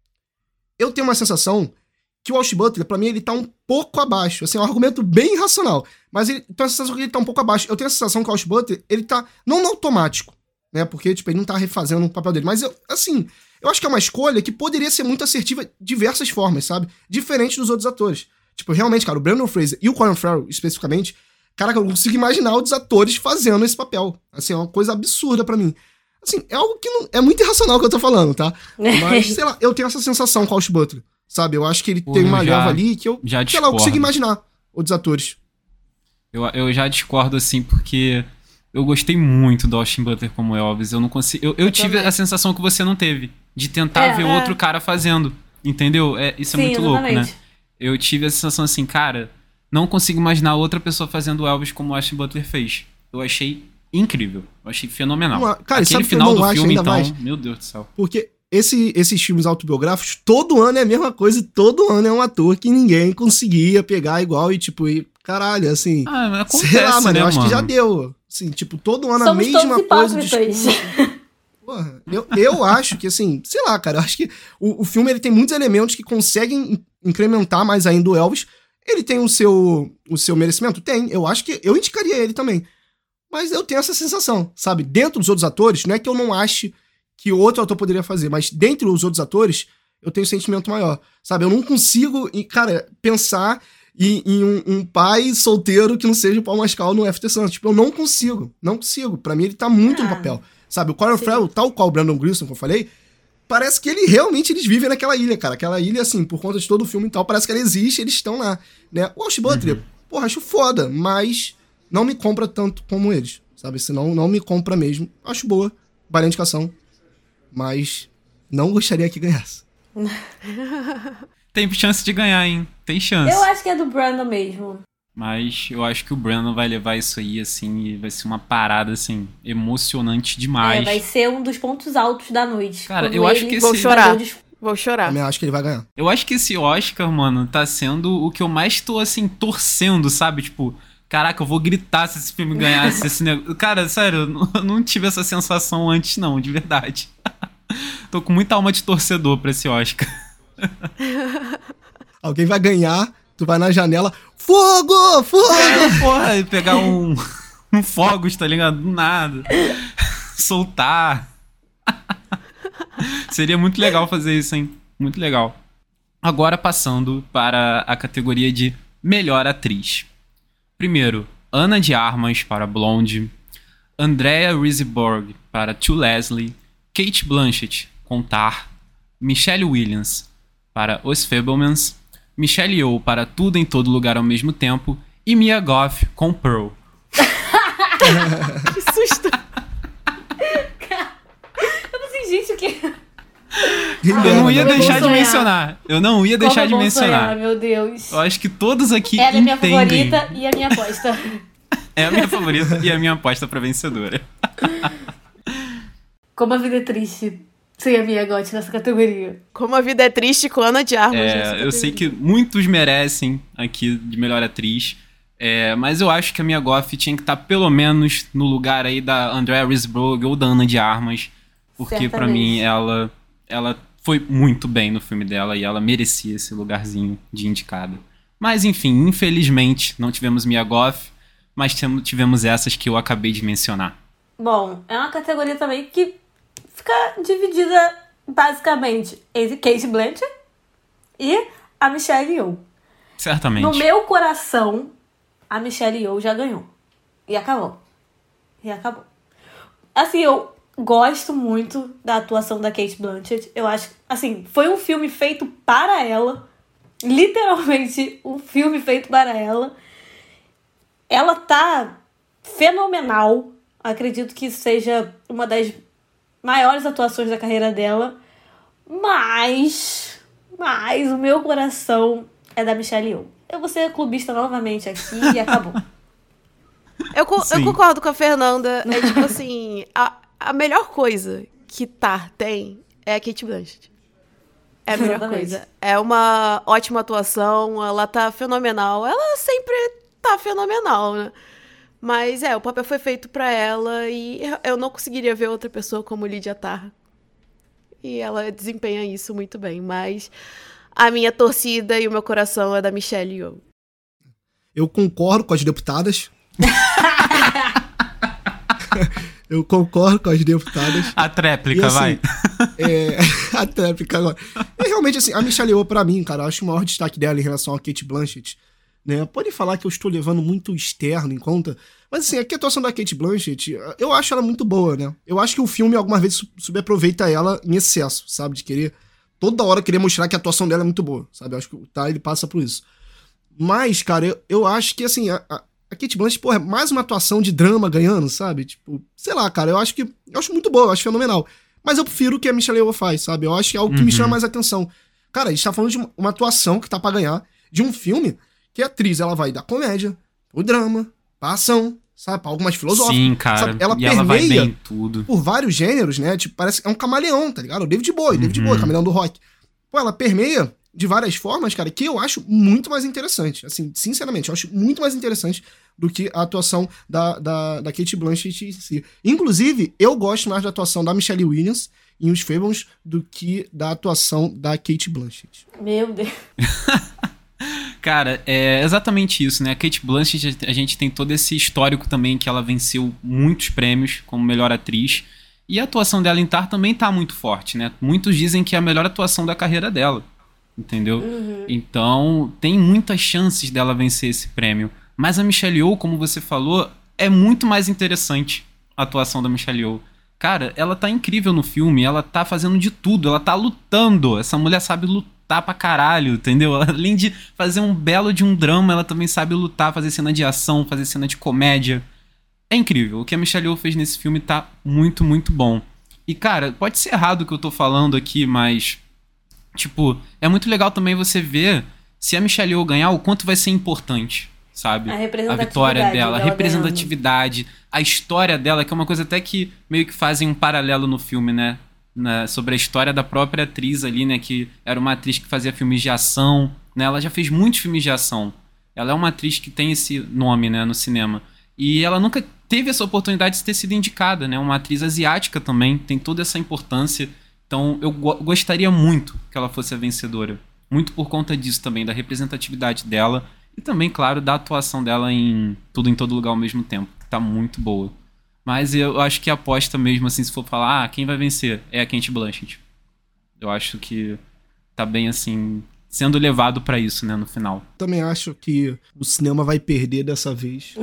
Eu tenho uma sensação que o Austin Butler, pra mim, ele tá um pouco abaixo. Assim, é um argumento bem irracional. Mas ele tem a sensação que ele tá um pouco abaixo. Eu tenho a sensação que o Austin Butler, ele tá, não no automático, né? Porque, tipo, ele não tá refazendo o papel dele. Mas, eu, assim, eu acho que é uma escolha que poderia ser muito assertiva de diversas formas, sabe? Diferente dos outros atores. Tipo, realmente, cara, o Brandon Fraser e o Colin Farrell, especificamente, caraca, eu não consigo imaginar outros atores fazendo esse papel. Assim, é uma coisa absurda pra mim. Assim, é algo que não... É muito irracional o que eu tô falando, tá? Mas, sei lá, eu tenho essa sensação com o Austin Butler, sabe? Eu acho que ele Pô, tem uma já- leva ali que eu, já sei lá, eu consigo discordo. imaginar outros atores. Eu, eu já discordo, assim, porque eu gostei muito do Austin Butler como Elvis. Eu não consigo. Eu, eu tive também. a sensação que você não teve. De tentar É, ver é. outro cara fazendo. Entendeu? É, isso é Sim, muito louco, né? exatamente. Eu tive a sensação assim, cara, não consigo imaginar outra pessoa fazendo o Elvis como o Austin Butler fez. Eu achei incrível. Eu achei fenomenal. Não, cara, Aquele sabe que eu final não do acho filme, ainda então, mais? meu Deus do céu. Porque esse, esses filmes autobiográficos, todo ano é a mesma coisa e todo ano é um ator que ninguém conseguia pegar igual e, tipo, e, caralho, assim... Ah, mas acontece, sei lá, mano, né, eu acho mano? que já deu. Assim, tipo, todo ano a Somos mesma todos coisa. hipócritas. discurso. Porra, eu, eu acho que, assim, sei lá, cara, eu acho que o, o filme ele tem muitos elementos que conseguem in- incrementar mais ainda o Elvis. Ele tem o seu, o seu merecimento? Tem. Eu acho que eu indicaria ele também. Mas eu tenho essa sensação, sabe? Dentro dos outros atores, não é que eu não ache que outro ator poderia fazer, mas dentre os outros atores, eu tenho um sentimento maior, sabe? Eu não consigo, cara, pensar em, em um, um pai solteiro que não seja o Paul Mescal no F T Santos. Tipo, eu não consigo, não consigo. Pra mim, ele tá muito ah, no papel, sabe? O Colin Farrell, tal qual o Brandon Gleeson, que eu falei, parece que ele realmente, eles vivem naquela ilha, cara. Aquela ilha, assim, por conta de todo o filme e tal, parece que ela existe, eles estão lá, né? O Austin Butler, uhum. porra, acho foda, mas não me compra tanto como eles, sabe? Senão, não me compra mesmo. Acho boa, vale a indicação, mas não gostaria que ganhasse. Tem chance de ganhar, hein? Tem chance. Eu acho que é do Brandon mesmo. Mas eu acho que o Brandon vai levar isso aí, assim, e vai ser uma parada, assim, emocionante demais. É, vai ser um dos pontos altos da noite. Cara, eu acho que esse... Vou chorar. Vou chorar. Também acho que ele vai ganhar. Eu acho que esse Oscar, mano, tá sendo o que eu mais tô, assim, torcendo, sabe? Tipo, caraca, eu vou gritar se esse filme ganhasse esse negócio. Cara, sério, eu não, eu não tive essa sensação antes, não, de verdade. Tô com muita alma de torcedor pra esse Oscar. Alguém vai ganhar, tu vai na janela, fogo, fogo! É, porra, e pegar um, um fogos, tá ligado? Do nada. Soltar. Seria muito legal fazer isso, hein? Muito legal. Agora passando para a categoria de melhor atriz. Primeiro, Ana de Armas para Blonde, Andrea Riseborough para To Leslie, Cate Blanchett com Tar, Michelle Williams para Os Fabelmans, Michelle Yeoh para Tudo em Todo Lugar ao Mesmo Tempo e Mia Goth com Pearl. Que susto! Eu não sei, gente, o que... Eu não ia deixar de mencionar. Eu não ia deixar Como de é bom mencionar. Sonhar, meu Deus. Eu acho que todos aqui Ela entendem. É a minha favorita e a minha aposta. É a minha favorita e a minha aposta pra vencedora. Como a vida é triste sem a Mia Goth nessa categoria. Como a vida é triste com Ana de Armas. É, eu sei que muitos merecem aqui de melhor atriz. É, mas eu acho que a Mia Goth tinha que estar pelo menos no lugar aí da Andrea Riseborough ou da Ana de Armas. Porque Certamente. Pra mim ela, ela foi muito bem no filme dela e ela merecia esse lugarzinho de indicada. Mas enfim, infelizmente não tivemos Mia Goth, mas tivemos essas que eu acabei de mencionar. Bom, é uma categoria também que fica dividida basicamente entre Cate Blanchett e a Michelle Yeoh. Certamente. No meu coração, a Michelle Yeoh já ganhou. E acabou. E acabou. Assim, eu gosto muito da atuação da Cate Blanchett. Eu acho, assim, foi um filme feito para ela. Literalmente, um filme feito para ela. Ela tá fenomenal. Acredito que seja uma das maiores atuações da carreira dela. Mas, mas o meu coração é da Michelle Yeoh. Eu vou ser clubista novamente aqui e acabou. Eu, co- eu concordo com a Fernanda. É tipo assim, a, a melhor coisa que Tar tem é a Cate Blanchett. É a melhor Exatamente. coisa. É uma ótima atuação, ela tá fenomenal. Ela sempre tá fenomenal, né? Mas é, o papel foi feito pra ela e eu não conseguiria ver outra pessoa como Lydia Tarr. E ela desempenha isso muito bem, mas a minha torcida e o meu coração é da Michelle Yeoh. Eu concordo com as deputadas. Eu concordo com as deputadas. A tréplica, assim, vai. É, a tréplica agora. E realmente, assim, a Michelle Yeoh, pra mim, cara, eu acho o maior destaque dela em relação a Cate Blanchett, né? Pode falar que eu estou levando muito o externo em conta, mas assim, aqui a atuação da Cate Blanchett, eu acho ela muito boa, né? Eu acho que o filme algumas vezes subaproveita ela em excesso, sabe? De querer, toda hora querer mostrar que a atuação dela é muito boa, sabe? Eu acho que o Ty, ele passa por isso. Mas, cara, eu, eu acho que, assim, a, a, a Cate Blanchett, porra, é mais uma atuação de drama ganhando, sabe? Tipo, sei lá, cara, eu acho que, eu acho muito boa, eu acho fenomenal. Mas eu prefiro o que a Michelle Yeoh faz, sabe? Eu acho que é algo que Uhum. me chama mais atenção. Cara, a gente tá falando de uma, uma atuação que tá pra ganhar, de um filme que a atriz, ela vai da comédia, o drama, pra ação, sabe? Pra algo mais filosófico. Sim, cara. Sabe? Ela e ela vai permeia bem em tudo. por vários gêneros, né? Tipo, parece que é um camaleão, tá ligado? O David Bowie, Uhum. David Bowie, camaleão do rock. Pô, ela permeia de várias formas, cara, que eu acho muito mais interessante. Assim, sinceramente, eu acho muito mais interessante do que a atuação da, da, da Cate Blanchett em si. Inclusive, eu gosto mais da atuação da Michelle Williams em Os Fabelmans do que da atuação da Cate Blanchett. Meu Deus. Cara, é exatamente isso, né? A Cate Blanchett, a gente tem todo esse histórico também que ela venceu muitos prêmios como melhor atriz. E a atuação dela em Tar também tá muito forte, né? Muitos dizem que é a melhor atuação da carreira dela, entendeu? Uhum. Então, tem muitas chances dela vencer esse prêmio. Mas a Michelle Yeoh, como você falou, é muito mais interessante a atuação da Michelle Yeoh. Cara, ela tá incrível no filme, ela tá fazendo de tudo, ela tá lutando. Essa mulher sabe lutar pra caralho, entendeu? Além de fazer um belo de um drama, ela também sabe lutar, fazer cena de ação, fazer cena de comédia. É incrível. O que a Michelle Yeoh fez nesse filme tá muito, muito bom. E, cara, pode ser errado o que eu tô falando aqui, mas... Tipo, é muito legal também você ver se a Michelle Yeoh ganhar, o quanto vai ser importante, sabe? A representatividade A vitória dela, a dela representatividade, ganhando. A história dela, que é uma coisa até que meio que fazem um paralelo no filme, né? Na, sobre a história da própria atriz ali, né? Que era uma atriz que fazia filmes de ação, né? Ela já fez muitos filmes de ação. Ela é uma atriz que tem esse nome, né? No cinema. E ela nunca teve essa oportunidade de ter sido indicada, né? Uma atriz asiática também, tem toda essa importância. Então eu go- gostaria muito que ela fosse a vencedora. Muito por conta disso também, da representatividade dela. E também, claro, da atuação dela em Tudo em Todo Lugar ao mesmo tempo. Que tá muito boa. Mas eu acho que a aposta mesmo, assim, se for falar, ah, quem vai vencer? É a Cate Blanchett. Eu acho que tá bem, assim, sendo levado pra isso, né, no final. Também acho que o cinema vai perder dessa vez.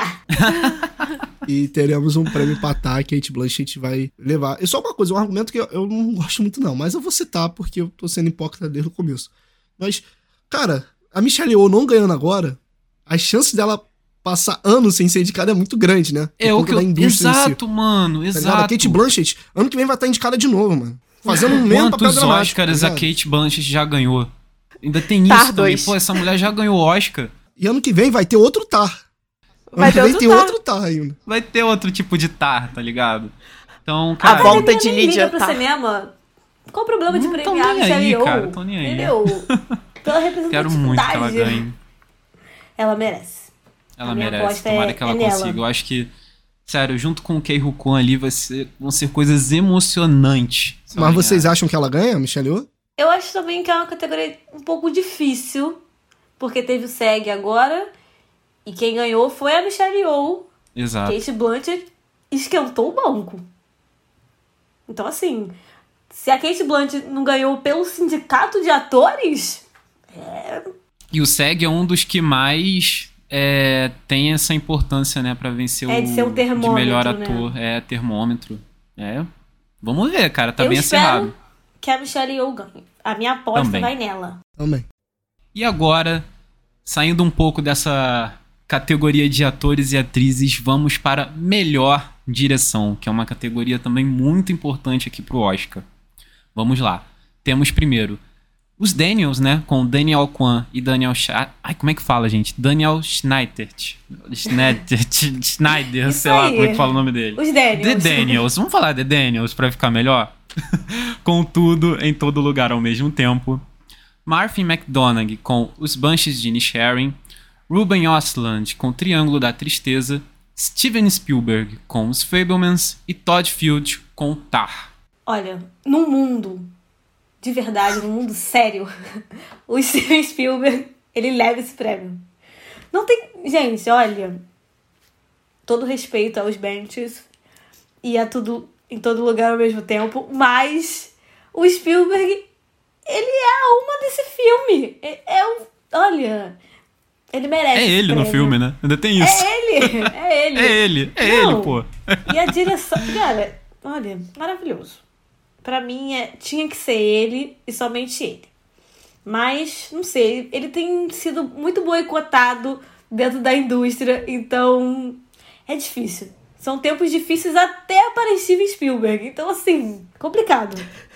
E teremos um prêmio pra Tar, que a Cate Blanchett vai levar. E só uma coisa, um argumento que eu, eu não gosto muito não, mas eu vou citar porque eu tô sendo hipócrita desde o começo. Mas, cara, a Michelle Yeoh não ganhando agora, as chances dela passar anos sem ser indicada é muito grande, né? É o que eu... Exato, si. mano, tá exato. A Cate Blanchett, ano que vem vai estar indicada de novo, mano. Fazendo um mesmo papel dramático. Quantos Oscars tá a Cate Blanchett já ganhou? Ainda tem isso Tar também. dois. Pô, essa mulher já ganhou Oscar. E ano que vem vai ter outro Tar. Vai ano que ter vem outro tem Tar. outro Tar ainda. Vai ter outro tipo de Tar, tá ligado? Então, cara... A volta Mas de nem liga Lídia pro Tar. cinema. Qual o problema de Não tô premiar a nem Michelle aí, Yeoh? cara, tô nem aí. Entendeu? Pela representatividade. Quero muito que ela ganhe. Ela merece. Ela A minha merece, aposta tomara é- que ela é nela. consiga. Eu acho que, sério, junto com o Kei Rukwon ali, vai ser, vão ser coisas emocionantes. se ela Mas ganhar. vocês acham que ela ganha, Michelle Yeoh? Eu acho também que é uma categoria um pouco difícil, porque teve o S E G agora, e quem ganhou foi a Michelle Yeoh. Exato. Cate Blanchett esquentou o banco. Então, assim, se a Cate Blanchett não ganhou pelo sindicato de atores, é... E o S E G é um dos que mais é, tem essa importância, né, pra vencer É, o de ser um termômetro, de melhor né? ator. É, termômetro. É. Vamos ver, cara, tá eu bem espero acirrado. que a Michelle Yeoh ganhe. A minha aposta Também. vai nela. Também. E agora, saindo um pouco dessa categoria de atores e atrizes, vamos para melhor direção, que é uma categoria também muito importante aqui pro Oscar. Vamos lá. Temos primeiro os Daniels, né? Com Daniel Kwan e Daniel Sha... Ai, como é que fala, gente? Daniel Schneider. Schneider, Schneider Isso sei lá aí. como é que fala o nome dele. Os Daniels. The Daniels. Vamos falar The Daniels pra ficar melhor? Com Tudo em Todo Lugar ao mesmo tempo. Martin McDonagh com Os Banshees de Inisherin. Ruben Östlund com Triângulo da Tristeza. Steven Spielberg com Os Fabelmans. E Todd Field com Tar. Olha, no mundo, de verdade, no mundo sério, o Steven Spielberg, ele leva esse prêmio. Não tem... Gente, olha, todo respeito aos Banshees e a Tudo em Todo Lugar ao mesmo tempo, mas o Spielberg, ele é a alma desse filme. É, é o... Olha, ele merece É esse ele no prêmio. filme, né? Ainda tem isso. É ele, é ele. É ele, é Não, ele, pô. E a direção, cara, olha, maravilhoso. Pra mim, é, tinha que ser ele e somente ele. Mas, não sei, ele tem sido muito boicotado dentro da indústria, então é difícil. São tempos difíceis até para Steven Spielberg. Então, assim, complicado.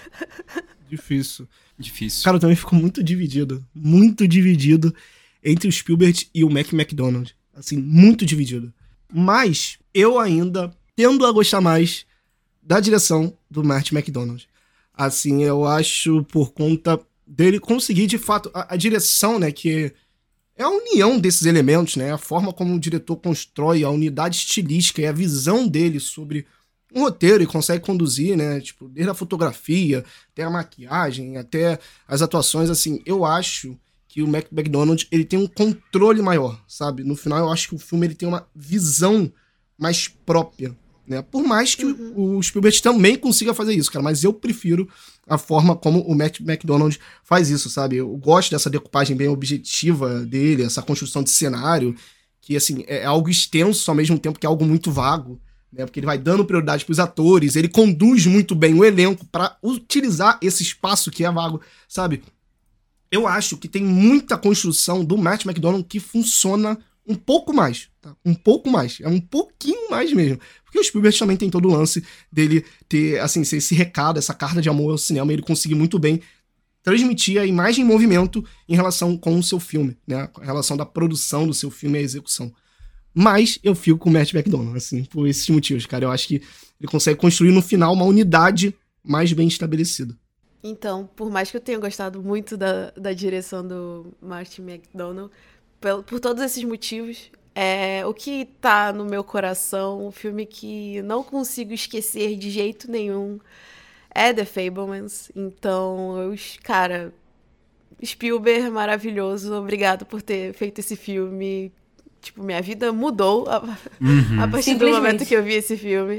Difícil. Difícil. Cara, eu também fico muito dividido. Muito dividido entre o Spielberg e o Mac McDonald. Assim, muito dividido. Mas eu ainda tendo a gostar mais da direção do Martin McDonald. Assim, eu acho por conta dele conseguir, de fato, a, a direção, né, que é a união desses elementos, né, a forma como o diretor constrói a unidade estilística e a visão dele sobre um roteiro e consegue conduzir, né, tipo, desde a fotografia até a maquiagem, até as atuações, assim, eu acho que o Matt McDonald, ele tem um controle maior, sabe? No final, eu acho que o filme ele tem uma visão mais própria, né? Por mais que uhum. o, o Spielberg também consiga fazer isso, cara, mas eu prefiro a forma como o Matt McDonald faz isso, sabe? Eu gosto dessa decupagem bem objetiva dele, essa construção de cenário, que, assim, é algo extenso ao mesmo tempo que é algo muito vago, né? Porque ele vai dando prioridade pros atores, ele conduz muito bem o elenco pra utilizar esse espaço que é vago, sabe? Eu acho que tem muita construção do Matt McDonald que funciona um pouco mais, tá? Um pouco mais. É um pouquinho mais mesmo. Porque o Spielberg também tem todo o lance dele ter, assim, esse recado, essa carta de amor ao cinema, e ele conseguir muito bem transmitir a imagem em movimento em relação com o seu filme, né? A relação da produção do seu filme e a execução. Mas eu fico com o Matt McDonald, assim, por esses motivos, cara. Eu acho que ele consegue construir no final uma unidade mais bem estabelecida. Então, por mais que eu tenha gostado muito da, da direção do Martin McDonagh, por, por todos esses motivos, é, o que tá no meu coração, um filme que não consigo esquecer de jeito nenhum, é The Fabelmans. Então, eu, cara, Spielberg, maravilhoso, obrigado por ter feito esse filme. Tipo, minha vida mudou a, uhum. a partir do momento que eu vi esse filme.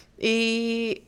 E,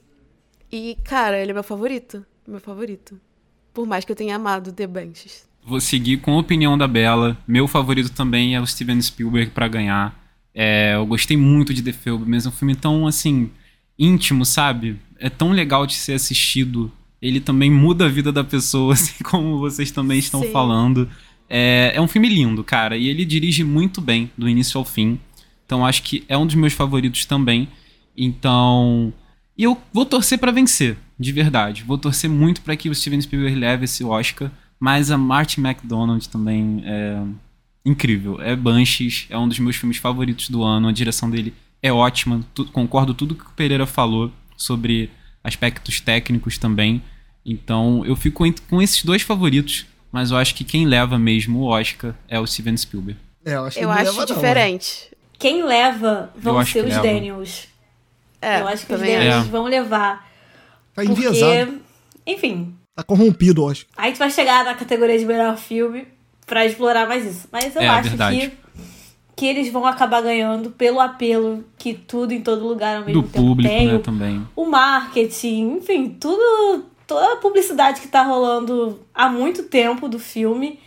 e, cara, ele é meu favorito. Meu favorito. Por mais que eu tenha amado The Banshees. Vou seguir com a opinião da Bela. Meu favorito também é o Steven Spielberg pra ganhar. É, eu gostei muito de The Fabelmans. É um filme tão, assim, íntimo, sabe? É tão legal de ser assistido. Ele também muda a vida da pessoa, assim como vocês também estão Sim. falando. É, é um filme lindo, cara. E ele dirige muito bem, do início ao fim. Então acho que é um dos meus favoritos também. Então... E eu vou torcer pra vencer, de verdade. Vou torcer muito pra que o Steven Spielberg leve esse Oscar. Mas a Martin McDonald também é incrível. É Banshees, é um dos meus filmes favoritos do ano. A direção dele é ótima. Tu, concordo tudo que o Pereira falou sobre aspectos técnicos também. Então eu fico com esses dois favoritos. Mas eu acho que quem leva mesmo o Oscar é o Steven Spielberg. É, eu acho, eu acho diferente. Não, né? Quem leva vão ser os leva. Daniels. É, eu acho que os também Daniels é. vão levar. Tá enviesado. Porque, enfim. Tá corrompido, eu acho. A gente vai chegar na categoria de melhor filme pra explorar mais isso. Mas eu é, acho verdade. que, que eles vão acabar ganhando pelo apelo que tudo em todo lugar ao mesmo Do tempo público, tem. né, também. O marketing, enfim, tudo... Toda a publicidade que tá rolando há muito tempo do filme.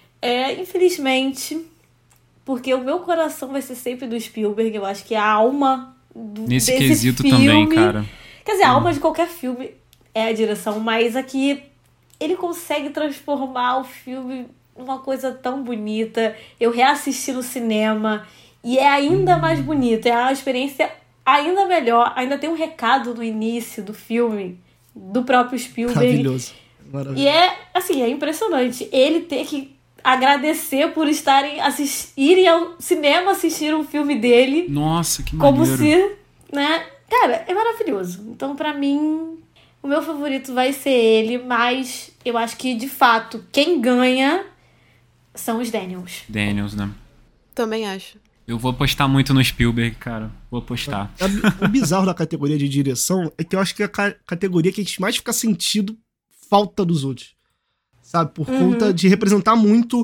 É, infelizmente, porque o meu coração vai ser sempre do Spielberg. Eu acho que a alma do, Nesse desse quesito filme, também, cara. Quer dizer, a hum. alma de qualquer filme é a direção, mas aqui ele consegue transformar o filme numa coisa tão bonita. Eu reassisti no cinema e é ainda mais bonito. É uma experiência ainda melhor. Ainda tem um recado no início do filme do próprio Spielberg. Maravilhoso. Maravilhoso. E é, assim, é impressionante. Ele ter que agradecer por estarem assist... irem ao cinema assistir um filme dele. Nossa, que como maneiro. se, né? Cara, é maravilhoso. Então, pra mim, o meu favorito vai ser ele, mas eu acho que, de fato, quem ganha são os Daniels. Daniels, né? Também acho. Eu vou apostar muito no Spielberg, cara. Vou apostar. O bizarro da categoria de direção é que eu acho que é a ca- categoria que a gente mais fica sentindo falta dos outros. Sabe? Por Uhum. conta de representar muito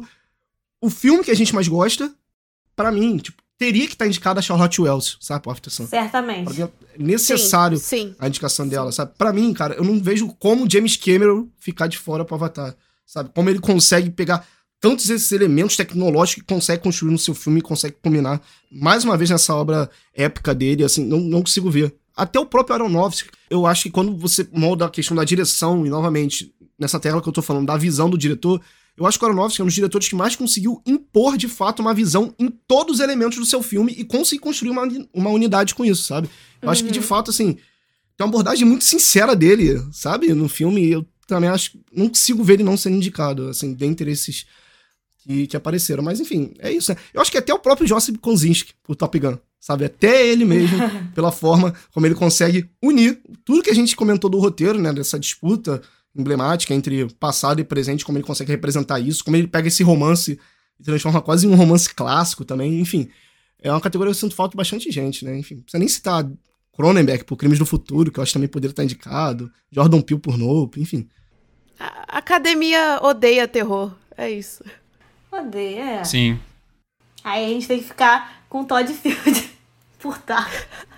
o filme que a gente mais gosta. Pra mim, tipo, teria que estar indicada a Charlotte Wells, sabe? Por After Sun. Certamente. Pra mim é necessário Sim, sim. a indicação dela, sabe? Pra mim, cara, eu não vejo como o James Cameron ficar de fora pro Avatar, sabe? Como ele consegue pegar tantos esses elementos tecnológicos que consegue construir no seu filme e consegue combinar, mais uma vez, nessa obra épica dele, assim, não, não consigo ver. Até o próprio Aronofsky, eu acho que quando você molda a questão da direção, e novamente, nessa tela que eu tô falando, da visão do diretor, eu acho que o Aronofsky é um dos diretores que mais conseguiu impor, de fato, uma visão em todos os elementos do seu filme e conseguir construir uma, uma unidade com isso, sabe? Eu uhum. acho que, de fato, assim, tem uma abordagem muito sincera dele, sabe? No filme, eu também acho que não consigo ver ele não sendo indicado, assim, dentre esses que, que apareceram. Mas, enfim, é isso, né? Eu acho que até o próprio Joseph Kosinski, por Top Gun, sabe? Até ele mesmo, pela forma como ele consegue unir tudo que a gente comentou do roteiro, né? Dessa disputa emblemática entre passado e presente, como ele consegue representar isso, como ele pega esse romance e transforma quase em um romance clássico também, enfim. É uma categoria que eu sinto falta de bastante gente, né? Enfim, não precisa nem citar Cronenberg por Crimes do Futuro, que eu acho que também poderia estar indicado, Jordan Peele por Nope, enfim. A academia odeia terror, é isso. Odeio, é. Sim. Aí a gente tem que ficar com Todd Field por tá.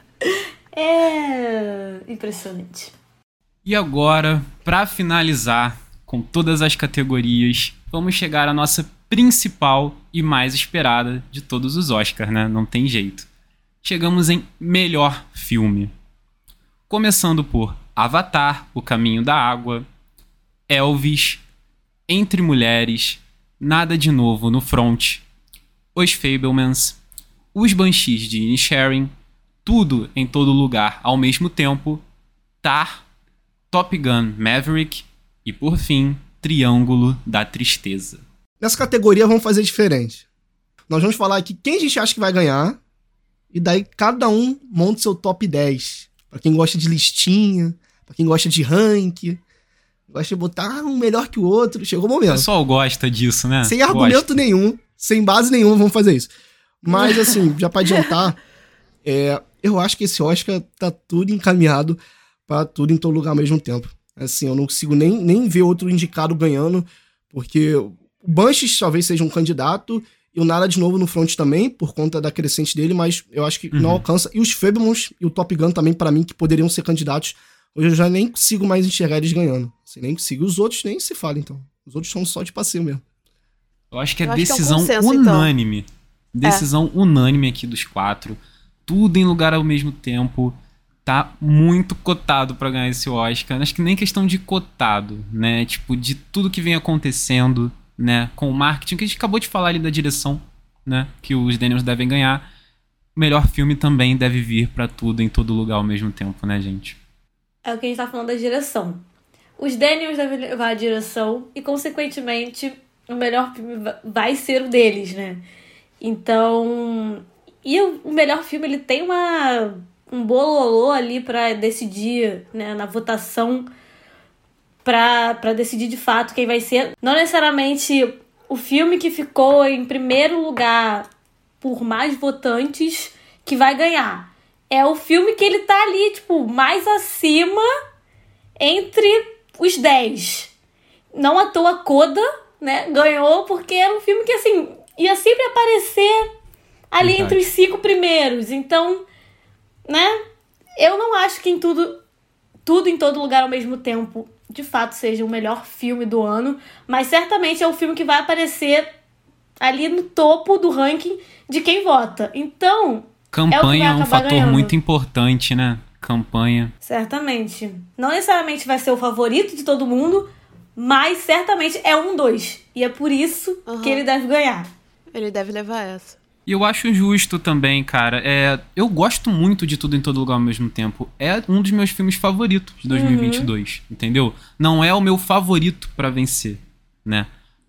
É impressionante. E agora, pra finalizar com todas as categorias, vamos chegar à nossa principal e mais esperada de todos os Oscars, né? Não tem jeito. Chegamos em melhor filme. Começando por Avatar, O Caminho da Água, Elvis, Entre Mulheres, Nada de Novo no Front, Os Fabelmans, Os Banshees de Inisherin, Tudo em Todo Lugar ao Mesmo Tempo, Tar, Top Gun Maverick e, por fim, Triângulo da Tristeza. Nessa categoria vamos fazer diferente. Nós vamos falar aqui quem a gente acha que vai ganhar e daí cada um monta seu top dez. Pra quem gosta de listinha, pra quem gosta de ranking, gosta de botar um melhor que o outro. Chegou o momento. O pessoal gosta disso, né? Sem argumento gosta. nenhum, sem base nenhuma, vamos fazer isso. Mas assim, já pra adiantar, é, eu acho que esse Oscar tá tudo encaminhado pra tudo em todo lugar ao mesmo tempo. Assim, eu não consigo nem, nem ver outro indicado ganhando, porque o Banshees talvez seja um candidato, e o Nada de Novo no Front também, por conta da crescente dele, mas eu acho que uhum. não alcança. E os Fabelmans e o Top Gun também, pra mim, que poderiam ser candidatos, hoje eu já nem consigo mais enxergar eles ganhando. Assim, nem consigo. Os outros nem se falam, então. Os outros são só de passeio mesmo. Eu acho que é eu decisão acho que é um consenso, unânime. Então. Decisão é. unânime aqui dos quatro. Tudo em lugar ao mesmo tempo. Tá muito cotado pra ganhar esse Oscar. Acho que nem questão de cotado, né? Tipo, de tudo que vem acontecendo, né? Com o marketing, que a gente acabou de falar ali da direção, né? Que os Daniels devem ganhar. O melhor filme também deve vir pra tudo em todo lugar ao mesmo tempo, né, gente? É o que a gente tá falando da direção. Os Daniels devem levar a direção e, consequentemente, o melhor filme vai ser o deles, né? Então... E o melhor filme, ele tem uma... um bololô ali pra decidir, né, na votação, pra, pra decidir de fato quem vai ser. Não necessariamente o filme que ficou em primeiro lugar por mais votantes que vai ganhar. É o filme que ele tá ali, tipo, mais acima entre os dez. Não à toa Coda, né, ganhou porque era um filme que, assim, ia sempre aparecer ali Verdade. Entre os cinco primeiros. Então... né? Eu não acho que em tudo, tudo em todo lugar ao mesmo tempo, de fato, seja o melhor filme do ano, mas certamente é o filme que vai aparecer ali no topo do ranking de quem vota. Então, campanha é, é um fator ganhando. muito importante, né? Campanha. Certamente. Não necessariamente vai ser o favorito de todo mundo, mas certamente é um dois. E é por isso uhum. que ele deve ganhar. Ele deve levar essa. E eu acho justo também, cara. É, eu gosto muito de Tudo em Todo Lugar ao Mesmo Tempo. É um dos meus filmes favoritos de dois mil e vinte e dois, uhum. entendeu? Não é o meu favorito pra vencer, né?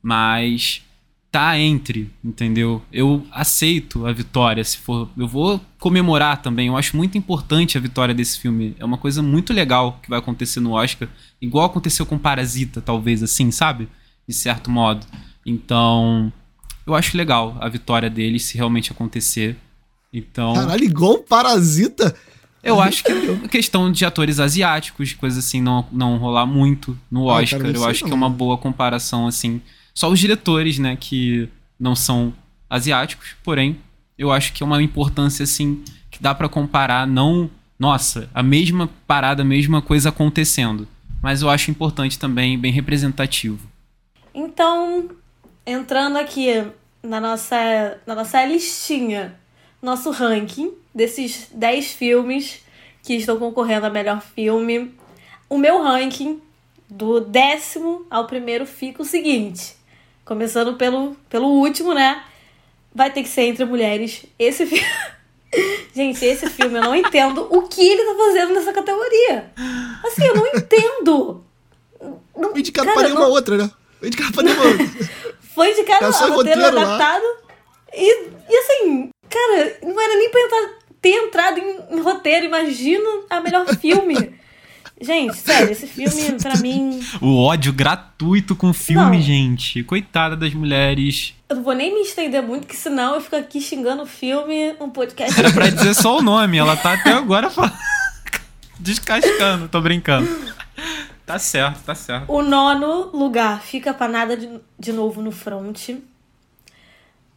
Mas tá entre, entendeu? Eu aceito a vitória, se for... Eu vou comemorar também. Eu acho muito importante a vitória desse filme. É uma coisa muito legal que vai acontecer no Oscar. Igual aconteceu com Parasita, talvez, assim, sabe? De certo modo. Então... eu acho legal a vitória deles, se realmente acontecer. Então... caralho, igual o Parasita? Eu acho que é questão de atores asiáticos, coisas assim, não, não rolar muito no Oscar. Ah, cara, eu acho não. que é uma boa comparação, assim. Só os diretores, né, que não são asiáticos, porém, eu acho que é uma importância, assim, que dá pra comparar, não... nossa, a mesma parada, a mesma coisa acontecendo. Mas eu acho importante também, bem representativo. Então... entrando aqui na nossa, na nossa listinha, nosso ranking desses dez filmes que estão concorrendo a melhor filme, o meu ranking do décimo ao primeiro fica o seguinte, começando pelo, pelo último, né? Vai ter que ser Entre Mulheres. Esse filme... gente, esse filme eu não entendo o que ele tá fazendo nessa categoria. Assim, eu não entendo. Não, indicado para nenhuma não... outra, né? Indicado para nenhuma outra. Foi indicado a roteiro, roteiro adaptado. E, e assim, cara, não era nem pra entrar, ter entrado em, em roteiro. Imagina a melhor filme. Gente, sério, esse filme, pra mim... o ódio gratuito com filme, não. gente. Coitada das mulheres. Eu não vou nem me estender muito, que senão eu fico aqui xingando o filme, um podcast... era pra dizer só o nome, ela tá até agora falando... descascando, tô brincando. Tá certo, tá certo. O nono lugar fica pra Nada de, de Novo no Front.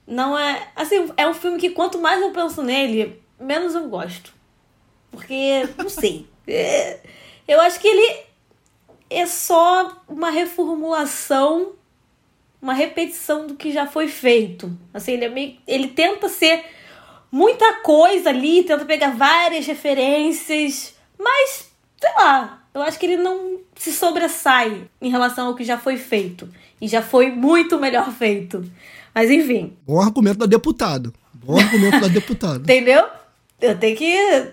não é... Assim, é um filme que quanto mais eu penso nele, menos eu gosto. Porque, não sei. É, eu acho que ele é só uma reformulação, uma repetição do que já foi feito. Assim, ele, é meio, ele tenta ser muita coisa ali, tenta pegar várias referências, mas, sei lá, eu acho que ele não se sobressai em relação ao que já foi feito. E já foi muito melhor feito. Mas, enfim. Bom argumento da deputada. Bom argumento da deputada. Entendeu? Eu tenho que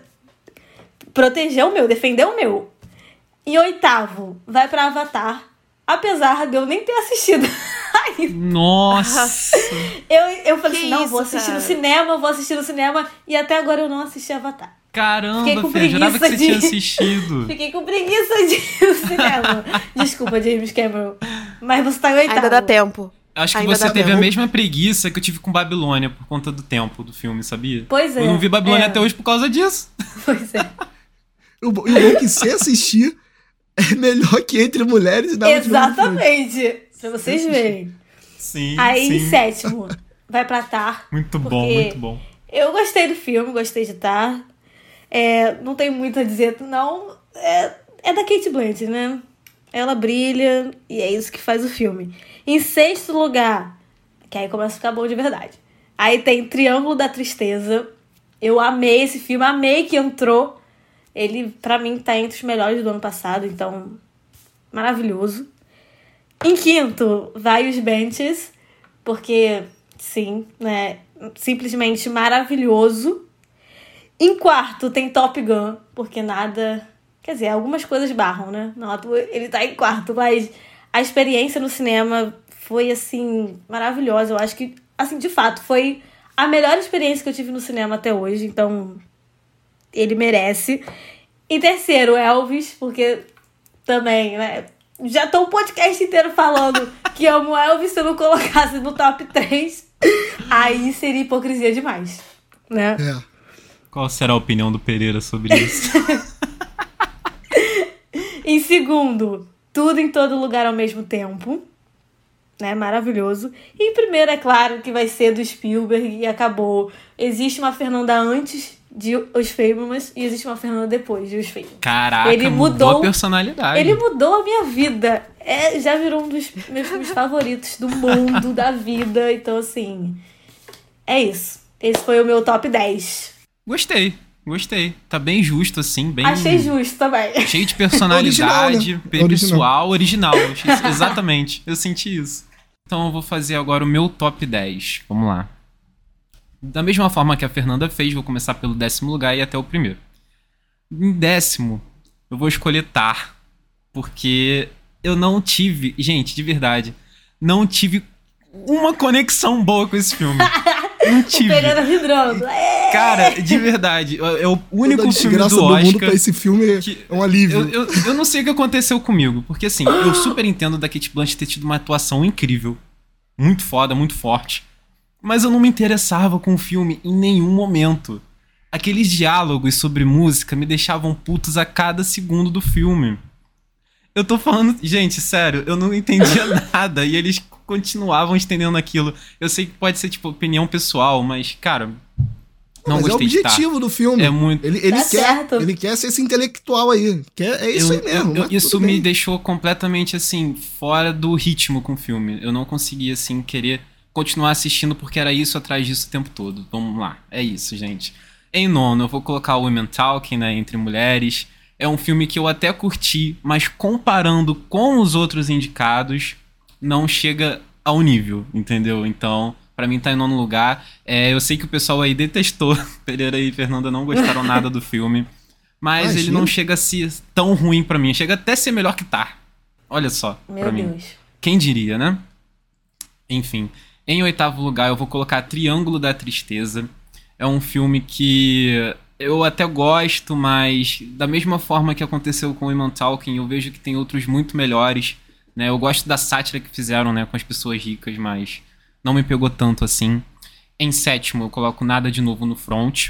proteger o meu, defender o meu. Em oitavo, vai pra Avatar. Apesar de eu nem ter assistido ainda. Nossa! Eu, eu falei Que assim, não, isso, vou assistir cara? no cinema, vou assistir no cinema. E até agora eu não assisti Avatar. Caramba, Fiquei com Fê, eu jurava que você preguiça tinha de- assistido. Fiquei com preguiça de ir no cinema. Desculpa, James Cameron. Mas você tá em oitavo. Ainda dá tempo. Acho que Ainda você dá teve tempo. a mesma preguiça que eu tive com Babilônia por conta do tempo do filme, sabia? Pois é. Eu não vi Babilônia é. até hoje por causa disso. Pois é. O bo- E o bom é que se assistir é melhor que Entre Mulheres e Nada de Novo no Front. Exatamente. Pra vocês verem. Sim, Aí, em sim. sétimo, vai pra Tar. Muito bom, porque muito bom. Eu gostei do filme, gostei de Tar. É, não tem muito a dizer, não. É, é da Cate Blanchett, né? Ela brilha e é isso que faz o filme. Em sexto lugar, que aí começa a ficar bom de verdade. Aí tem Triângulo da Tristeza. Eu amei esse filme, amei que entrou. Ele, pra mim, tá entre os melhores do ano passado, então, maravilhoso. Em quinto, vai Os Benches, porque, sim, né, simplesmente maravilhoso. Em quarto, tem Top Gun, porque nada... Quer dizer, algumas coisas barram, né? Não, ele tá em quarto, mas a experiência no cinema foi, assim, maravilhosa. Eu acho que, assim, de fato, foi a melhor experiência que eu tive no cinema até hoje, então ele merece. Em terceiro, Elvis, porque também, né? Já tô um podcast inteiro falando que amo Elvis, se eu não colocasse no top três, aí seria hipocrisia demais, né? É. Qual será a opinião do Pereira sobre isso? Em segundo, Tudo em Todo Lugar ao Mesmo Tempo, né? Maravilhoso. E em primeiro, é claro, que vai ser do Spielberg e acabou. Existe uma Fernanda antes de Os Fabelmans e existe uma Fernanda depois de Os Fabelmans. Caraca, Ele mudou, mudou- a personalidade. Ele mudou a minha vida. É, já virou um dos meus filmes favoritos do mundo, da vida. Então, assim, é isso. Esse foi o meu top dez. Gostei, gostei. Tá bem justo, assim, bem... Achei justo também. Cheio de personalidade, Original, né? pessoal, original. Achei- Exatamente, eu senti isso. Então eu vou fazer agora o meu top dez. Vamos lá. Da mesma forma que a Fernanda fez, vou começar pelo décimo lugar e ir até o primeiro. Em décimo, eu vou escolher Tar. Porque eu não tive... Gente, de verdade, não tive uma conexão boa com esse filme. Não tive. Pegando vibrando. É. Cara, de verdade, é o único Toda filme desgraça do do mundo Oscar... pra esse filme que- é um alívio. Eu, eu, eu não sei o que aconteceu comigo, porque assim, eu super entendo da Cate Blanchett ter tido uma atuação incrível, muito foda, muito forte, mas eu não me interessava com o filme em nenhum momento. Aqueles diálogos sobre música me deixavam putos a cada segundo do filme. Eu tô falando... Gente, sério, eu não entendia nada e eles continuavam estendendo aquilo. Eu sei que pode ser, tipo, opinião pessoal, mas, cara... Não Mas é o gostei de Tar. objetivo do filme. É muito... Ele, ele Tá quer, certo. ele quer ser esse intelectual aí. Quer, é isso Eu- aí mesmo. eu- mas isso tudo me bem. deixou completamente, assim, fora do ritmo com o filme. Eu não conseguia, assim, querer continuar assistindo porque era isso atrás disso o tempo todo. Vamos lá, é isso, gente. Em nono, eu vou colocar o Women Talking, né, Entre Mulheres. É um filme que eu até curti, mas comparando com os outros indicados, não chega ao nível, entendeu? Então... Pra mim tá em nono lugar. É, eu sei que o pessoal aí detestou. Pereira e Fernanda não gostaram nada do filme. Mas Imagina. ele não chega a ser tão ruim pra mim. Chega até a ser melhor que Tar. Olha só, Meu pra mim. Deus. Quem diria, né? Enfim. Em oitavo lugar eu vou colocar Triângulo da Tristeza. É um filme que eu até gosto, mas da mesma forma que aconteceu com o Women Talking, eu vejo que tem outros muito melhores. Né? Eu gosto da sátira que fizeram, né, com as pessoas ricas, mas... não me pegou tanto assim. Em sétimo, eu coloco Nada de Novo no Front.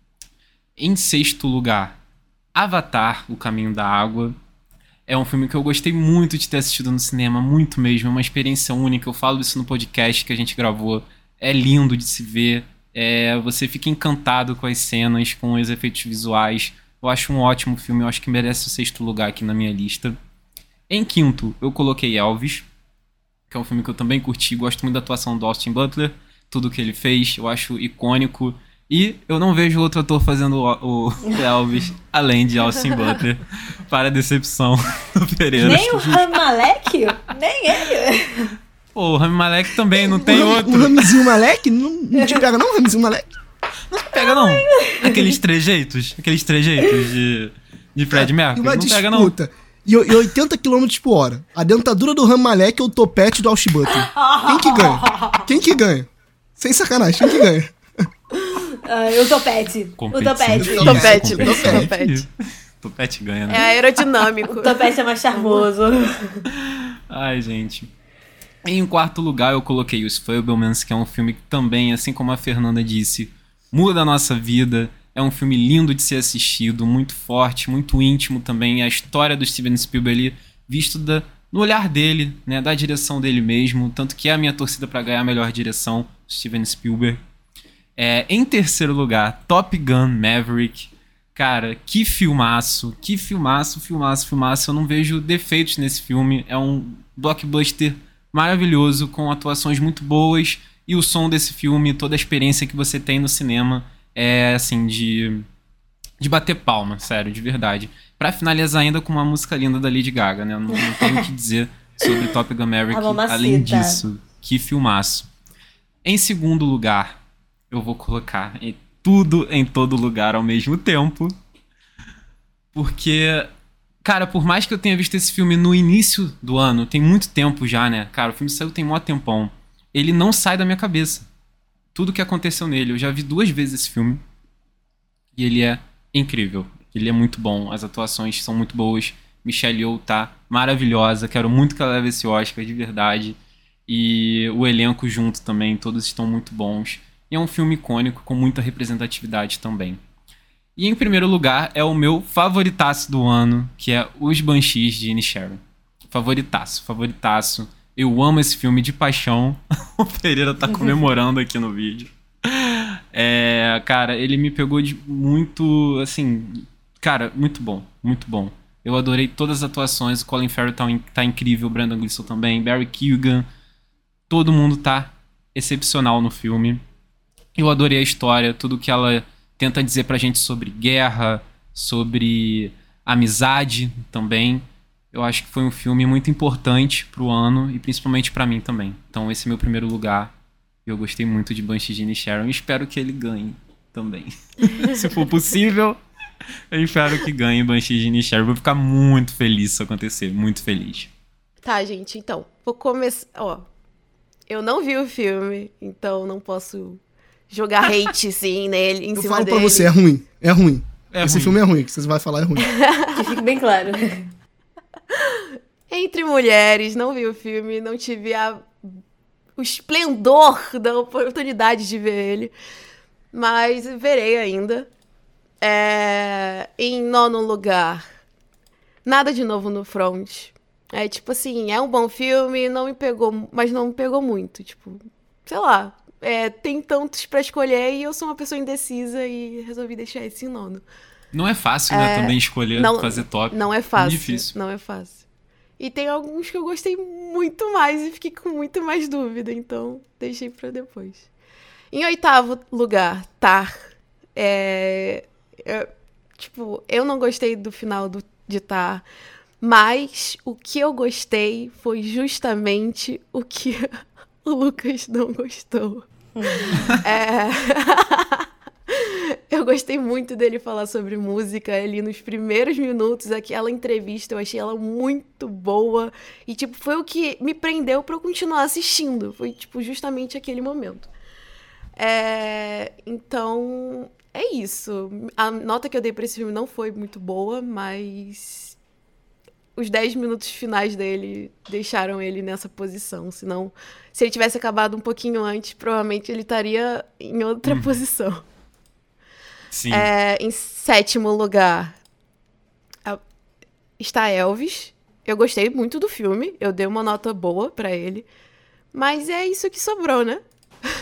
Em sexto lugar, Avatar, O Caminho da Água. É um filme que eu gostei muito de ter assistido no cinema, muito mesmo. É uma experiência única. Eu falo isso no podcast que a gente gravou é lindo de se ver. É, você fica encantado com as cenas, com os efeitos visuais. Eu acho um ótimo filme, eu acho que merece o sexto lugar aqui na minha lista. Em quinto, eu coloquei Elvis, que é um filme que eu também curti. Gosto muito da atuação do Austin Butler, tudo que ele fez, eu acho icônico. E eu não vejo outro ator fazendo o, o Elvis, além de Austin Butler, para a decepção do Pereira. Nem o Rami Malek? Nem ele? Pô, o Rami Malek também, não O tem Ram- outro. O Ramizinho Malek? Não, não te pega não, o Ramizinho Malek? Não pega não. Aqueles trejeitos, aqueles trejeitos de, de Fred E Mercury, uma não pega não. disputa. E, e oitenta quilômetros por hora. A dentadura do Rami Malek ou o topete do Austin Butler? Quem que ganha? Quem que ganha? Sem sacanagem, quem que ganha? Ah, o topete. O Competição topete. difícil, Topete, competição topete. difícil. Topete ganha, né? É aerodinâmico. O topete é mais charmoso. Ai, gente. Em quarto lugar, eu coloquei Os Fabelmans, que é um filme que também, assim como a Fernanda disse, muda a nossa vida. É um filme lindo de ser assistido, muito forte, muito íntimo também. A história do Steven Spielberg ali, visto da, no olhar dele, né, da direção dele mesmo. Tanto que é a minha torcida para ganhar a melhor direção, Steven Spielberg. É, em terceiro lugar, Top Gun Maverick. Cara, que filmaço, que filmaço, filmaço, filmaço. Eu não vejo defeitos nesse filme. É um blockbuster maravilhoso, com atuações muito boas. E o som desse filme, toda a experiência que você tem no cinema é, assim, de, de bater palma, sério, de verdade. Pra finalizar ainda com uma música linda da Lady Gaga, né? Eu não, não tenho o que dizer sobre Top Gun Maverick. A mamacita. Além disso, que filmaço. Em segundo lugar, eu vou colocar em tudo em todo lugar ao mesmo tempo. Porque, cara, por mais que eu tenha visto esse filme no início do ano, tem muito tempo já, né? Cara, o filme saiu tem mó tempão. Ele não sai da minha cabeça. Tudo que aconteceu nele. Eu já vi duas vezes esse filme. E ele é incrível. Ele é muito bom. As atuações são muito boas. Michelle Yeoh tá maravilhosa. Quero muito que ela leve esse Oscar, de verdade. E o elenco junto também. Todos estão muito bons. E é um filme icônico com muita representatividade também. E em primeiro lugar é o meu favoritaço do ano, que é Os Banshees de Inisherin. Favoritaço, favoritaço. Eu amo esse filme de paixão. O Pereira tá comemorando aqui no vídeo. É, cara, ele me pegou de muito, assim... Cara, muito bom, muito bom. Eu adorei todas as atuações. O Colin Farrell tá, tá incrível, o Brandon Gleeson também, Barry Keoghan. Todo mundo tá excepcional no filme. Eu adorei a história, tudo que ela tenta dizer pra gente sobre guerra, sobre amizade também. Eu acho que foi um filme muito importante pro ano e principalmente pra mim também. Então esse é meu primeiro lugar. Eu gostei muito de Banshees de Inisherin e espero que ele ganhe também. Se for possível, eu espero que ganhe Banshees de Inisherin. Vou ficar muito feliz se isso acontecer, muito feliz. Tá, gente, então, vou começar... Ó, eu não vi o filme, então não posso jogar hate, sim, nele, em Eu cima falo dele. pra você, é ruim. É ruim. É Esse ruim. filme é ruim, que você vai falar é ruim. Que fique bem claro. Entre mulheres, não vi o filme, não tive a... o esplendor da oportunidade de ver ele, mas verei ainda. É... Em nono lugar, Nada de Novo no Front. É tipo assim, é um bom filme, não me pegou, mas não me pegou muito. Tipo, sei lá, é, tem tantos pra escolher e eu sou uma pessoa indecisa e resolvi deixar esse em nono. Não é fácil, né, É, também escolher não- fazer top. Não é fácil. difícil. Não é fácil. E tem alguns que eu gostei muito mais e fiquei com muito mais dúvida, então deixei pra depois. Em oitavo lugar, Tar. É, é, tipo, eu não gostei do final do, de Tar, mas o que eu gostei foi justamente o que o Lucas não gostou. É... Eu gostei muito dele falar sobre música ali nos primeiros minutos. Aquela entrevista, eu achei ela muito boa. E, tipo, foi o que me prendeu pra eu continuar assistindo. Foi, tipo, justamente aquele momento. É... Então, é isso. A nota que eu dei pra esse filme não foi muito boa, mas os dez minutos finais dele deixaram ele nessa posição. Senão, se ele tivesse acabado um pouquinho antes, provavelmente ele estaria em outra posição. Sim. É, em sétimo lugar a- está Elvis. Eu gostei muito do filme. Eu dei uma nota boa pra ele. Mas é isso que sobrou, né?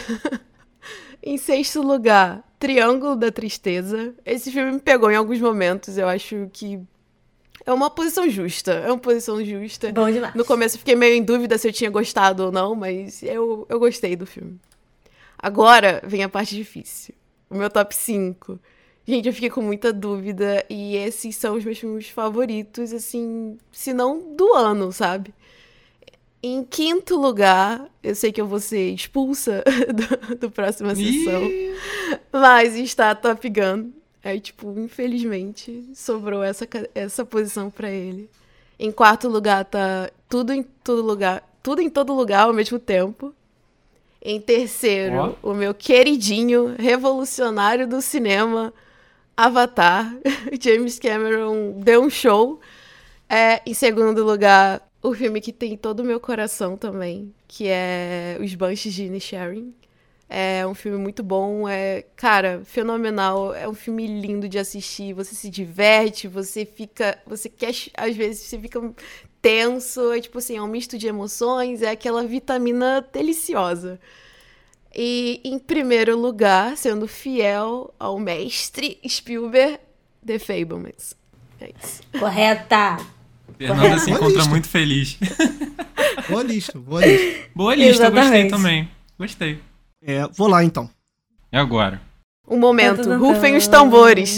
Em sexto lugar, Triângulo da Tristeza. Esse filme me pegou em alguns momentos. Eu acho que é uma posição justa. É uma posição justa. Bom demais. No começo eu fiquei meio em dúvida se eu tinha gostado ou não, mas eu, eu gostei do filme. Agora vem a parte difícil. O meu top cinco. Gente, eu fiquei com muita dúvida. E esses são os meus filmes favoritos, assim, se não do ano, sabe? Em quinto lugar, eu sei que eu vou ser expulsa do, do próxima sessão, mas está Top Gun. Aí, tipo, infelizmente, sobrou essa, essa posição pra ele. Em quarto lugar tá Tudo em Todo Lugar, Tudo em Todo Lugar ao mesmo tempo. Em terceiro, oh. o meu queridinho, revolucionário do cinema, Avatar. James Cameron deu um show. É, em segundo lugar, o filme que tem todo o meu coração também, que é Os Banshees de Inisherin. É um filme muito bom, é, cara, fenomenal. É um filme lindo de assistir, você se diverte, você fica, você quer, às vezes você fica tenso, é tipo assim, é um misto de emoções, é aquela vitamina deliciosa. E em primeiro lugar, sendo fiel ao mestre Spielberg, The Fabelmans. É isso. Correta! Fernanda se encontra muito feliz. Boa lista, boa lista. Boa lista, Exatamente. Gostei também. Gostei. É, vou lá então. E agora? Um momento, rufem os tambores.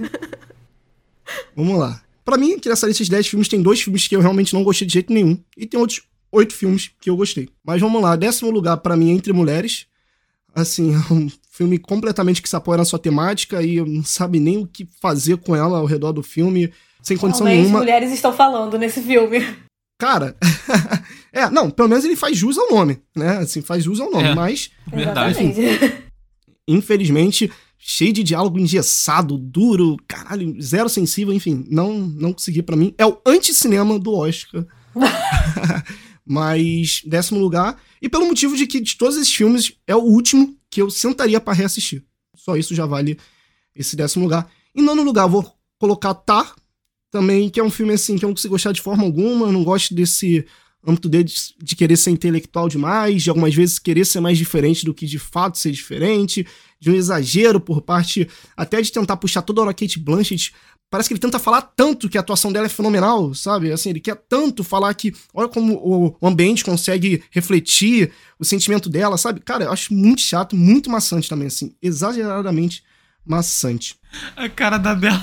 Vamos lá. Pra mim, aqui nessa lista de dez filmes, tem dois filmes que eu realmente não gostei de jeito nenhum. E tem outros oito filmes que eu gostei. Mas vamos lá. Décimo lugar, pra mim, é Entre Mulheres. Assim, é um filme completamente que se apoia na sua temática e não sabe nem o que fazer com ela ao redor do filme. Sem condição Realmente, nenhuma. mulheres estão falando nesse filme. Cara, é, não, pelo menos ele faz jus ao nome, né? Assim, faz jus ao nome, É, mas... Verdade. Exatamente. Infelizmente, cheio de diálogo engessado, duro, caralho, zero sensível, enfim, não, não consegui pra mim. É o anti-cinema do Oscar. Mas, décimo lugar, e pelo motivo de que de todos esses filmes, é o último que eu sentaria pra reassistir. Só isso já vale esse décimo lugar. Em nono lugar, eu vou colocar Tar, também, que é um filme assim que eu não consigo gostar de forma alguma, não gosto desse âmbito dele de, de querer ser intelectual demais, de algumas vezes querer ser mais diferente do que de fato ser diferente, de um exagero por parte até de tentar puxar toda hora a Cate Blanchett. Parece que ele tenta falar tanto que a atuação dela é fenomenal, sabe? Assim, ele quer tanto falar que olha como o ambiente consegue refletir o sentimento dela, sabe? Cara, eu acho muito chato, muito maçante também, assim, exageradamente maçante. A cara da Bela.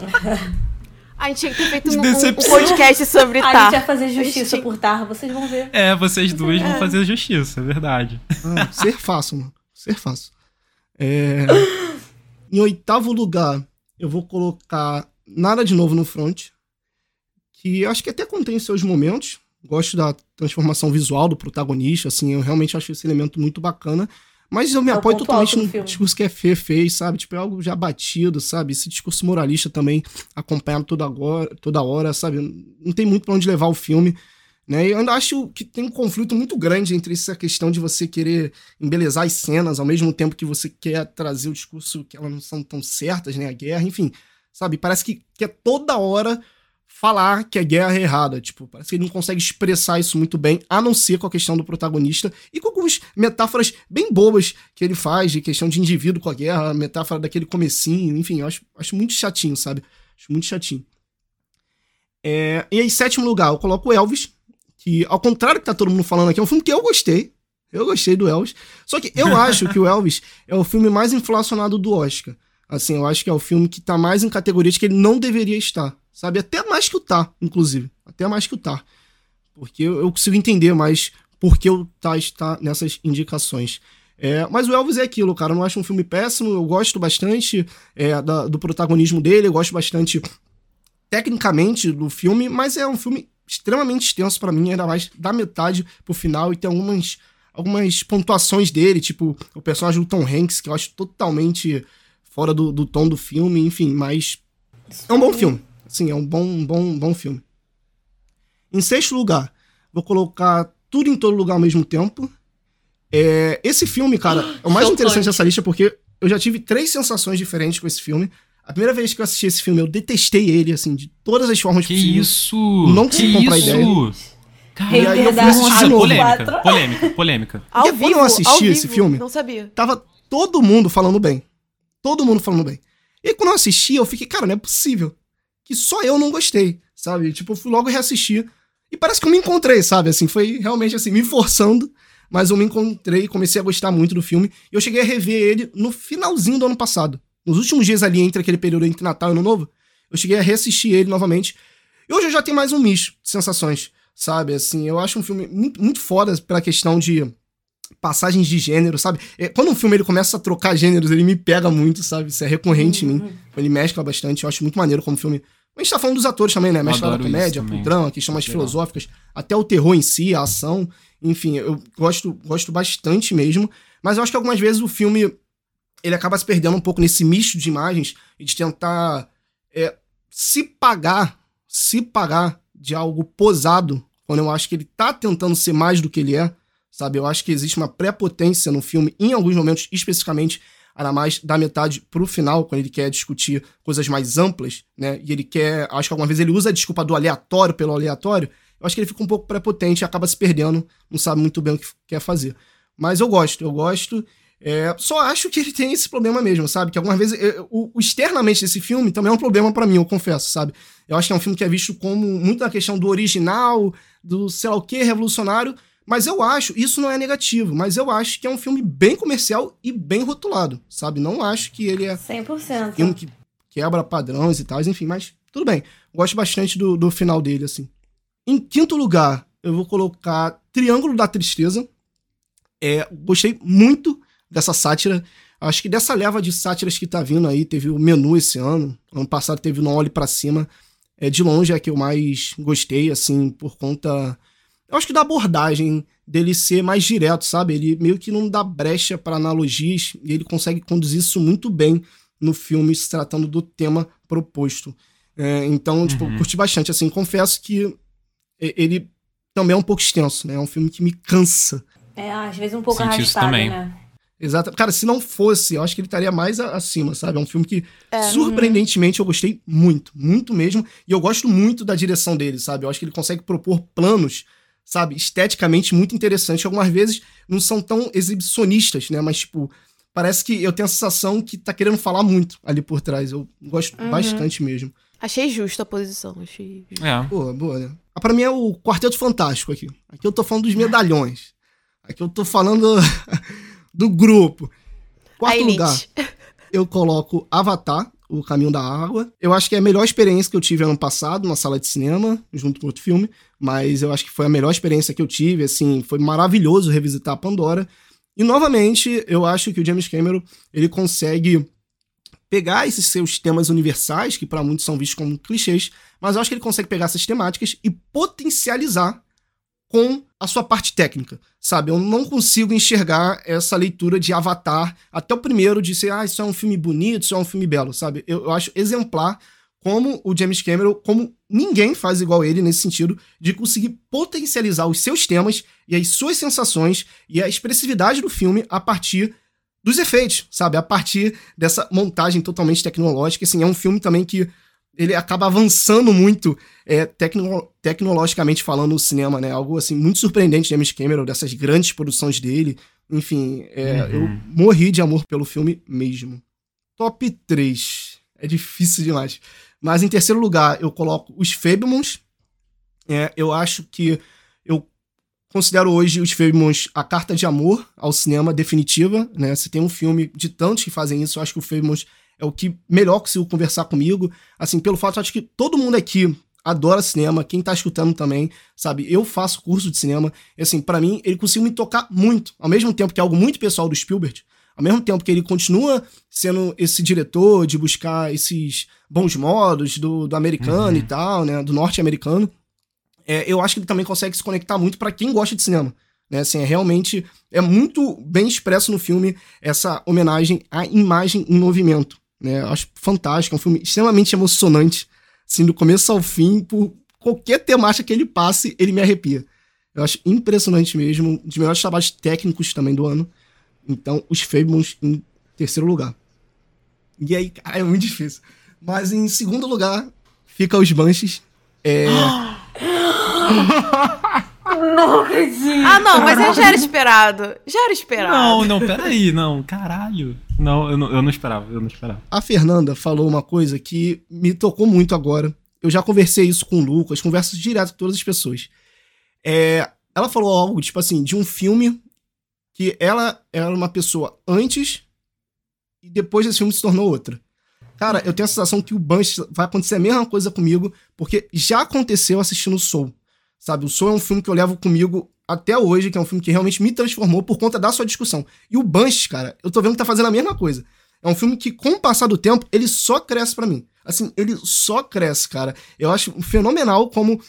A gente tinha que ter feito um, um Decepção. podcast sobre A gente Tar. vai fazer justiça gente... por Tar, vocês vão ver. É, vocês duas vão fazer justiça, é verdade. Ah, ser fácil, mano. Ser fácil. É... Em oitavo lugar, eu vou colocar Nada de Novo no Front, que eu acho que até contém seus momentos. Gosto da transformação visual do protagonista, assim, eu realmente acho esse elemento muito bacana. Mas eu me É o apoio ponto totalmente alto do no filme. discurso que a Fê fez, sabe? Tipo, é algo já batido, sabe? Esse discurso moralista também acompanhado toda, agora, toda hora, sabe? Não tem muito pra onde levar o filme, né? E eu ainda acho que tem um conflito muito grande entre essa questão de você querer embelezar as cenas, ao mesmo tempo que você quer trazer o discurso que elas não são tão certas, né? A guerra, enfim, sabe? Parece que quer toda hora falar que a guerra é errada, tipo, parece que ele não consegue expressar isso muito bem, a não ser com a questão do protagonista e com algumas metáforas bem bobas que ele faz, de questão de indivíduo com a guerra, a metáfora daquele comecinho, enfim, eu acho, acho muito chatinho, sabe? Acho muito chatinho. É, e aí, em sétimo lugar, eu coloco o Elvis, que, ao contrário do que tá todo mundo falando aqui, é um filme que eu gostei, eu gostei do Elvis, só que eu acho que o Elvis é o filme mais inflacionado do Oscar. Assim, eu acho que é o filme que tá mais em categorias que ele não deveria estar, sabe? Até mais que o Tar, inclusive. Até mais que o Tar. Porque eu, eu consigo entender mais por que o Tar está nessas indicações. É, mas o Elvis é aquilo, cara. Eu não acho um filme péssimo. Eu gosto bastante é, da, do protagonismo dele. Eu gosto bastante tecnicamente do filme. Mas é um filme extremamente extenso pra mim. Ainda mais da metade pro final. E tem algumas, algumas pontuações dele. Tipo, o personagem do Tom Hanks, que eu acho totalmente fora do, do tom do filme. Enfim, mas é um bom filme. Sim, é um bom, bom, bom filme. Em sexto lugar, vou colocar Tudo em Todo Lugar ao Mesmo Tempo. É, esse filme, cara, é o mais Chocante. interessante dessa lista porque eu já tive três sensações diferentes com esse filme. A primeira vez que eu assisti esse filme, eu detestei ele, assim, de todas as formas Que possíveis. isso? Não que consigo comprar isso? ideia. Cara, e aí eu fui assistir nossa, de novo. polêmica, polêmica, polêmica. Ao E vivo, quando eu assisti ao esse vivo, filme, não sabia. Tava todo mundo falando bem. Todo mundo falando bem. E quando eu assisti, eu fiquei, cara, não é possível que só eu não gostei, sabe? Tipo, eu fui logo reassistir. E parece que eu me encontrei, sabe? Assim, foi realmente assim, me forçando, mas eu me encontrei, comecei a gostar muito do filme. E eu cheguei a rever ele no finalzinho do ano passado. Nos últimos dias ali, entre aquele período entre Natal e Ano Novo, eu cheguei a reassistir ele novamente. E hoje eu já tenho mais um misto de sensações, sabe? Assim, eu acho um filme muito, muito foda pela questão de passagens de gênero, sabe? É, quando um filme ele começa a trocar gêneros, ele me pega muito, sabe? Isso é recorrente uhum. em mim. Ele mescla bastante. Eu acho muito maneiro como filme... A gente tá falando dos atores também, né? Mescla da comédia, pro drama, questões mais Legal. filosóficas, até o terror em si, a ação. Enfim, eu gosto, gosto bastante mesmo. Mas eu acho que algumas vezes o filme ele acaba se perdendo um pouco nesse misto de imagens e de tentar é, se pagar, se pagar de algo posado, quando eu acho que ele tá tentando ser mais do que ele é, sabe? Eu acho que existe uma prepotência no filme, em alguns momentos, especificamente, era mais da metade pro final, quando ele quer discutir coisas mais amplas, né? E ele quer... Acho que alguma vez ele usa a desculpa do aleatório pelo aleatório. Eu acho que ele fica um pouco prepotente e acaba se perdendo, não sabe muito bem o que quer fazer. Mas eu gosto, eu gosto. É, só acho que ele tem esse problema mesmo, sabe? Que algumas vezes... Eu, o, o externamente desse filme também é um problema pra mim, eu confesso, sabe? Eu acho que é um filme que é visto como muito na questão do original, do sei lá o que, revolucionário. Mas eu acho, isso não é negativo, mas eu acho que é um filme bem comercial e bem rotulado, sabe? Não acho que ele é cem por cento. Um filme que quebra padrões e tal, enfim, mas tudo bem. Gosto bastante do, do final dele, assim. Em quinto lugar, eu vou colocar Triângulo da Tristeza. É, gostei muito dessa sátira. Acho que dessa leva de sátiras que tá vindo aí, teve o Menu esse ano, ano passado teve o Não Olhe Pra Cima. É, de longe é a que eu mais gostei, assim, por conta... Eu acho que da abordagem dele ser mais direto, sabe? Ele meio que não dá brecha para analogias e ele consegue conduzir isso muito bem no filme, se tratando do tema proposto. É, então, uhum. tipo, eu curti bastante. Assim, confesso que ele também é um pouco extenso, né? É um filme que me cansa. É, às vezes um pouco Senti arrastado, também. né? Exato. Cara, se não fosse, eu acho que ele estaria mais acima, sabe? É um filme que, é, surpreendentemente, uhum. eu gostei muito, muito mesmo. E eu gosto muito da direção dele, sabe? Eu acho que ele consegue propor planos, sabe, esteticamente muito interessante. Algumas vezes não são tão exibicionistas, né? Mas, tipo, parece que eu tenho a sensação que tá querendo falar muito ali por trás. Eu gosto uhum. bastante mesmo. Achei justa a posição. Achei justa. É. Boa, boa, né? Ah, pra mim é o Quarteto Fantástico aqui. Aqui eu tô falando dos medalhões. Aqui eu tô falando do grupo. Quarto lugar, eu coloco Avatar, O Caminho da Água. Eu acho que é a melhor experiência que eu tive ano passado na sala de cinema, junto com outro filme, mas eu acho que foi a melhor experiência que eu tive, assim, foi maravilhoso revisitar a Pandora. E, novamente, eu acho que o James Cameron, ele consegue pegar esses seus temas universais, que para muitos são vistos como clichês, mas eu acho que ele consegue pegar essas temáticas e potencializar com a sua parte técnica, sabe? Eu não consigo enxergar essa leitura de Avatar, até o primeiro, de ser, ah, isso é um filme bonito, isso é um filme belo, sabe? Eu, eu acho exemplar como o James Cameron, como ninguém faz igual ele nesse sentido, de conseguir potencializar os seus temas e as suas sensações e a expressividade do filme a partir dos efeitos, sabe? A partir dessa montagem totalmente tecnológica. Assim, é um filme também que ele acaba avançando muito é, tecno- tecnologicamente falando no cinema, né? Algo, assim, muito surpreendente, James Cameron, dessas grandes produções dele. Enfim, é, uhum. eu morri de amor pelo filme mesmo. Top três. É difícil demais. Mas em terceiro lugar, eu coloco Os Fabelmans. É, eu acho que eu considero hoje Os Fabelmans a carta de amor ao cinema definitiva, né? Se tem um filme de tantos que fazem isso, eu acho que o Fabelmans é o que melhor conseguiu conversar comigo. Assim, pelo fato, eu acho que todo mundo aqui adora cinema, quem tá escutando também, sabe? Eu faço curso de cinema, e assim, pra mim, ele conseguiu me tocar muito. Ao mesmo tempo que é algo muito pessoal do Spielberg, ao mesmo tempo que ele continua sendo esse diretor de buscar esses bons modos do, do americano uhum. e tal, né? Do norte-americano, é, eu acho que ele também consegue se conectar muito pra quem gosta de cinema. Né, assim, é realmente é muito bem expresso no filme essa homenagem à imagem em movimento. Né? Eu acho fantástico, é um filme extremamente emocionante, assim, do começo ao fim, por qualquer temática que ele passe, ele me arrepia. Eu acho impressionante mesmo, um dos melhores trabalhos técnicos também do ano. Então, Os Fabelmans em terceiro lugar. E aí, cara, é muito difícil. Mas em segundo lugar, fica Os Banshees. É... Não acredito. Ah, não, mas já era esperado. Já era esperado. Não, não, peraí, não, caralho. Não eu, não, eu não esperava, eu não esperava. A Fernanda falou uma coisa que me tocou muito agora. Eu já conversei isso com o Lucas, converso direto com todas as pessoas. É, ela falou algo, tipo assim, de um filme que ela era uma pessoa antes e depois desse filme se tornou outra. Cara, eu tenho a sensação que o Banshees vai acontecer a mesma coisa comigo, porque já aconteceu assistindo o Soul, sabe? O Soul é um filme que eu levo comigo até hoje, que é um filme que realmente me transformou por conta da sua discussão. E o Banshees, cara, eu tô vendo que tá fazendo a mesma coisa. É um filme que, com o passar do tempo, ele só cresce pra mim. Assim, ele só cresce, cara. Eu acho fenomenal como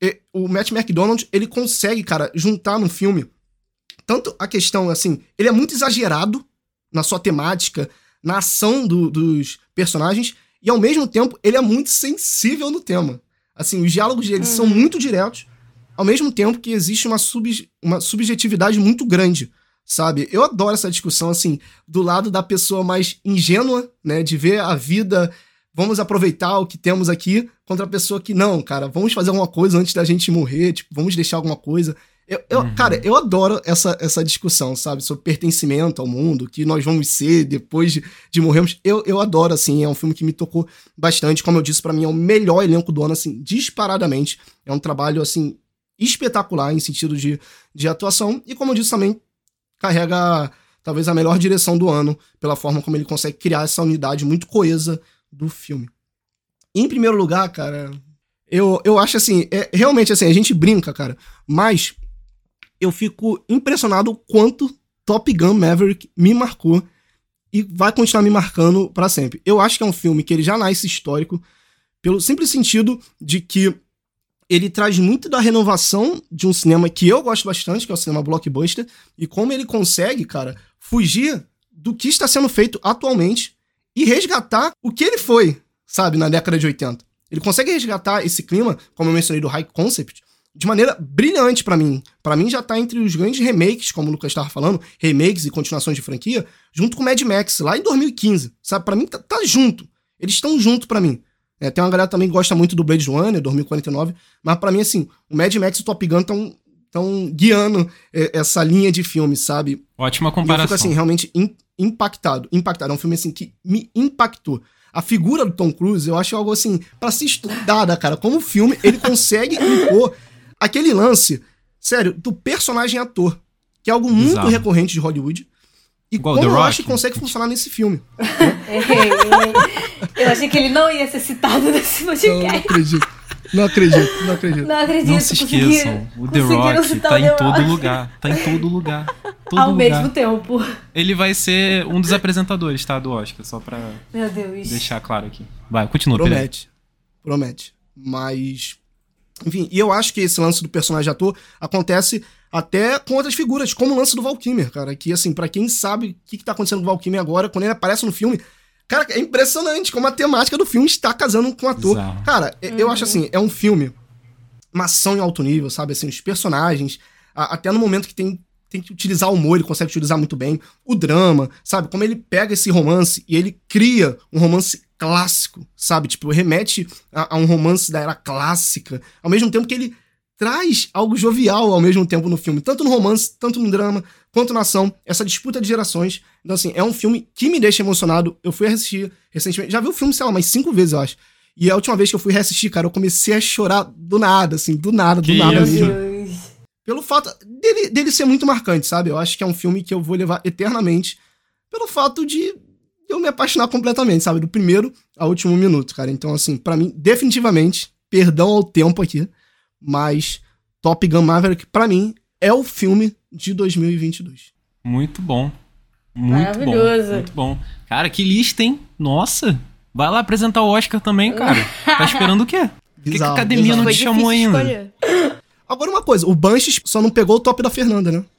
o Matt McDonald, ele consegue, cara, juntar num filme tanto a questão, assim, ele é muito exagerado na sua temática, na ação do, dos personagens, e ao mesmo tempo ele é muito sensível no tema. Assim, os diálogos deles uhum. são muito diretos, ao mesmo tempo que existe uma, sub, uma subjetividade muito grande, sabe? Eu adoro essa discussão, assim, do lado da pessoa mais ingênua, né, de ver a vida, vamos aproveitar o que temos aqui, contra a pessoa que, não, cara, vamos fazer alguma coisa antes da gente morrer, tipo, vamos deixar alguma coisa. Eu, eu, uhum. Cara, eu adoro essa, essa discussão, sabe? Sobre pertencimento ao mundo, que nós vamos ser depois de, de morrermos. Eu, eu adoro, assim, é um filme que me tocou bastante. Como eu disse, pra mim é o melhor elenco do ano, assim, disparadamente. É um trabalho, assim, espetacular em sentido de, de atuação. E como eu disse também, carrega talvez a melhor direção do ano, pela forma como ele consegue criar essa unidade muito coesa do filme. Em primeiro lugar, cara, eu, eu acho assim, é, realmente assim, a gente brinca, cara, mas eu fico impressionado o quanto Top Gun Maverick me marcou e vai continuar me marcando pra sempre. Eu acho que é um filme que ele já nasce histórico pelo simples sentido de que ele traz muito da renovação de um cinema que eu gosto bastante, que é o cinema blockbuster, e como ele consegue, cara, fugir do que está sendo feito atualmente e resgatar o que ele foi, sabe, na década de oitenta. Ele consegue resgatar esse clima, como eu mencionei, do high concept, de maneira brilhante pra mim. Pra mim já tá entre os grandes remakes, como o Lucas estava falando, remakes e continuações de franquia, junto com Mad Max, lá em dois mil e quinze, sabe? Pra mim tá, tá junto. Eles estão junto pra mim. É, tem uma galera também que gosta muito do Blade Runner, dois mil e quarenta e nove, mas pra mim, assim, o Mad Max e o Top Gun estão tão guiando é, essa linha de filmes, sabe? Ótima comparação. E eu fico, assim, realmente in, impactado. Impactado. É um filme, assim, que me impactou. A figura do Tom Cruise, eu acho algo, assim, pra ser estudada, cara. Como o filme, ele consegue impor aquele lance, sério, do personagem ator, que é algo muito Exato. recorrente de Hollywood. E Igual como The eu Rock. acho que consegue funcionar nesse filme. Eu achei que ele não ia ser citado nesse podcast. Não, não acredito. Não acredito, não acredito. Não acredito. Não se esqueçam, o The Rock tá em todo lugar. Tá em todo lugar. Todo Ao lugar. mesmo tempo. Ele vai ser um dos apresentadores, tá? Do Oscar, só pra Meu Deus. deixar claro aqui. Vai, continua, Promete. Promete. Mas... Enfim, e eu acho que esse lance do personagem ator acontece até com outras figuras, como o lance do Val Kilmer, cara. Que, assim, pra quem sabe o que, que tá acontecendo com o Val Kilmer agora, quando ele aparece no filme... Cara, é impressionante como a temática do filme está casando com o ator. Exato. Cara, Uhum. eu acho assim, é um filme, uma ação em alto nível, sabe? Assim, os personagens, a, até no momento que tem, tem que utilizar o humor, ele consegue utilizar muito bem. O drama, sabe? Como ele pega esse romance e ele cria um romance clássico, sabe? Tipo, remete a, a um romance da era clássica, ao mesmo tempo que ele traz algo jovial ao mesmo tempo no filme, tanto no romance, tanto no drama, quanto na ação, essa disputa de gerações. Então, assim, é um filme que me deixa emocionado. Eu fui assistir recentemente, já vi o filme, sei lá, mais cinco vezes, eu acho. E a última vez que eu fui reassistir, cara, eu comecei a chorar do nada, assim, do nada, do Que nada isso? mesmo. Pelo fato dele, dele ser muito marcante, sabe? Eu acho que é um filme que eu vou levar eternamente, pelo fato de eu me apaixonar completamente, sabe? Do primeiro ao último minuto, cara. Então, assim, pra mim, definitivamente, perdão ao tempo aqui, mas Top Gun Maverick, pra mim, é o filme de dois mil e vinte e dois. Muito bom. Muito Maravilhoso. bom. Muito bom. Cara, que lista, hein? Nossa. Vai lá apresentar o Oscar também, cara. Tá esperando o quê? Por que, que a academia não Foi te chamou difícil ainda? escolher. Agora uma coisa, o Banshees só não pegou o top da Fernanda, né?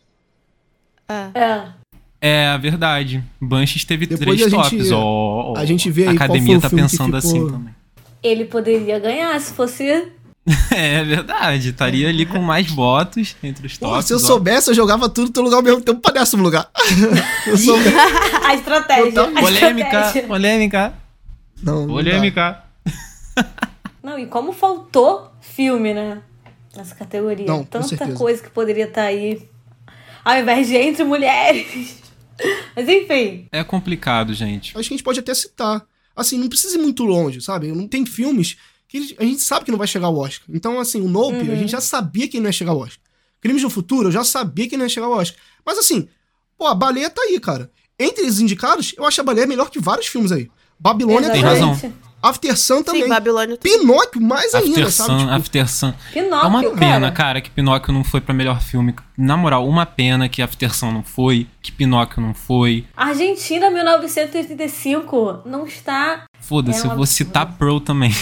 É. É. É, verdade. Banshees teve Depois três a gente- tops. Ó, ó, a gente vê a aí qual academia foi o tá filme que pensando ficou- assim também. Ele poderia ganhar se fosse... É verdade. Estaria ali com mais votos entre os Pô, tops. se eu ó. soubesse, eu jogava tudo no teu lugar ao mesmo tempo pra décimo lugar. Se eu soubesse. A estratégia. A Polêmica, estratégia. Não, polêmica, não dá. polêmica. Não, e como faltou filme, né? nessa categoria. Não, com Tanta certeza. coisa que poderia estar aí, ao invés de Entre Mulheres. Mas enfim. É complicado, gente. Acho que a gente pode até citar. Assim, não precisa ir muito longe, sabe? Não tem filmes que a gente sabe que não vai chegar ao Oscar. Então, assim, o Nope, Uhum. a gente já sabia que não ia chegar ao Oscar. Crimes do Futuro, eu já sabia que não ia chegar ao Oscar. Mas, assim, pô, a Baleia tá aí, cara. Entre os indicados, eu acho a Baleia melhor que vários filmes aí. Babilônia Tem também. razão. After Sun também. Sim, Babilônia. Pinóquio, mais ainda, After sabe? Sun, Tipo, After Sun. Pinóquio, É uma pena, cara. cara, que Pinóquio não foi pra melhor filme. Na moral, uma pena que After Sun não foi, que Pinóquio não foi. Argentina, mil novecentos e oitenta e cinco, não está... Foda-se, É um eu vou citar Pearl também.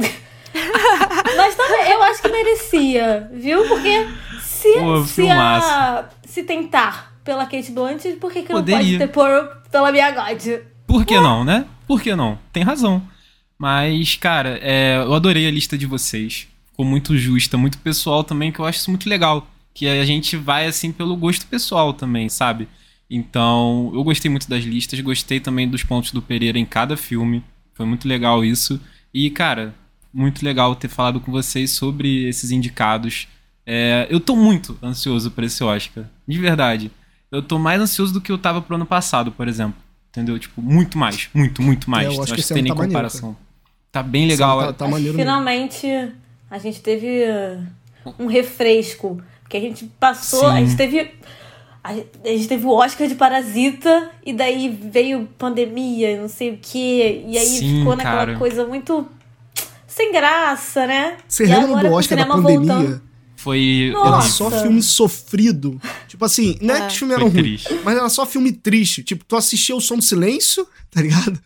Mas também, eu acho que merecia, viu? Porque se, Pô, se, filmaço. a, se tentar pela Kate Blanchett, por que, que não pode Poderia. ter Pearl pela Mia God? Por que não, né? Por que não? Tem razão. Mas, cara, é, eu adorei a lista de vocês. Ficou muito justa, muito pessoal também, que eu acho isso muito legal. Que a gente vai, assim, pelo gosto pessoal também, sabe? Então, eu gostei muito das listas, gostei também dos pontos do Pereira em cada filme. Foi muito legal isso. E, cara, muito legal ter falado com vocês sobre esses indicados. É, eu tô muito ansioso pra esse Oscar. De verdade. Eu tô mais ansioso do que eu tava pro ano passado, por exemplo. Entendeu? Tipo, muito mais. Muito, muito mais. É, eu eu acho acho que que esse tem ano nem tá maneiro, comparação. Tá bem legal. Tá, tá Acho maneiro que mesmo. finalmente a gente teve uh, um refresco. Porque a gente passou, Sim. a gente teve... A gente a gente teve o Oscar de Parasita, e daí veio pandemia, não sei o quê. E aí Sim, ficou naquela cara. coisa muito sem graça, né? Você E lembra agora do com o Oscar da cinema pandemia? voltando. Foi Nossa. Era horrível. só filme sofrido. Tipo assim, não é que os filmes Foi eram ruins, triste. mas era só filme triste. Tipo, tu assistia O Som do Silêncio, tá ligado?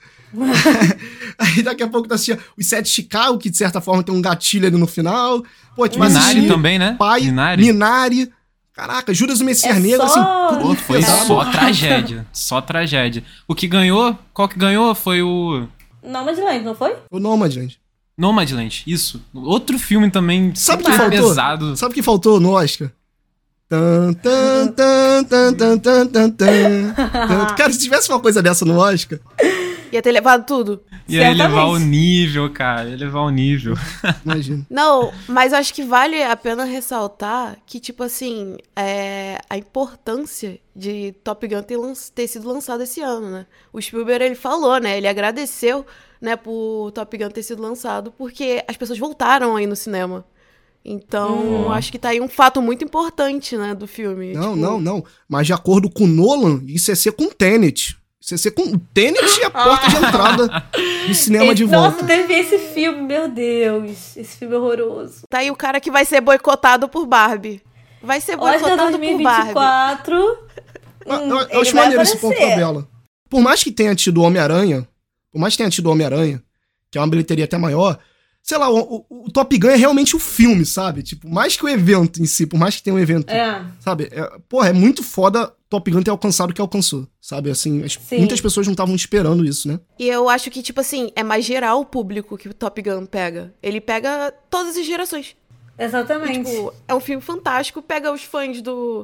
Aí daqui a pouco tu assistia Os Sete de Chicago, que de certa forma tem um gatilho ali no final. Pô, tu vai Minari assistir também, né? Pai, Minari. Minari. Caraca, Judas o Messias É Negro, só- assim, tudo Foi pesado. só tragédia. Só tragédia. O que ganhou, qual que ganhou foi o Nomadland, não foi? O Nomadland. Nomadland. Isso. Outro filme também Sabe o que super faltou? pesado. Sabe o que faltou no Oscar? Tan, tan, tan, tan, tan, tan, tan, tan. Cara, se tivesse uma coisa dessa no Oscar, Ia ter levado tudo. Ia Certamente. elevar o nível, cara. Ia elevar o nível. imagina. Não, mas acho que vale a pena ressaltar que, tipo assim, é, a importância de Top Gun ter, lan- ter sido lançado esse ano, né? O Spielberg, ele falou, né? Ele agradeceu, né, por Top Gun ter sido lançado, porque as pessoas voltaram aí no cinema. Então, Hum. acho que tá aí um fato muito importante, né, do filme. Não, Tipo, não, não. Mas de acordo com o Nolan, isso é ser com Tenet. Isso é ser com o Tenet e a porta de entrada do cinema de Esse- Nossa, volta. teve esse filme, meu Deus. Esse filme é horroroso. Tá aí o cara que vai ser boicotado por Barbie. Vai ser Oscar boicotado dois mil e por vinte e Barbie. quatro. Eu, hum, eu- eu ele acho vai maneiro esse ponto da aparecer. Bela. Por mais que tenha tido Homem-Aranha, por mais que tenha tido Homem-Aranha, que é uma bilheteria até maior, sei lá, o, o- o Top Gun é realmente o filme, sabe? Tipo, mais que o evento em si, por mais que tenha um evento, É. sabe? É, porra, é muito foda Top Gun ter alcançado o que alcançou, sabe? Assim, as- Sim. muitas pessoas não estavam esperando isso, né? E eu acho que, tipo assim, é mais geral o público que o Top Gun pega. Ele pega todas as gerações. E, Exatamente. tipo, é um filme fantástico, pega os fãs do,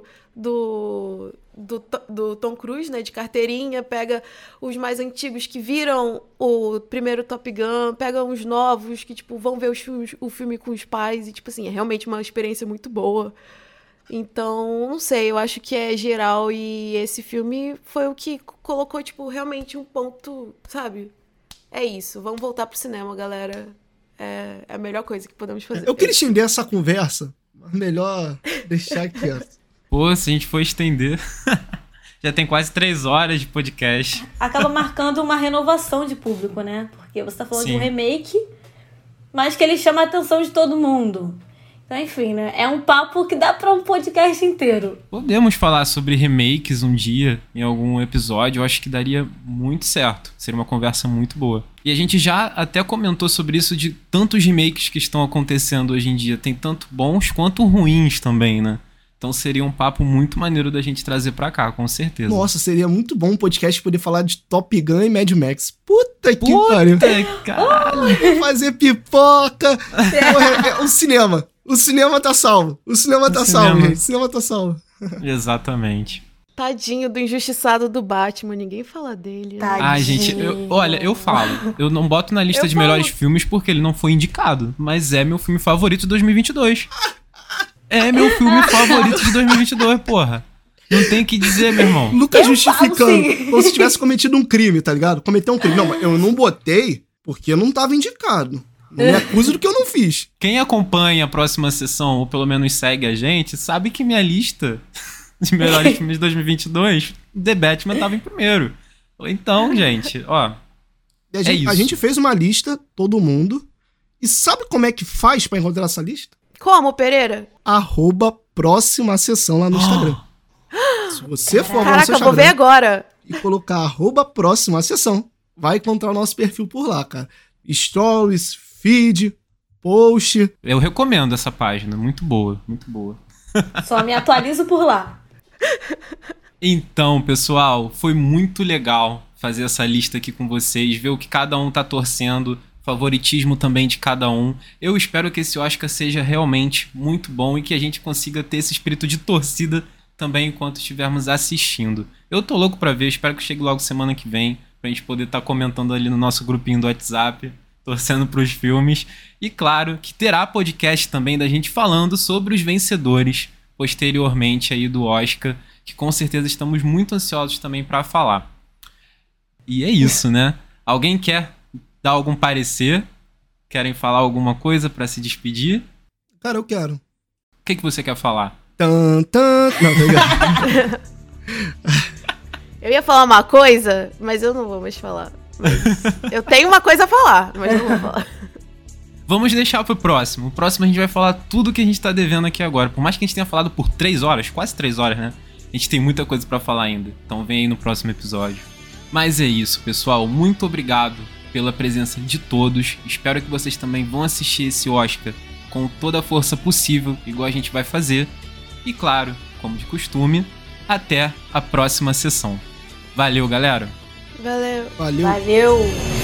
do, do, To- do Tom Cruise, né, de carteirinha, pega os mais antigos que viram o primeiro Top Gun, pega os novos que, tipo, vão ver os filmes, o filme com os pais e, tipo assim, é realmente uma experiência muito boa. Então, não sei, eu acho que é geral e esse filme foi o que colocou, tipo, realmente um ponto, sabe? É isso, vamos voltar pro cinema, galera. É, é a melhor coisa que podemos fazer. Eu queria estender essa conversa, mas melhor deixar quieto. Pô, se a gente for estender. Já tem quase três horas de podcast. Acaba marcando uma renovação de público, né? Porque você tá falando Sim. de um remake, mas que ele chama a atenção de todo mundo. Então, enfim, né? É um papo que dá pra um podcast inteiro. Podemos falar sobre remakes um dia, em algum episódio. Eu acho que daria muito certo. Seria uma conversa muito boa. E a gente já até comentou sobre isso de tantos remakes que estão acontecendo hoje em dia. Tem tanto bons quanto ruins também, né? Então seria um papo muito maneiro da gente trazer pra cá, com certeza. Nossa, seria muito bom um podcast poder falar de Top Gun e Mad Max. Puta que Puta, pariu. cara. Fazer pipoca. Porra, é, o cinema. O cinema tá salvo. O cinema O tá cinema. salvo, gente. O cinema tá salvo. Exatamente. Tadinho do injustiçado do Batman, ninguém fala dele. né? Tadinho. Ai, gente, eu- olha, eu falo. Eu não boto na lista Eu de falo. melhores filmes porque ele não foi indicado. Mas é meu filme favorito de dois mil e vinte e dois. É meu filme favorito de dois mil e vinte e dois, porra. Não tem o que dizer, meu irmão. Lucas Eu justificando, falo sim. como se tivesse cometido um crime, tá ligado? Cometeu um crime. Não, mas eu não botei porque eu não tava indicado. Não me acuse do que eu não fiz. Quem acompanha a próxima sessão, ou pelo menos segue a gente, sabe que minha lista de melhores filmes de dois mil e vinte e dois, The Batman tava em primeiro. Então, gente, ó... E a, gente, isso. a gente fez uma lista, todo mundo. E sabe como é que faz pra encontrar essa lista? Como, Pereira? Arroba próxima sessão lá no Instagram. Se você for lá no Caraca, seu eu vou ver Instagram agora. e colocar arroba próxima sessão, vai encontrar o nosso perfil por lá, cara. Stories, feed, post. Eu recomendo essa página, muito boa, muito boa. Só me atualizo por lá. Então, pessoal, foi muito legal fazer essa lista aqui com vocês, ver o que cada um tá torcendo, favoritismo também de cada um. Eu espero que esse Oscar seja realmente muito bom e que a gente consiga ter esse espírito de torcida também enquanto estivermos assistindo. Eu tô louco pra ver, espero que chegue logo semana que vem, pra gente poder estar tá comentando ali no nosso grupinho do WhatsApp, torcendo pros filmes. E claro, que terá podcast também da gente falando sobre os vencedores posteriormente aí do Oscar, que com certeza estamos muito ansiosos também pra falar. E é isso, né? Alguém quer dar algum parecer? Querem falar alguma coisa pra se despedir? Cara, eu quero. O que, que você quer falar? Tan, tan. Não, tá ligado? Eu ia falar uma coisa, mas eu não vou mais falar. Mas eu tenho uma coisa a falar, mas não vou falar. Vamos deixar pro próximo. O próximo a gente vai falar tudo que a gente tá devendo aqui agora. Por mais que a gente tenha falado por três horas, quase três horas, né? A gente tem muita coisa pra falar ainda. Então vem aí no próximo episódio. Mas é isso, pessoal. Muito obrigado pela presença de todos. Espero que vocês também vão assistir esse Oscar com toda a força possível, igual a gente vai fazer. E claro, como de costume, até a próxima sessão. Valeu, galera! Valeu. Valeu. Valeu!